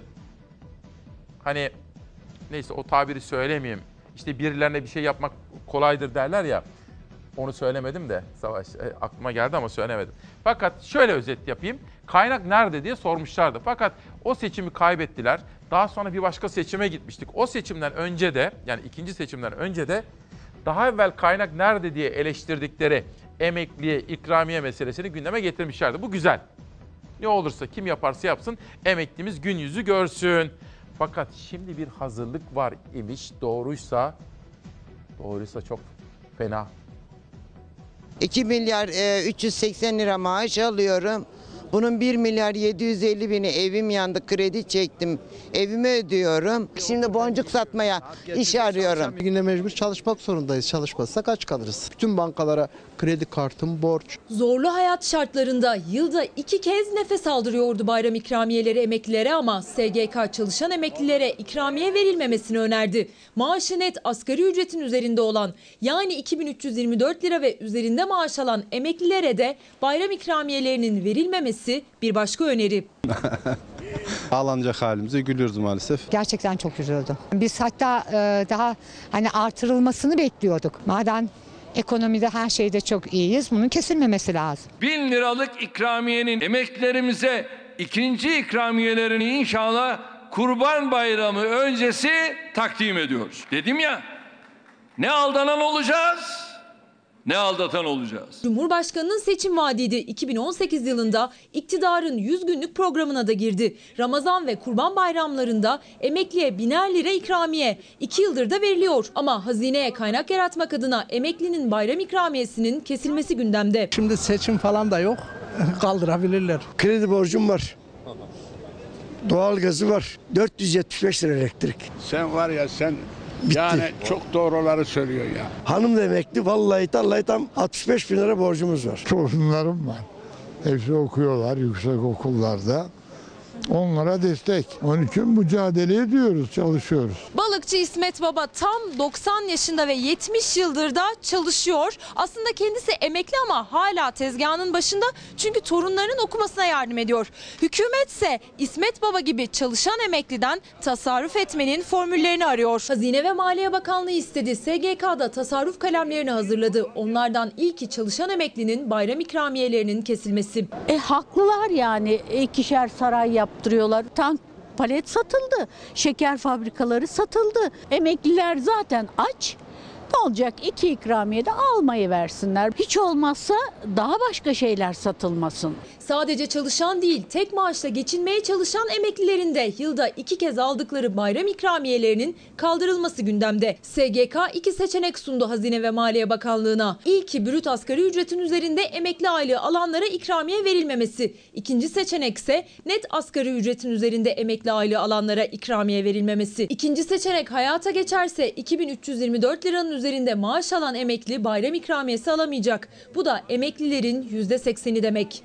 Hani neyse o tabiri söylemeyeyim. İşte birilerine bir şey yapmak kolaydır derler ya. Onu söylemedim de Savaş, e, aklıma geldi ama söylemedim. Fakat şöyle özet yapayım. Kaynak nerede diye sormuşlardı. Fakat o seçimi kaybettiler. Daha sonra bir başka seçime gitmiştik. O seçimden önce de, yani ikinci seçimden önce de daha evvel kaynak nerede diye eleştirdikleri emekliye ikramiye meselesini gündeme getirmişlerdi. Bu güzel. Ne olursa, kim yaparsa yapsın emeklimiz gün yüzü görsün. Fakat şimdi bir hazırlık var imiş. Doğruysa, doğruysa çok fena. iki milyar üç yüz seksen lira maaş alıyorum. Bunun bir milyar yedi yüz elli bini evim yandı, kredi çektim, evimi ödüyorum. Şimdi boncuk satmaya iş arıyorum. Yine mecbur çalışmak zorundayız. Çalışmazsak aç kalırız. Bütün bankalara kredi kartım borç. Zorlu hayat şartlarında yılda iki kez nefes aldırıyordu bayram ikramiyeleri emeklilere ama S G K çalışan emeklilere ikramiye verilmemesini önerdi. Maaşı net asgari ücretin üzerinde olan, yani iki bin üç yüz yirmi dört lira ve üzerinde maaş alan emeklilere de bayram ikramiyelerinin verilmemesi bir başka öneri. Ağlanacak halimize gülüyoruz maalesef. Gerçekten çok üzüldüm. Biz hatta e, daha hani artırılmasını bekliyorduk. Madem ekonomide her şeyde çok iyiyiz, bunun kesilmemesi lazım. Bin liralık ikramiyenin emeklilerimize ikinci ikramiyelerini inşallah Kurban Bayramı öncesi takdim ediyoruz. Dedim ya, ne aldanan olacağız, ne aldatan olacağız. Cumhurbaşkanının seçim vaadiydi. iki bin on sekiz yılında iktidarın yüz günlük programına da girdi. Ramazan ve Kurban bayramlarında emekliye biner lira ikramiye. iki yıldır da veriliyor. Ama hazineye kaynak yaratmak adına emeklinin bayram ikramiyesinin kesilmesi gündemde. Şimdi seçim falan da yok. Kaldırabilirler. Kredi borcum var. Doğalgazı var. dört yüz yetmiş beş lira elektrik. Sen var ya sen Bitti. Yani çok doğruları söylüyor ya. Hanım da emekli. Vallahi tallahi tam altmış beş bin lira borcumuz var. Torunlarım var. Hepsi okuyorlar yüksek okullarda. Onlara destek. Onun için mücadele ediyoruz, çalışıyoruz. Balıkçı İsmet Baba tam doksan yaşında ve yetmiş yıldır da çalışıyor. Aslında kendisi emekli ama hala tezgahının başında, çünkü torunlarının okumasına yardım ediyor. Hükümetse İsmet Baba gibi çalışan emekliden tasarruf etmenin formüllerini arıyor. Hazine ve Maliye Bakanlığı istedi. S G K'da tasarruf kalemlerini hazırladı. Onlardan ilki çalışan emeklinin bayram ikramiyelerinin kesilmesi. E haklılar yani, ikişer saray yaptırıyorlar. Tank palet satıldı. Şeker fabrikaları satıldı. Emekliler zaten aç. Ne olacak? İki ikramiye de almayı versinler. Hiç olmazsa daha başka şeyler satılmasın. Sadece çalışan değil, tek maaşla geçinmeye çalışan emeklilerin de yılda iki kez aldıkları bayram ikramiyelerinin kaldırılması gündemde. S G K iki seçenek sundu Hazine ve Maliye Bakanlığı'na. İlki brüt asgari ücretin üzerinde emekli aylığı alanlara ikramiye verilmemesi. İkinci seçenek ise net asgari ücretin üzerinde emekli aylığı alanlara ikramiye verilmemesi. İkinci seçenek hayata geçerse iki bin üç yüz yirmi dört liranın üzerinde maaş alan emekli bayram ikramiyesi alamayacak. Bu da emeklilerin yüzde sekseni demek.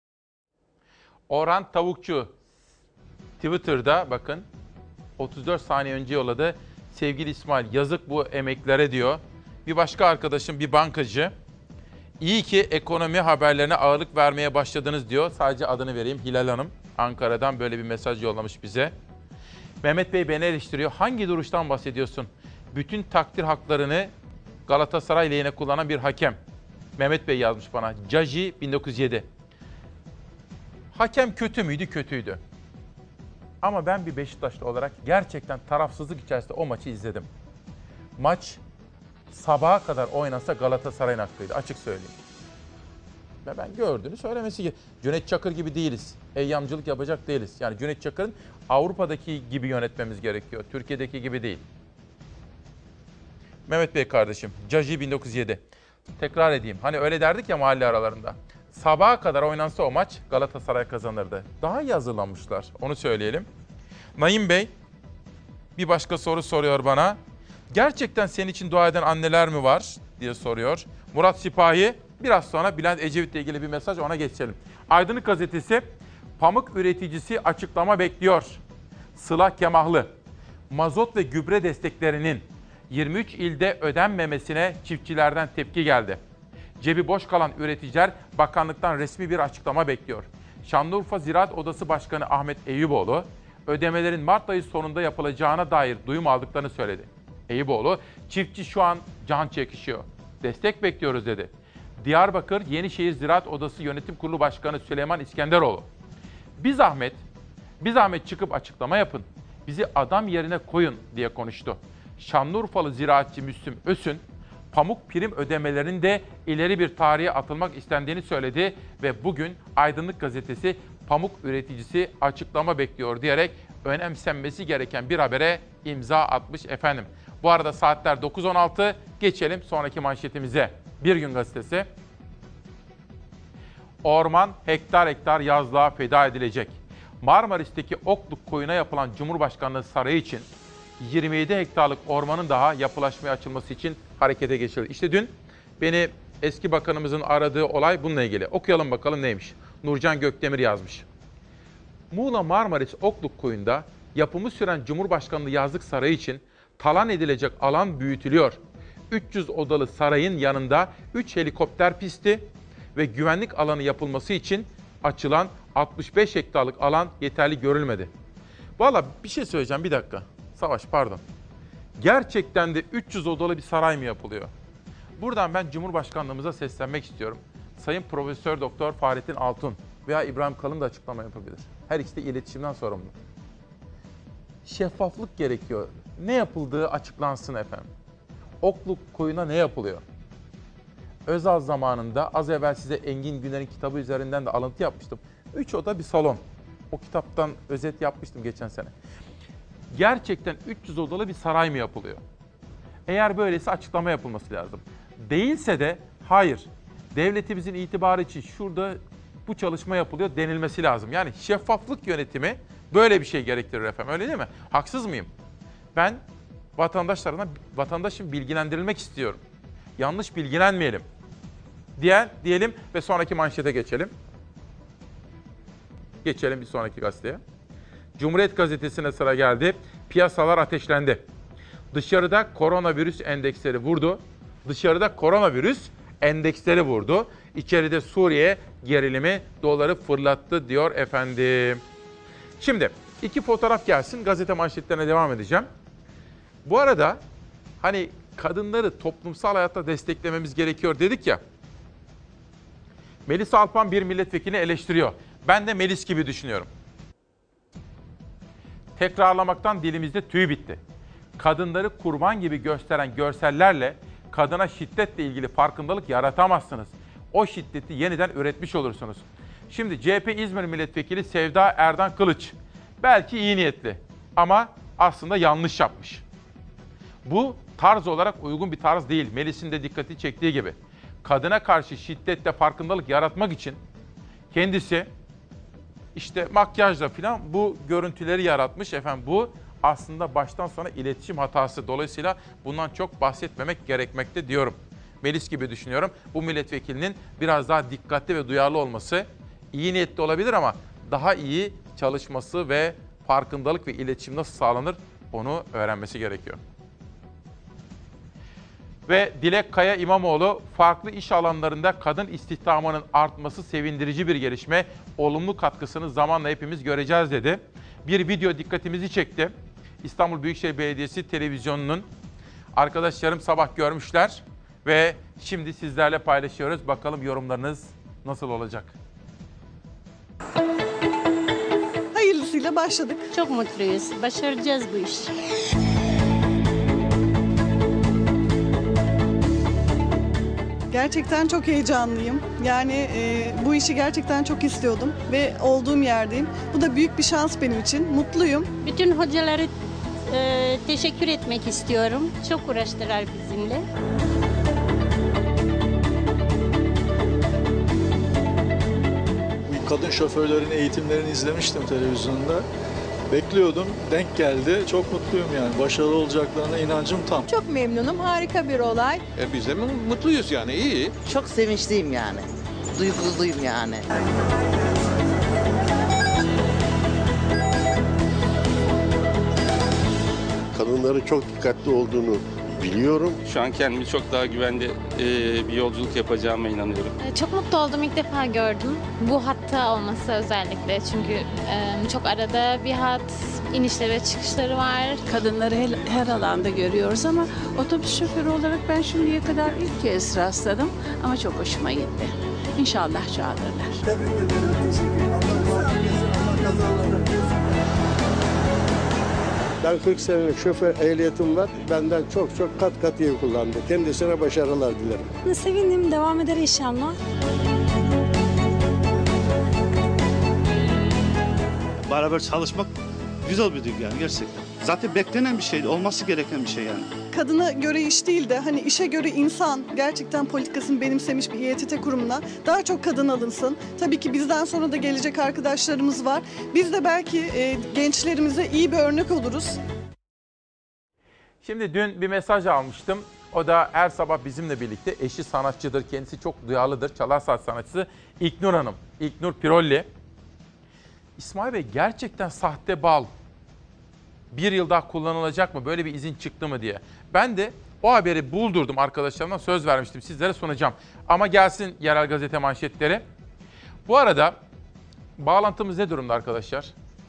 Orhan Tavukçu Twitter'da bakın otuz dört saniye önce yolladı. Sevgili İsmail, yazık bu emeklilere diyor. Bir başka arkadaşım, bir bankacı. İyi ki ekonomi haberlerine ağırlık vermeye başladınız diyor. Sadece adını vereyim, Hilal Hanım. Ankara'dan böyle bir mesaj yollamış bize. Mehmet Bey beni eleştiriyor. Hangi duruştan bahsediyorsun? Bütün takdir haklarını Galatasaray lehine kullanan bir hakem. Mehmet Bey yazmış bana. Caji bin dokuz yüz yedi. Hakem kötü müydü? Kötüydü. Ama ben bir Beşiktaşlı olarak gerçekten tarafsızlık içerisinde o maçı izledim. Maç sabaha kadar oynansa Galatasaray'ın hakkıydı. Açık söyleyeyim. Ve ben gördüğünü söylemesi ki Cüneyt Çakır gibi değiliz. Eyyamcılık yapacak değiliz. Yani Cüneyt Çakır'ın Avrupa'daki gibi yönetmemiz gerekiyor. Türkiye'deki gibi değil. Mehmet Bey kardeşim, Caji bin dokuz yüz yedi. Tekrar edeyim. Hani öyle derdik ya mahalle aralarında. Sabaha kadar oynansa o maç Galatasaray kazanırdı. Daha iyi hazırlanmışlar. Onu söyleyelim. Naim Bey bir başka soru soruyor bana. Gerçekten senin için dua eden anneler mi var diye soruyor. Murat Sipahi, biraz sonra Bülent Ecevit'le ilgili bir mesaj, ona geçelim. Aydınlık Gazetesi, pamuk üreticisi açıklama bekliyor. Sıla Kemahlı, mazot ve gübre desteklerinin yirmi üç ilde ödenmemesine çiftçilerden tepki geldi. Cebi boş kalan üreticiler bakanlıktan resmi bir açıklama bekliyor. Şanlıurfa Ziraat Odası Başkanı Ahmet Eyüboğlu, ödemelerin Mart ayı sonunda yapılacağına dair duyum aldıklarını söyledi. Eyüboğlu, çiftçi şu an can çekişiyor. Destek bekliyoruz dedi. Diyarbakır Yenişehir Ziraat Odası Yönetim Kurulu Başkanı Süleyman İskenderoğlu, bir zahmet, bir zahmet çıkıp açıklama yapın. Bizi adam yerine koyun diye konuştu. Şanlıurfalı ziraatçı Müslüm Ösün, pamuk prim ödemelerinin de ileri bir tarihe atılmak istendiğini söyledi ve bugün Aydınlık Gazetesi pamuk üreticisi açıklama bekliyor diyerek önemsenmesi gereken bir habere imza atmış efendim. Bu arada saatler dokuz on altı, geçelim sonraki manşetimize. Bir Gün Gazetesi. Orman hektar hektar yazlığa feda edilecek. Marmaris'teki Okluk Koyu'na yapılan Cumhurbaşkanlığı Sarayı için yirmi yedi hektarlık ormanın daha yapılaşmaya açılması için harekete geçildi. İşte dün beni eski bakanımızın aradığı olay bununla ilgili. Okuyalım bakalım neymiş. Nurcan Gökdemir yazmış. Muğla Marmaris Okluk Koyu'nda yapımı süren Cumhurbaşkanlığı yazlık sarayı için talan edilecek alan büyütülüyor. üç yüz odalı sarayın yanında üç helikopter pisti ve güvenlik alanı yapılması için açılan altmış beş hektarlık alan yeterli görülmedi. Valla bir şey söyleyeceğim, bir dakika. Savaş pardon. Gerçekten de üç yüz odalı bir saray mı yapılıyor? Buradan ben Cumhurbaşkanlığımıza seslenmek istiyorum. Sayın Profesör Doktor Fahrettin Altun veya İbrahim Kalın da açıklama yapabilir. Her ikisi de iletişimden sorumlu. Şeffaflık gerekiyor. Ne yapıldığı açıklansın efendim. Okluk Koyu'na ne yapılıyor? Özal zamanında az evvel size Engin Güner'in kitabı üzerinden de alıntı yapmıştım. Üç oda bir salon. O kitaptan özet yapmıştım geçen sene. Gerçekten üç yüz odalı bir saray mı yapılıyor? Eğer böyleyse açıklama yapılması lazım. Değilse de hayır, devletimizin itibarı için şurada bu çalışma yapılıyor denilmesi lazım. Yani şeffaflık yönetimi böyle bir şey gerektirir efendim, öyle değil mi? Haksız mıyım? Ben vatandaşlarına, vatandaşım bilgilendirilmek istiyorum. Yanlış bilgilenmeyelim diye diyelim ve sonraki manşete geçelim. Geçelim bir sonraki gazeteye. Cumhuriyet Gazetesi'ne sıra geldi. Piyasalar ateşlendi. Dışarıda koronavirüs endeksleri vurdu. Dışarıda koronavirüs endeksleri vurdu. İçeride Suriye gerilimi doları fırlattı diyor efendim. Şimdi iki fotoğraf gelsin, gazete manşetlerine devam edeceğim. Bu arada hani kadınları toplumsal hayatta desteklememiz gerekiyor dedik ya. Melis Alpan bir milletvekilini eleştiriyor. Ben de Melis gibi düşünüyorum. Tekrarlamaktan dilimizde tüy bitti. Kadınları kurban gibi gösteren görsellerle kadına şiddetle ilgili farkındalık yaratamazsınız. O şiddeti yeniden üretmiş olursunuz. Şimdi C H P İzmir Milletvekili Sevda Erdan Kılıç belki iyi niyetli ama aslında yanlış yapmış. Bu tarz olarak uygun bir tarz değil. Melis'in de dikkati çektiği gibi. Kadına karşı şiddetle farkındalık yaratmak için kendisi işte makyajla falan bu görüntüleri yaratmış. Efendim bu aslında baştan sona iletişim hatası. Dolayısıyla bundan çok bahsetmemek gerekmekte diyorum. Melis gibi düşünüyorum. Bu milletvekilinin biraz daha dikkatli ve duyarlı olması iyi niyetli olabilir ama daha iyi çalışması ve farkındalık ve iletişim nasıl sağlanır onu öğrenmesi gerekiyor. Ve Dilek Kaya İmamoğlu, farklı iş alanlarında kadın istihdamının artması sevindirici bir gelişme, olumlu katkısını zamanla hepimiz göreceğiz dedi. Bir video dikkatimizi çekti. İstanbul Büyükşehir Belediyesi televizyonunun arkadaşlarım sabah görmüşler ve şimdi sizlerle paylaşıyoruz. Bakalım yorumlarınız nasıl olacak? Hayırlısıyla başladık. Çok mutluyuz. Başaracağız bu işi. Gerçekten çok heyecanlıyım. Yani e, bu işi gerçekten çok istiyordum ve olduğum yerdeyim. Bu da büyük bir şans benim için. Mutluyum. Bütün hocaları e, teşekkür etmek istiyorum. Çok uğraştılar bizimle. Kadın şoförlerin eğitimlerini izlemiştim televizyonda. Bekliyordum, denk geldi. Çok mutluyum yani. Başarılı olacaklarına inancım tam. Çok memnunum. Harika bir olay. E biz de mutluyuz yani, iyi. Çok sevinçliyim yani. Duyguluyum yani. Kadınların çok dikkatli olduğunu biliyorum. Şu an kendimi çok daha güvende bir yolculuk yapacağıma inanıyorum. Çok mutlu oldum, ilk defa gördüm. Bu hatta olması özellikle çünkü çok arada bir hat, inişleri ve çıkışları var. Kadınları her, her alanda görüyoruz ama otobüs şoförü olarak ben şimdiye kadar ilk kez rastladım ama çok hoşuma gitti. İnşallah çağırırlar. Ben kırk senelik şoför ehliyetim var. Benden çok çok kat kat iyi kullandı. Kendisine başarılar dilerim. Sevindim, devam eder inşallah. Beraber çalışmak güzel bir duygu yani gerçekten. Zaten beklenen bir şey, olması gereken bir şey yani. Kadına göre iş değil de hani işe göre insan, gerçekten politikasını benimsemiş bir İ E T T kurumuna daha çok kadın alınsın. Tabii ki bizden sonra da gelecek arkadaşlarımız var. Biz de belki e, gençlerimize iyi bir örnek oluruz. Şimdi dün bir mesaj almıştım. O da her sabah bizimle birlikte. Eşi sanatçıdır, kendisi çok duyarlıdır. Çalar Saat sanatçısı İlknur Hanım, İlknur Pirolli. İsmail Bey, gerçekten sahte bal bir yıl daha kullanılacak mı? Böyle bir izin çıktı mı diye. Ben de o haberi buldurdum, arkadaşlarımdan söz vermiştim. Sizlere sunacağım. Ama gelsin yerel gazete manşetleri. Bu arada bağlantımız ne durumda arkadaşlar?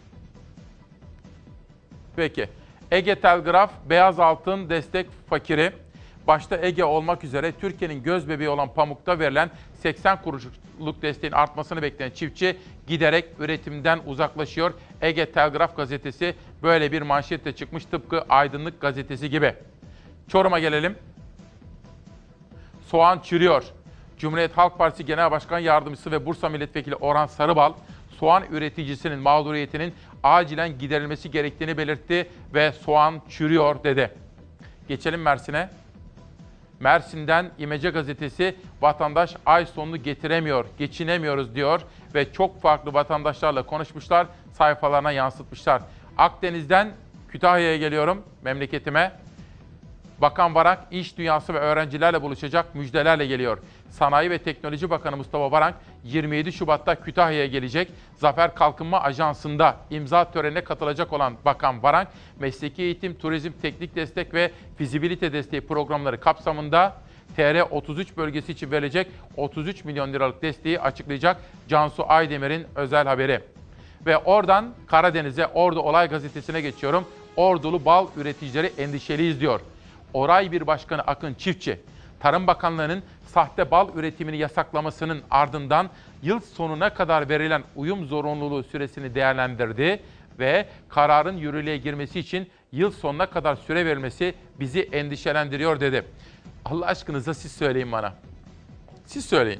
Peki. Ege Telgraf, beyaz altın destek fakiri. Başta Ege olmak üzere Türkiye'nin göz bebeği olan pamukta verilen seksen kuruşluk desteğin artmasını bekleyen çiftçi giderek üretimden uzaklaşıyor. Ege Telgraf gazetesi böyle bir manşetle çıkmış, tıpkı Aydınlık gazetesi gibi. Çorum'a gelelim. Soğan çürüyor. Cumhuriyet Halk Partisi Genel Başkan Yardımcısı ve Bursa Milletvekili Orhan Sarıbal, soğan üreticisinin mağduriyetinin acilen giderilmesi gerektiğini belirtti ve soğan çürüyor dedi. Geçelim Mersin'e. Mersin'den İmece gazetesi, vatandaş ay sonunu getiremiyor, geçinemiyoruz diyor ve çok farklı vatandaşlarla konuşmuşlar, sayfalarına yansıtmışlar. Akdeniz'den Kütahya'ya geliyorum, memleketime. Bakan Varank iş dünyası ve öğrencilerle buluşacak, müjdelerle geliyor. Sanayi ve Teknoloji Bakanı Mustafa Varank yirmi yedi Şubat'ta Kütahya'ya gelecek. Zafer Kalkınma Ajansı'nda imza törenine katılacak olan Bakan Varank, mesleki eğitim, turizm, teknik destek ve fizibilite desteği programları kapsamında T R otuz üç bölgesi için verilecek otuz üç milyon liralık desteği açıklayacak. Cansu Aydemir'in özel haberi. Ve oradan Karadeniz'e, Ordu Olay Gazetesi'ne geçiyorum. Ordulu bal üreticileri endişeliyiz diyor. Oray Bir Başkanı Akın Çiftçi, Tarım Bakanlığı'nın sahte bal üretimini yasaklamasının ardından yıl sonuna kadar verilen uyum zorunluluğu süresini değerlendirdi ve kararın yürürlüğe girmesi için yıl sonuna kadar süre verilmesi bizi endişelendiriyor dedi. Allah aşkınıza siz söyleyin bana. Siz söyleyin.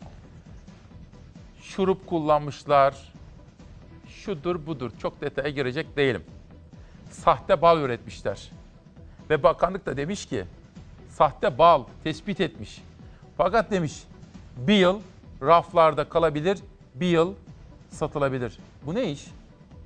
Şurup kullanmışlar. Şudur budur. Çok detaya girecek değilim. Sahte bal üretmişler. Ve bakanlık da demiş ki sahte bal tespit etmiş. Fakat demiş bir yıl raflarda kalabilir, bir yıl satılabilir. Bu ne iş?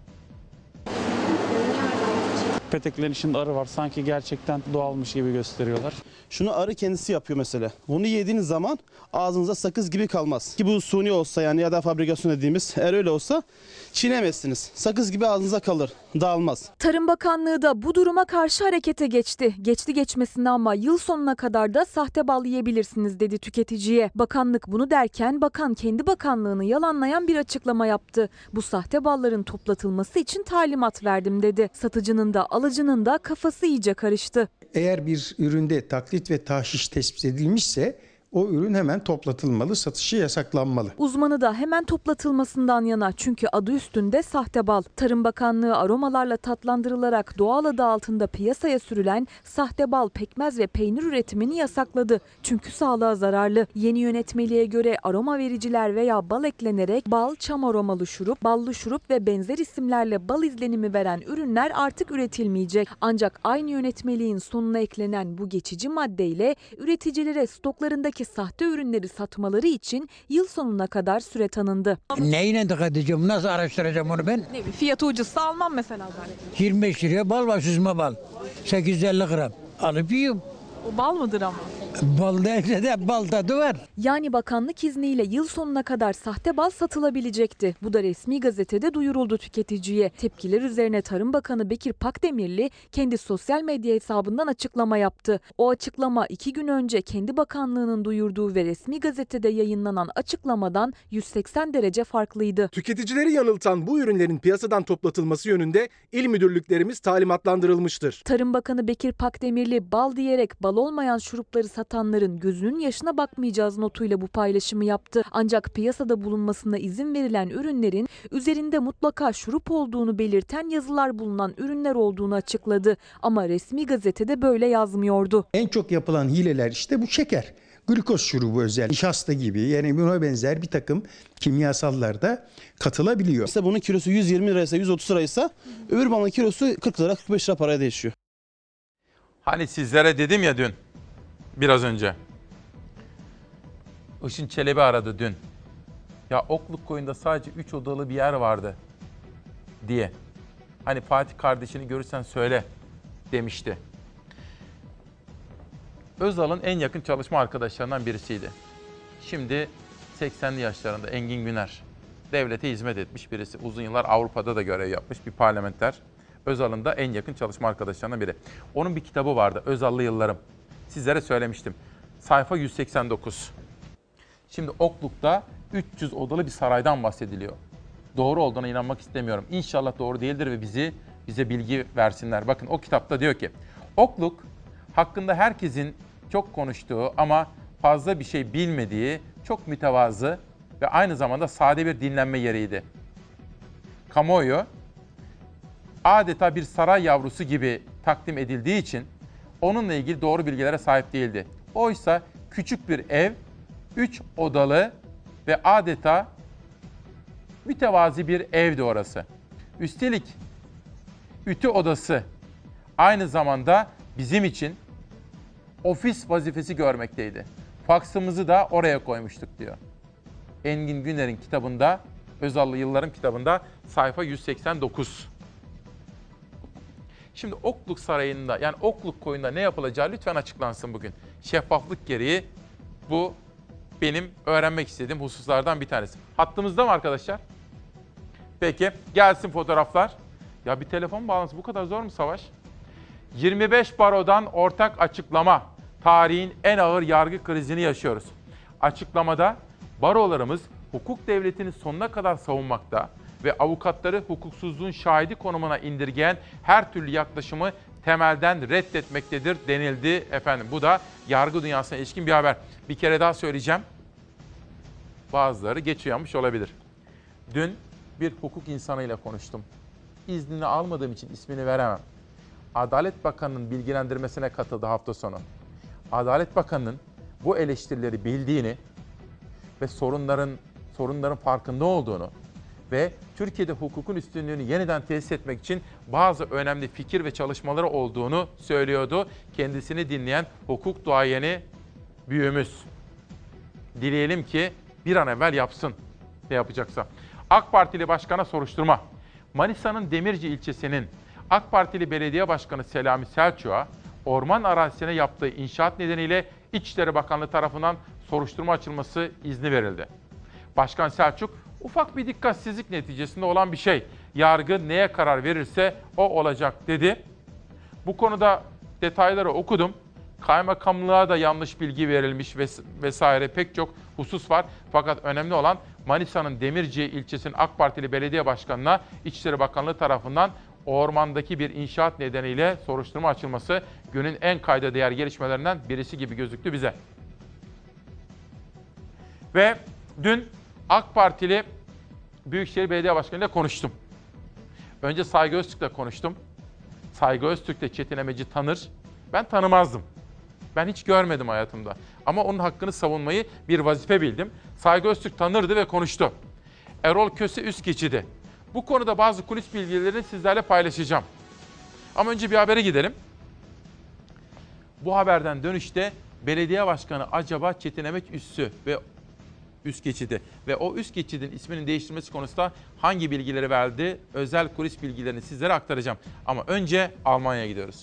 Peteklerin içinde arı var. Sanki gerçekten doğalmış gibi gösteriyorlar. Şunu arı kendisi yapıyor mesela. Bunu yediğiniz zaman ağzınıza sakız gibi kalmaz. Ki bu suni olsa yani ya da fabrikasyon dediğimiz eğer öyle olsa çiğnemezsiniz. Sakız gibi ağzınıza kalır, dağılmaz. Tarım Bakanlığı da bu duruma karşı harekete geçti. Geçti geçmesine ama yıl sonuna kadar da sahte bal yiyebilirsiniz dedi tüketiciye. Bakanlık bunu derken bakan kendi bakanlığını yalanlayan bir açıklama yaptı. Bu sahte balların toplatılması için talimat verdim dedi. Satıcının da alıcının da kafası iyice karıştı. Eğer bir üründe taklit ve tahşiş tespit edilmişse o ürün hemen toplatılmalı, satışı yasaklanmalı. Uzmanı da hemen toplatılmasından yana çünkü adı üstünde sahte bal. Tarım Bakanlığı aromalarla tatlandırılarak doğal adı altında piyasaya sürülen sahte bal, pekmez ve peynir üretimini yasakladı. Çünkü sağlığa zararlı. Yeni yönetmeliğe göre aroma vericiler veya bal eklenerek bal, çam aromalı şurup, ballı şurup ve benzer isimlerle bal izlenimi veren ürünler artık üretilmeyecek. Ancak aynı yönetmeliğin sonuna eklenen bu geçici maddeyle üreticilere stoklarındaki sahte ürünleri satmaları için yıl sonuna kadar süre tanındı. Neyine dikkat edeceğim? Nasıl araştıracağım onu ben? Ne bir fiyatı ucuzsa almam mesela ben. yirmi beş liraya bal var, süzme bal. sekiz yüz elli gram. Alıp yiyorum. O bal mıdır ama? Bal değil de bal tadı var. Yani bakanlık izniyle yıl sonuna kadar sahte bal satılabilecekti. Bu da resmi gazetede duyuruldu tüketiciye. Tepkiler üzerine Tarım Bakanı Bekir Pakdemirli kendi sosyal medya hesabından açıklama yaptı. O açıklama iki gün önce kendi bakanlığının duyurduğu ve resmi gazetede yayınlanan açıklamadan yüz seksen derece farklıydı. Tüketicileri yanıltan bu ürünlerin piyasadan toplatılması yönünde il müdürlüklerimiz talimatlandırılmıştır. Tarım Bakanı Bekir Pakdemirli bal diyerek bal olmayan şurupları satanların gözünün yaşına bakmayacağız notuyla bu paylaşımı yaptı. Ancak piyasada bulunmasına izin verilen ürünlerin üzerinde mutlaka şurup olduğunu belirten yazılar bulunan ürünler olduğunu açıkladı. Ama resmi gazetede böyle yazmıyordu. En çok yapılan hileler işte bu şeker. Glikoz şurubu özel, nişasta gibi yani buna benzer bir takım kimyasallar da katılabiliyor. İşte bunun kilosu yüz yirmi liraysa yüz otuz liraysa öbür balın kilosu kırk lira kırk beş lira paraya değişiyor. Hani sizlere dedim ya dün, biraz önce. Işın Çelebi aradı dün. Ya Oklukkoyun'da sadece üç odalı bir yer vardı diye. Hani Fatih kardeşini görürsen söyle demişti. Özal'ın en yakın çalışma arkadaşlarından birisiydi. Şimdi seksenli yaşlarında Engin Güner. Devlete hizmet etmiş birisi. Uzun yıllar Avrupa'da da görev yapmış bir parlamenter. Özal'ın da en yakın çalışma arkadaşlarından biri. Onun bir kitabı vardı, Özallı Yıllarım. Sizlere söylemiştim. Sayfa yüz seksen dokuz. Şimdi Okluk'ta üç yüz odalı bir saraydan bahsediliyor. Doğru olduğuna inanmak istemiyorum. İnşallah doğru değildir ve bizi bize bilgi versinler. Bakın o kitapta diyor ki, Okluk hakkında herkesin çok konuştuğu ama fazla bir şey bilmediği çok mütevazı ve aynı zamanda sade bir dinlenme yeriydi. Kamuoyu adeta bir saray yavrusu gibi takdim edildiği için onunla ilgili doğru bilgilere sahip değildi. Oysa küçük bir ev, üç odalı ve adeta mütevazi bir evdi orası. Üstelik ütü odası aynı zamanda bizim için ofis vazifesi görmekteydi. Faksımızı da oraya koymuştuk diyor. Engin Güner'in kitabında, Özallı Yıllarım kitabında sayfa yüz seksen dokuz. Şimdi Okluk Sarayı'nda yani Okluk Koyu'nda ne yapılacağı lütfen açıklansın bugün. Şeffaflık gereği bu benim öğrenmek istediğim hususlardan bir tanesi. Hattımızda mı arkadaşlar? Peki gelsin fotoğraflar. Ya bir telefon bağlantısı bu kadar zor mu Savaş? yirmi beş barodan ortak açıklama. Tarihin en ağır yargı krizini yaşıyoruz. Açıklamada barolarımız hukuk devletini sonuna kadar savunmakta ve avukatları hukuksuzluğun şahidi konumuna indirgeyen her türlü yaklaşımı temelden reddetmektedir denildi efendim. Bu da yargı dünyasına ilişkin bir haber. Bir kere daha söyleyeceğim. Bazıları geç uyanmış olabilir. Dün bir hukuk insanıyla konuştum. İznini almadığım için ismini veremem. Adalet Bakanı'nın bilgilendirmesine katıldı hafta sonu. Adalet Bakanı'nın bu eleştirileri bildiğini ve sorunların sorunların farkında olduğunu ve Türkiye'de hukukun üstünlüğünü yeniden tesis etmek için bazı önemli fikir ve çalışmaları olduğunu söylüyordu. Kendisini dinleyen hukuk duayeni büyüğümüz. Dileyelim ki bir an evvel yapsın ne yapacaksa. AK Partili Başkan'a soruşturma. Manisa'nın Demirci ilçesinin AK Partili Belediye Başkanı Selami Selçuk'a orman arazisine yaptığı inşaat nedeniyle İçişleri Bakanlığı tarafından soruşturma açılması izni verildi. Başkan Selçuk, ufak bir dikkatsizlik neticesinde olan bir şey. Yargı neye karar verirse o olacak dedi. Bu konuda detayları okudum. Kaymakamlığa da yanlış bilgi verilmiş ves- vesaire pek çok husus var. Fakat önemli olan Manisa'nın Demirci ilçesinin AK Partili Belediye Başkanı'na İçişleri Bakanlığı tarafından ormandaki bir inşaat nedeniyle soruşturma açılması günün en kayda değer gelişmelerinden birisi gibi gözüktü bize. Ve dün AK Partili Büyükşehir Belediye Başkanı ile konuştum. Önce Saygı Öztürk'le konuştum. Saygı Öztürk de Çetin Emeci tanır. Ben tanımazdım. Ben hiç görmedim hayatımda. Ama onun hakkını savunmayı bir vazife bildim. Saygı Öztürk tanırdı ve konuştu. Erol Köse üst geçidi. Bu konuda bazı kulis bilgilerini sizlerle paylaşacağım. Ama önce bir habere gidelim. Bu haberden dönüşte belediye başkanı acaba Çetin Emeç Üssü ve üst geçidi ve o üst geçidin isminin değiştirilmesi konusunda hangi bilgileri verdi? Özel kulis bilgilerini sizlere aktaracağım. Ama önce Almanya'ya gidiyoruz.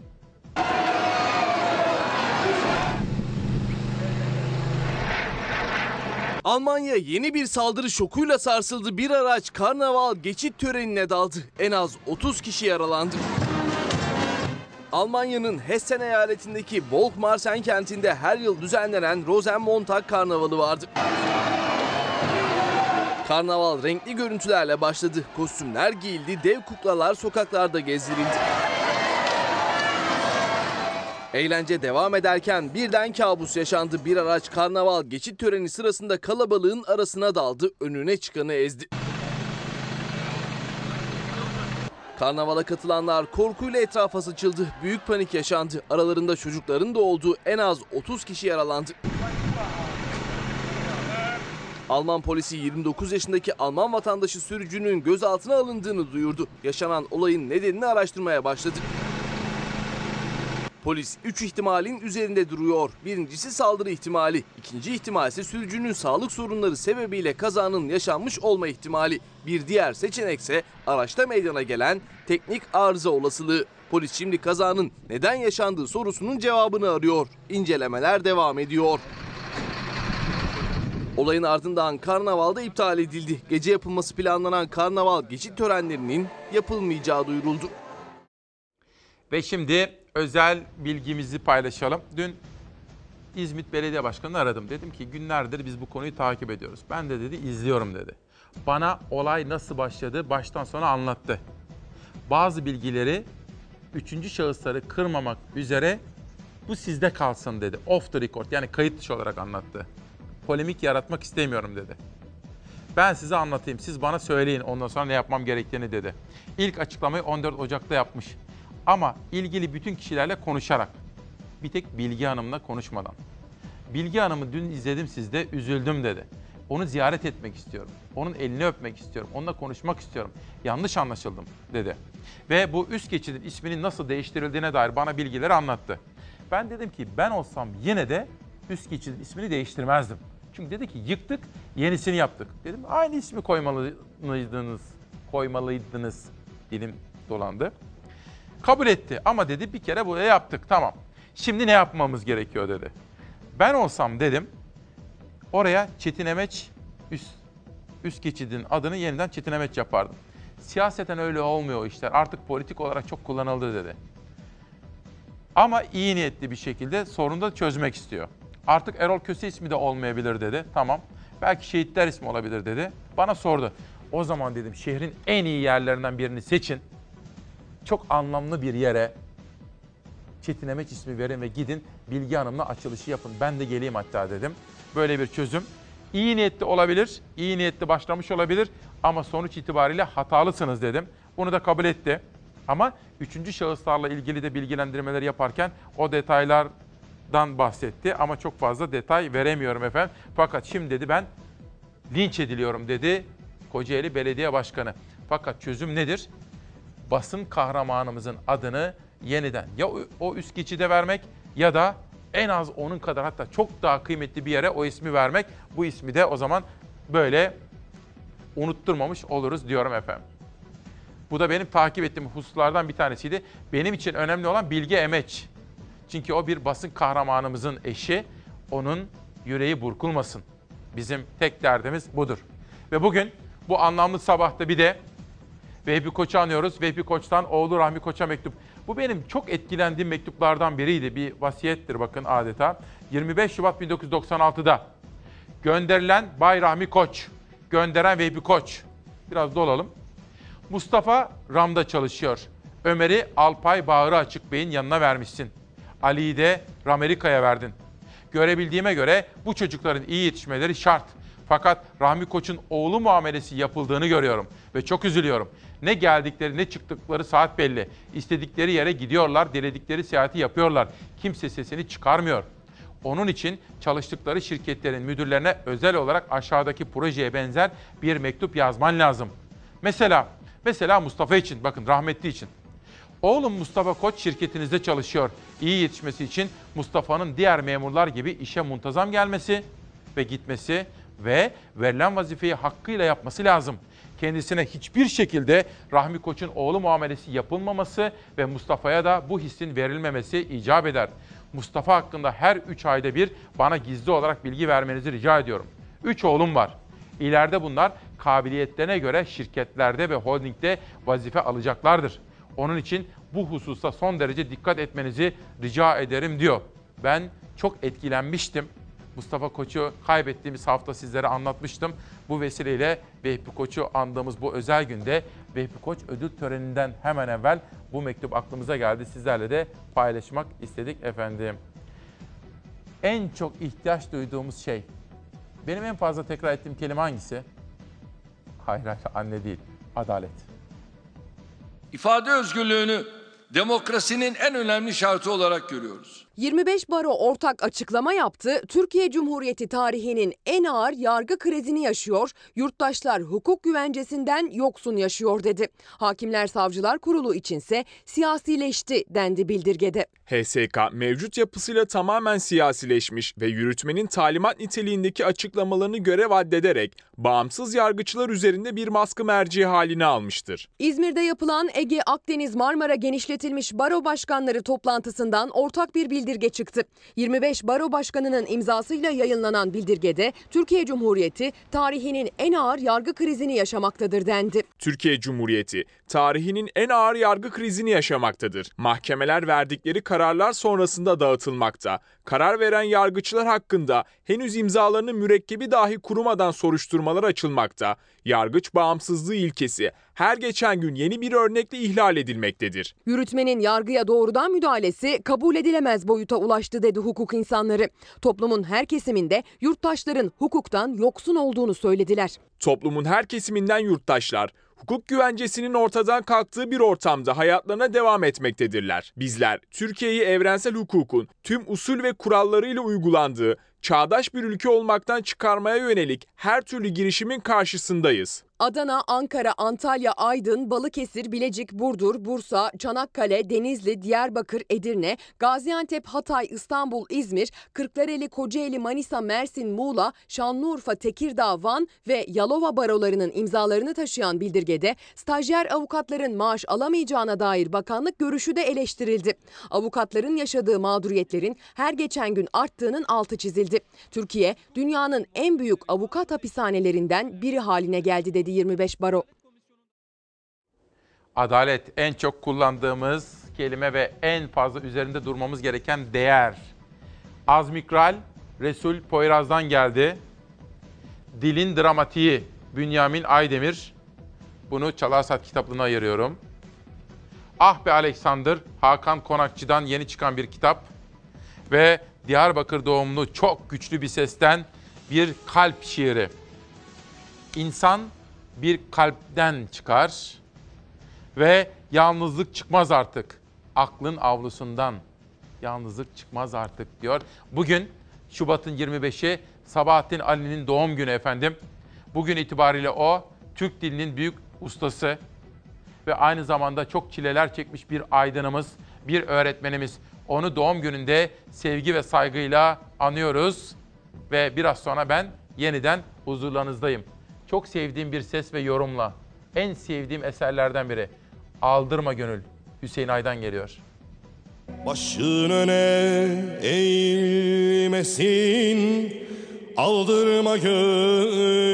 Almanya yeni bir saldırı şokuyla sarsıldı. Bir araç karnaval geçit törenine daldı. En az otuz kişi yaralandı. Almanya'nın Hessen eyaletindeki Volkmarsen kentinde her yıl düzenlenen Rosenmontag Karnavalı vardı. Karnaval renkli görüntülerle başladı. Kostümler giyildi, dev kuklalar sokaklarda gezdirildi. Eğlence devam ederken birden kabus yaşandı. Bir araç karnaval geçit töreni sırasında kalabalığın arasına daldı, önüne çıkanı ezdi. Karnavala katılanlar korkuyla etrafa saçıldı. Büyük panik yaşandı. Aralarında çocukların da olduğu en az otuz kişi yaralandı. Alman polisi yirmi dokuz yaşındaki Alman vatandaşı sürücünün gözaltına alındığını duyurdu. Yaşanan olayın nedenini araştırmaya başladı. Polis üç ihtimalin üzerinde duruyor. Birincisi saldırı ihtimali. İkinci ihtimal ise sürücünün sağlık sorunları sebebiyle kazanın yaşanmış olma ihtimali. Bir diğer seçenek ise araçta meydana gelen teknik arıza olasılığı. Polis şimdi kazanın neden yaşandığı sorusunun cevabını arıyor. İncelemeler devam ediyor. Olayın ardından karnaval da iptal edildi. Gece yapılması planlanan karnaval geçit törenlerinin yapılmayacağı duyuruldu. Ve şimdi özel bilgimizi paylaşalım. Dün İzmit Belediye Başkanı'nı aradım. Dedim ki günlerdir biz bu konuyu takip ediyoruz. Ben de dedi izliyorum dedi. Bana olay nasıl başladı baştan sona anlattı. Bazı bilgileri üçüncü şahısları kırmamak üzere bu sizde kalsın dedi. Off the record yani kayıt dışı olarak anlattı. Polemik yaratmak istemiyorum dedi. Ben size anlatayım siz bana söyleyin ondan sonra ne yapmam gerektiğini dedi. İlk açıklamayı on dört Ocak'ta yapmış. Ama ilgili bütün kişilerle konuşarak, bir tek Bilge Hanım'la konuşmadan. Bilge Hanım'ı dün izledim sizde, üzüldüm dedi. Onu ziyaret etmek istiyorum, onun elini öpmek istiyorum, onunla konuşmak istiyorum. Yanlış anlaşıldım dedi. Ve bu üst geçidin isminin nasıl değiştirildiğine dair bana bilgileri anlattı. Ben dedim ki ben olsam yine de üst geçidin ismini değiştirmezdim. Çünkü dedi ki yıktık, yenisini yaptık. Dedim aynı ismi koymalıydınız, koymalıydınız. Dilim dolandı. Kabul etti ama dedi bir kere buraya yaptık tamam. Şimdi ne yapmamız gerekiyor dedi. Ben olsam dedim oraya Çetin Emeç üst, üst geçidin adını yeniden Çetin Emeç yapardım. Siyaseten öyle olmuyor işler artık politik olarak çok kullanıldı dedi. Ama iyi niyetli bir şekilde sorunu da çözmek istiyor. Artık Erol Köse ismi de olmayabilir dedi. Tamam belki şehitler ismi olabilir dedi. Bana sordu. O zaman dedim şehrin en iyi yerlerinden birini seçin. Çok anlamlı bir yere Çetin Emeç ismi verin ve gidin Bilge Hanım'la açılışı yapın. Ben de geleyim hatta dedim. Böyle bir çözüm. İyi niyetli olabilir, iyi niyetli başlamış olabilir ama sonuç itibariyle hatalısınız dedim. Bunu da kabul etti. Ama üçüncü şahıslarla ilgili de bilgilendirmeleri yaparken o detaylar dan bahsetti ama çok fazla detay veremiyorum efendim. Fakat şimdi dedi ben linç ediliyorum dedi Kocaeli Belediye Başkanı. Fakat çözüm nedir? Basın kahramanımızın adını yeniden ya o üst geçide vermek ya da en az onun kadar hatta çok daha kıymetli bir yere o ismi vermek. Bu ismi de o zaman böyle unutturmamış oluruz diyorum efendim. Bu da benim takip ettiğim hususlardan bir tanesiydi. Benim için önemli olan Bilge Emeç. Çünkü o bir basın kahramanımızın eşi. Onun yüreği burkulmasın. Bizim tek derdimiz budur. Ve bugün bu anlamlı sabahta bir de Vehbi Koç'u anıyoruz. Vehbi Koç'tan oğlu Rahmi Koç'a mektup. Bu benim çok etkilendiğim mektuplardan biriydi. Bir vasiyettir bakın adeta. yirmi beş Şubat bin dokuz yüz doksan altıda gönderilen Bay Rahmi Koç, gönderen Vehbi Koç. Biraz dolalım. Mustafa Ram'da çalışıyor. Ömer'i Alpay Bağrı Açık Bey'in yanına vermişsin. Ali'yi de Ramerika'ya verdin. Görebildiğime göre bu çocukların iyi yetişmeleri şart. Fakat Rahmi Koç'un oğlu muamelesi yapıldığını görüyorum ve çok üzülüyorum. Ne geldikleri ne çıktıkları saat belli. İstedikleri yere gidiyorlar, diledikleri seyahati yapıyorlar. Kimse sesini çıkarmıyor. Onun için çalıştıkları şirketlerin müdürlerine özel olarak aşağıdaki projeye benzer bir mektup yazman lazım. Mesela, mesela Mustafa için, bakın rahmetli için. Oğlum Mustafa Koç şirketinizde çalışıyor. İyi yetişmesi için Mustafa'nın diğer memurlar gibi işe muntazam gelmesi ve gitmesi ve verilen vazifeyi hakkıyla yapması lazım. Kendisine hiçbir şekilde Rahmi Koç'un oğlu muamelesi yapılmaması ve Mustafa'ya da bu hissin verilmemesi icap eder. Mustafa hakkında her üç ayda bir bana gizli olarak bilgi vermenizi rica ediyorum. Üç oğlum var. İleride bunlar kabiliyetlerine göre şirketlerde ve holdingde vazife alacaklardır. Onun için bu hususta son derece dikkat etmenizi rica ederim diyor. Ben çok etkilenmiştim. Mustafa Koç'u kaybettiğimiz hafta sizlere anlatmıştım. Bu vesileyle Vehbi Koç'u andığımız bu özel günde Vehbi Koç ödül töreninden hemen evvel bu mektup aklımıza geldi. Sizlerle de paylaşmak istedik efendim. En çok ihtiyaç duyduğumuz şey, benim en fazla tekrar ettiğim kelime hangisi? Hayır, hayır anne değil, adalet. İfade özgürlüğünü demokrasinin en önemli şartı olarak görüyoruz. yirmi beş baro ortak açıklama yaptı. Türkiye Cumhuriyeti tarihinin en ağır yargı krizini yaşıyor. Yurttaşlar hukuk güvencesinden yoksun yaşıyor dedi. Hakimler Savcılar Kurulu içinse siyasileşti dendi bildirgede. H S K mevcut yapısıyla tamamen siyasileşmiş ve yürütmenin talimat niteliğindeki açıklamalarını görev addederek bağımsız yargıçlar üzerinde bir baskı merci haline almıştır. İzmir'de yapılan Ege, Akdeniz, Marmara genişletilmiş baro başkanları toplantısından ortak bir bildirge çıktı. yirmi beş baro başkanının imzasıyla yayınlanan bildirgede Türkiye Cumhuriyeti tarihinin en ağır yargı krizini yaşamaktadır dendi. Türkiye Cumhuriyeti tarihinin en ağır yargı krizini yaşamaktadır. Mahkemeler verdikleri kararlar sonrasında dağıtılmakta. Karar veren yargıçlar hakkında henüz imzalarının mürekkebi dahi kurumadan soruşturmalar açılmakta. Yargıç bağımsızlığı ilkesi her geçen gün yeni bir örnekle ihlal edilmektedir. Yürütmenin yargıya doğrudan müdahalesi kabul edilemez boyuta ulaştı dedi hukuk insanları. Toplumun her kesiminde yurttaşların hukuktan yoksun olduğunu söylediler. Toplumun her kesiminden yurttaşlar hukuk güvencesinin ortadan kalktığı bir ortamda hayatlarına devam etmektedirler. Bizler Türkiye'yi evrensel hukukun tüm usul ve kurallarıyla uygulandığı çağdaş bir ülke olmaktan çıkarmaya yönelik her türlü girişimin karşısındayız. Adana, Ankara, Antalya, Aydın, Balıkesir, Bilecik, Burdur, Bursa, Çanakkale, Denizli, Diyarbakır, Edirne, Gaziantep, Hatay, İstanbul, İzmir, Kırklareli, Kocaeli, Manisa, Mersin, Muğla, Şanlıurfa, Tekirdağ, Van ve Yalova barolarının imzalarını taşıyan bildirgede stajyer avukatların maaş alamayacağına dair bakanlık görüşü de eleştirildi. Avukatların yaşadığı mağduriyetlerin her geçen gün arttığının altı çizildi. Türkiye, dünyanın en büyük avukat hapishanelerinden biri haline geldi dedi yirmi beş baro. Adalet en çok kullandığımız kelime ve en fazla üzerinde durmamız gereken değer. Azmikral Resul Poyraz'dan geldi. Dilin dramatiği Bünyamin Aydemir. Bunu Çalarsat kitaplığına ayırıyorum. Ah be Alexander Hakan Konakçı'dan yeni çıkan bir kitap. Ve Diyarbakır doğumlu çok güçlü bir sesten bir kalp şiiri. İnsan bir kalpten çıkar ve yalnızlık çıkmaz artık aklın avlusundan. yalnızlık çıkmaz artık diyor. Bugün Şubat'ın yirmi beşi Sabahattin Ali'nin doğum günü efendim. Bugün itibariyle o Türk dilinin büyük ustası ve aynı zamanda çok çileler çekmiş bir aydınımız, bir öğretmenimiz. Onu doğum gününde sevgi ve saygıyla anıyoruz ve biraz sonra ben yeniden huzurlarınızdayım. Çok sevdiğim bir ses ve yorumla, en sevdiğim eserlerden biri Aldırma Gönül, Hüseyin Ay'dan geliyor. Başın öne eğilmesin, aldırma gönül.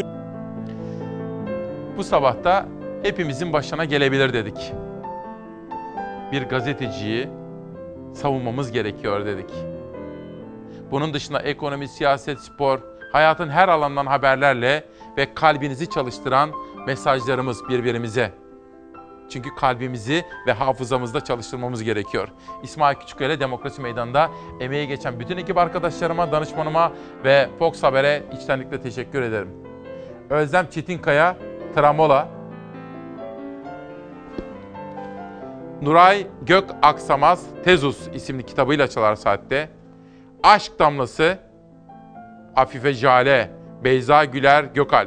Bu sabah da hepimizin başına gelebilir dedik. Bir gazeteciyi savunmamız gerekiyor dedik. Bunun dışında ekonomi, siyaset, spor, hayatın her alanından haberlerle ve kalbinizi çalıştıran mesajlarımız birbirimize. Çünkü kalbimizi ve hafızamızda çalıştırmamız gerekiyor. İsmail Küçükkaya Demokrasi Meydanı'nda emeği geçen bütün ekip arkadaşlarıma, danışmanıma ve Fox Haber'e içtenlikle teşekkür ederim. Özlem Çetinkaya, Tramola. Nuray Gök Aksamaz, Tezus isimli kitabıyla Çalar Saat'te. Aşk Damlası, Afife Jale, Beyza Güler Gökalp.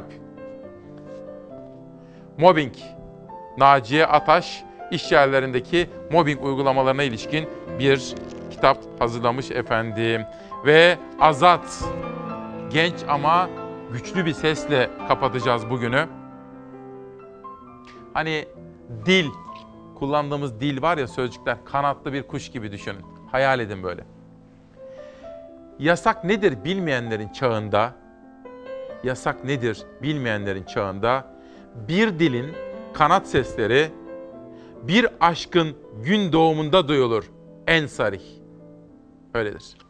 Mobbing, Naciye Ataş, iş yerlerindeki mobbing uygulamalarına ilişkin bir kitap hazırlamış efendim. Ve Azat, genç ama güçlü bir sesle kapatacağız bugünü. Hani dil, kullandığımız dil var ya, sözcükler, kanatlı bir kuş gibi düşünün. Hayal edin böyle. Yasak nedir bilmeyenlerin çağında, yasak nedir bilmeyenlerin çağında bir dilin kanat sesleri bir aşkın gün doğumunda duyulur en sarih. Öyledir.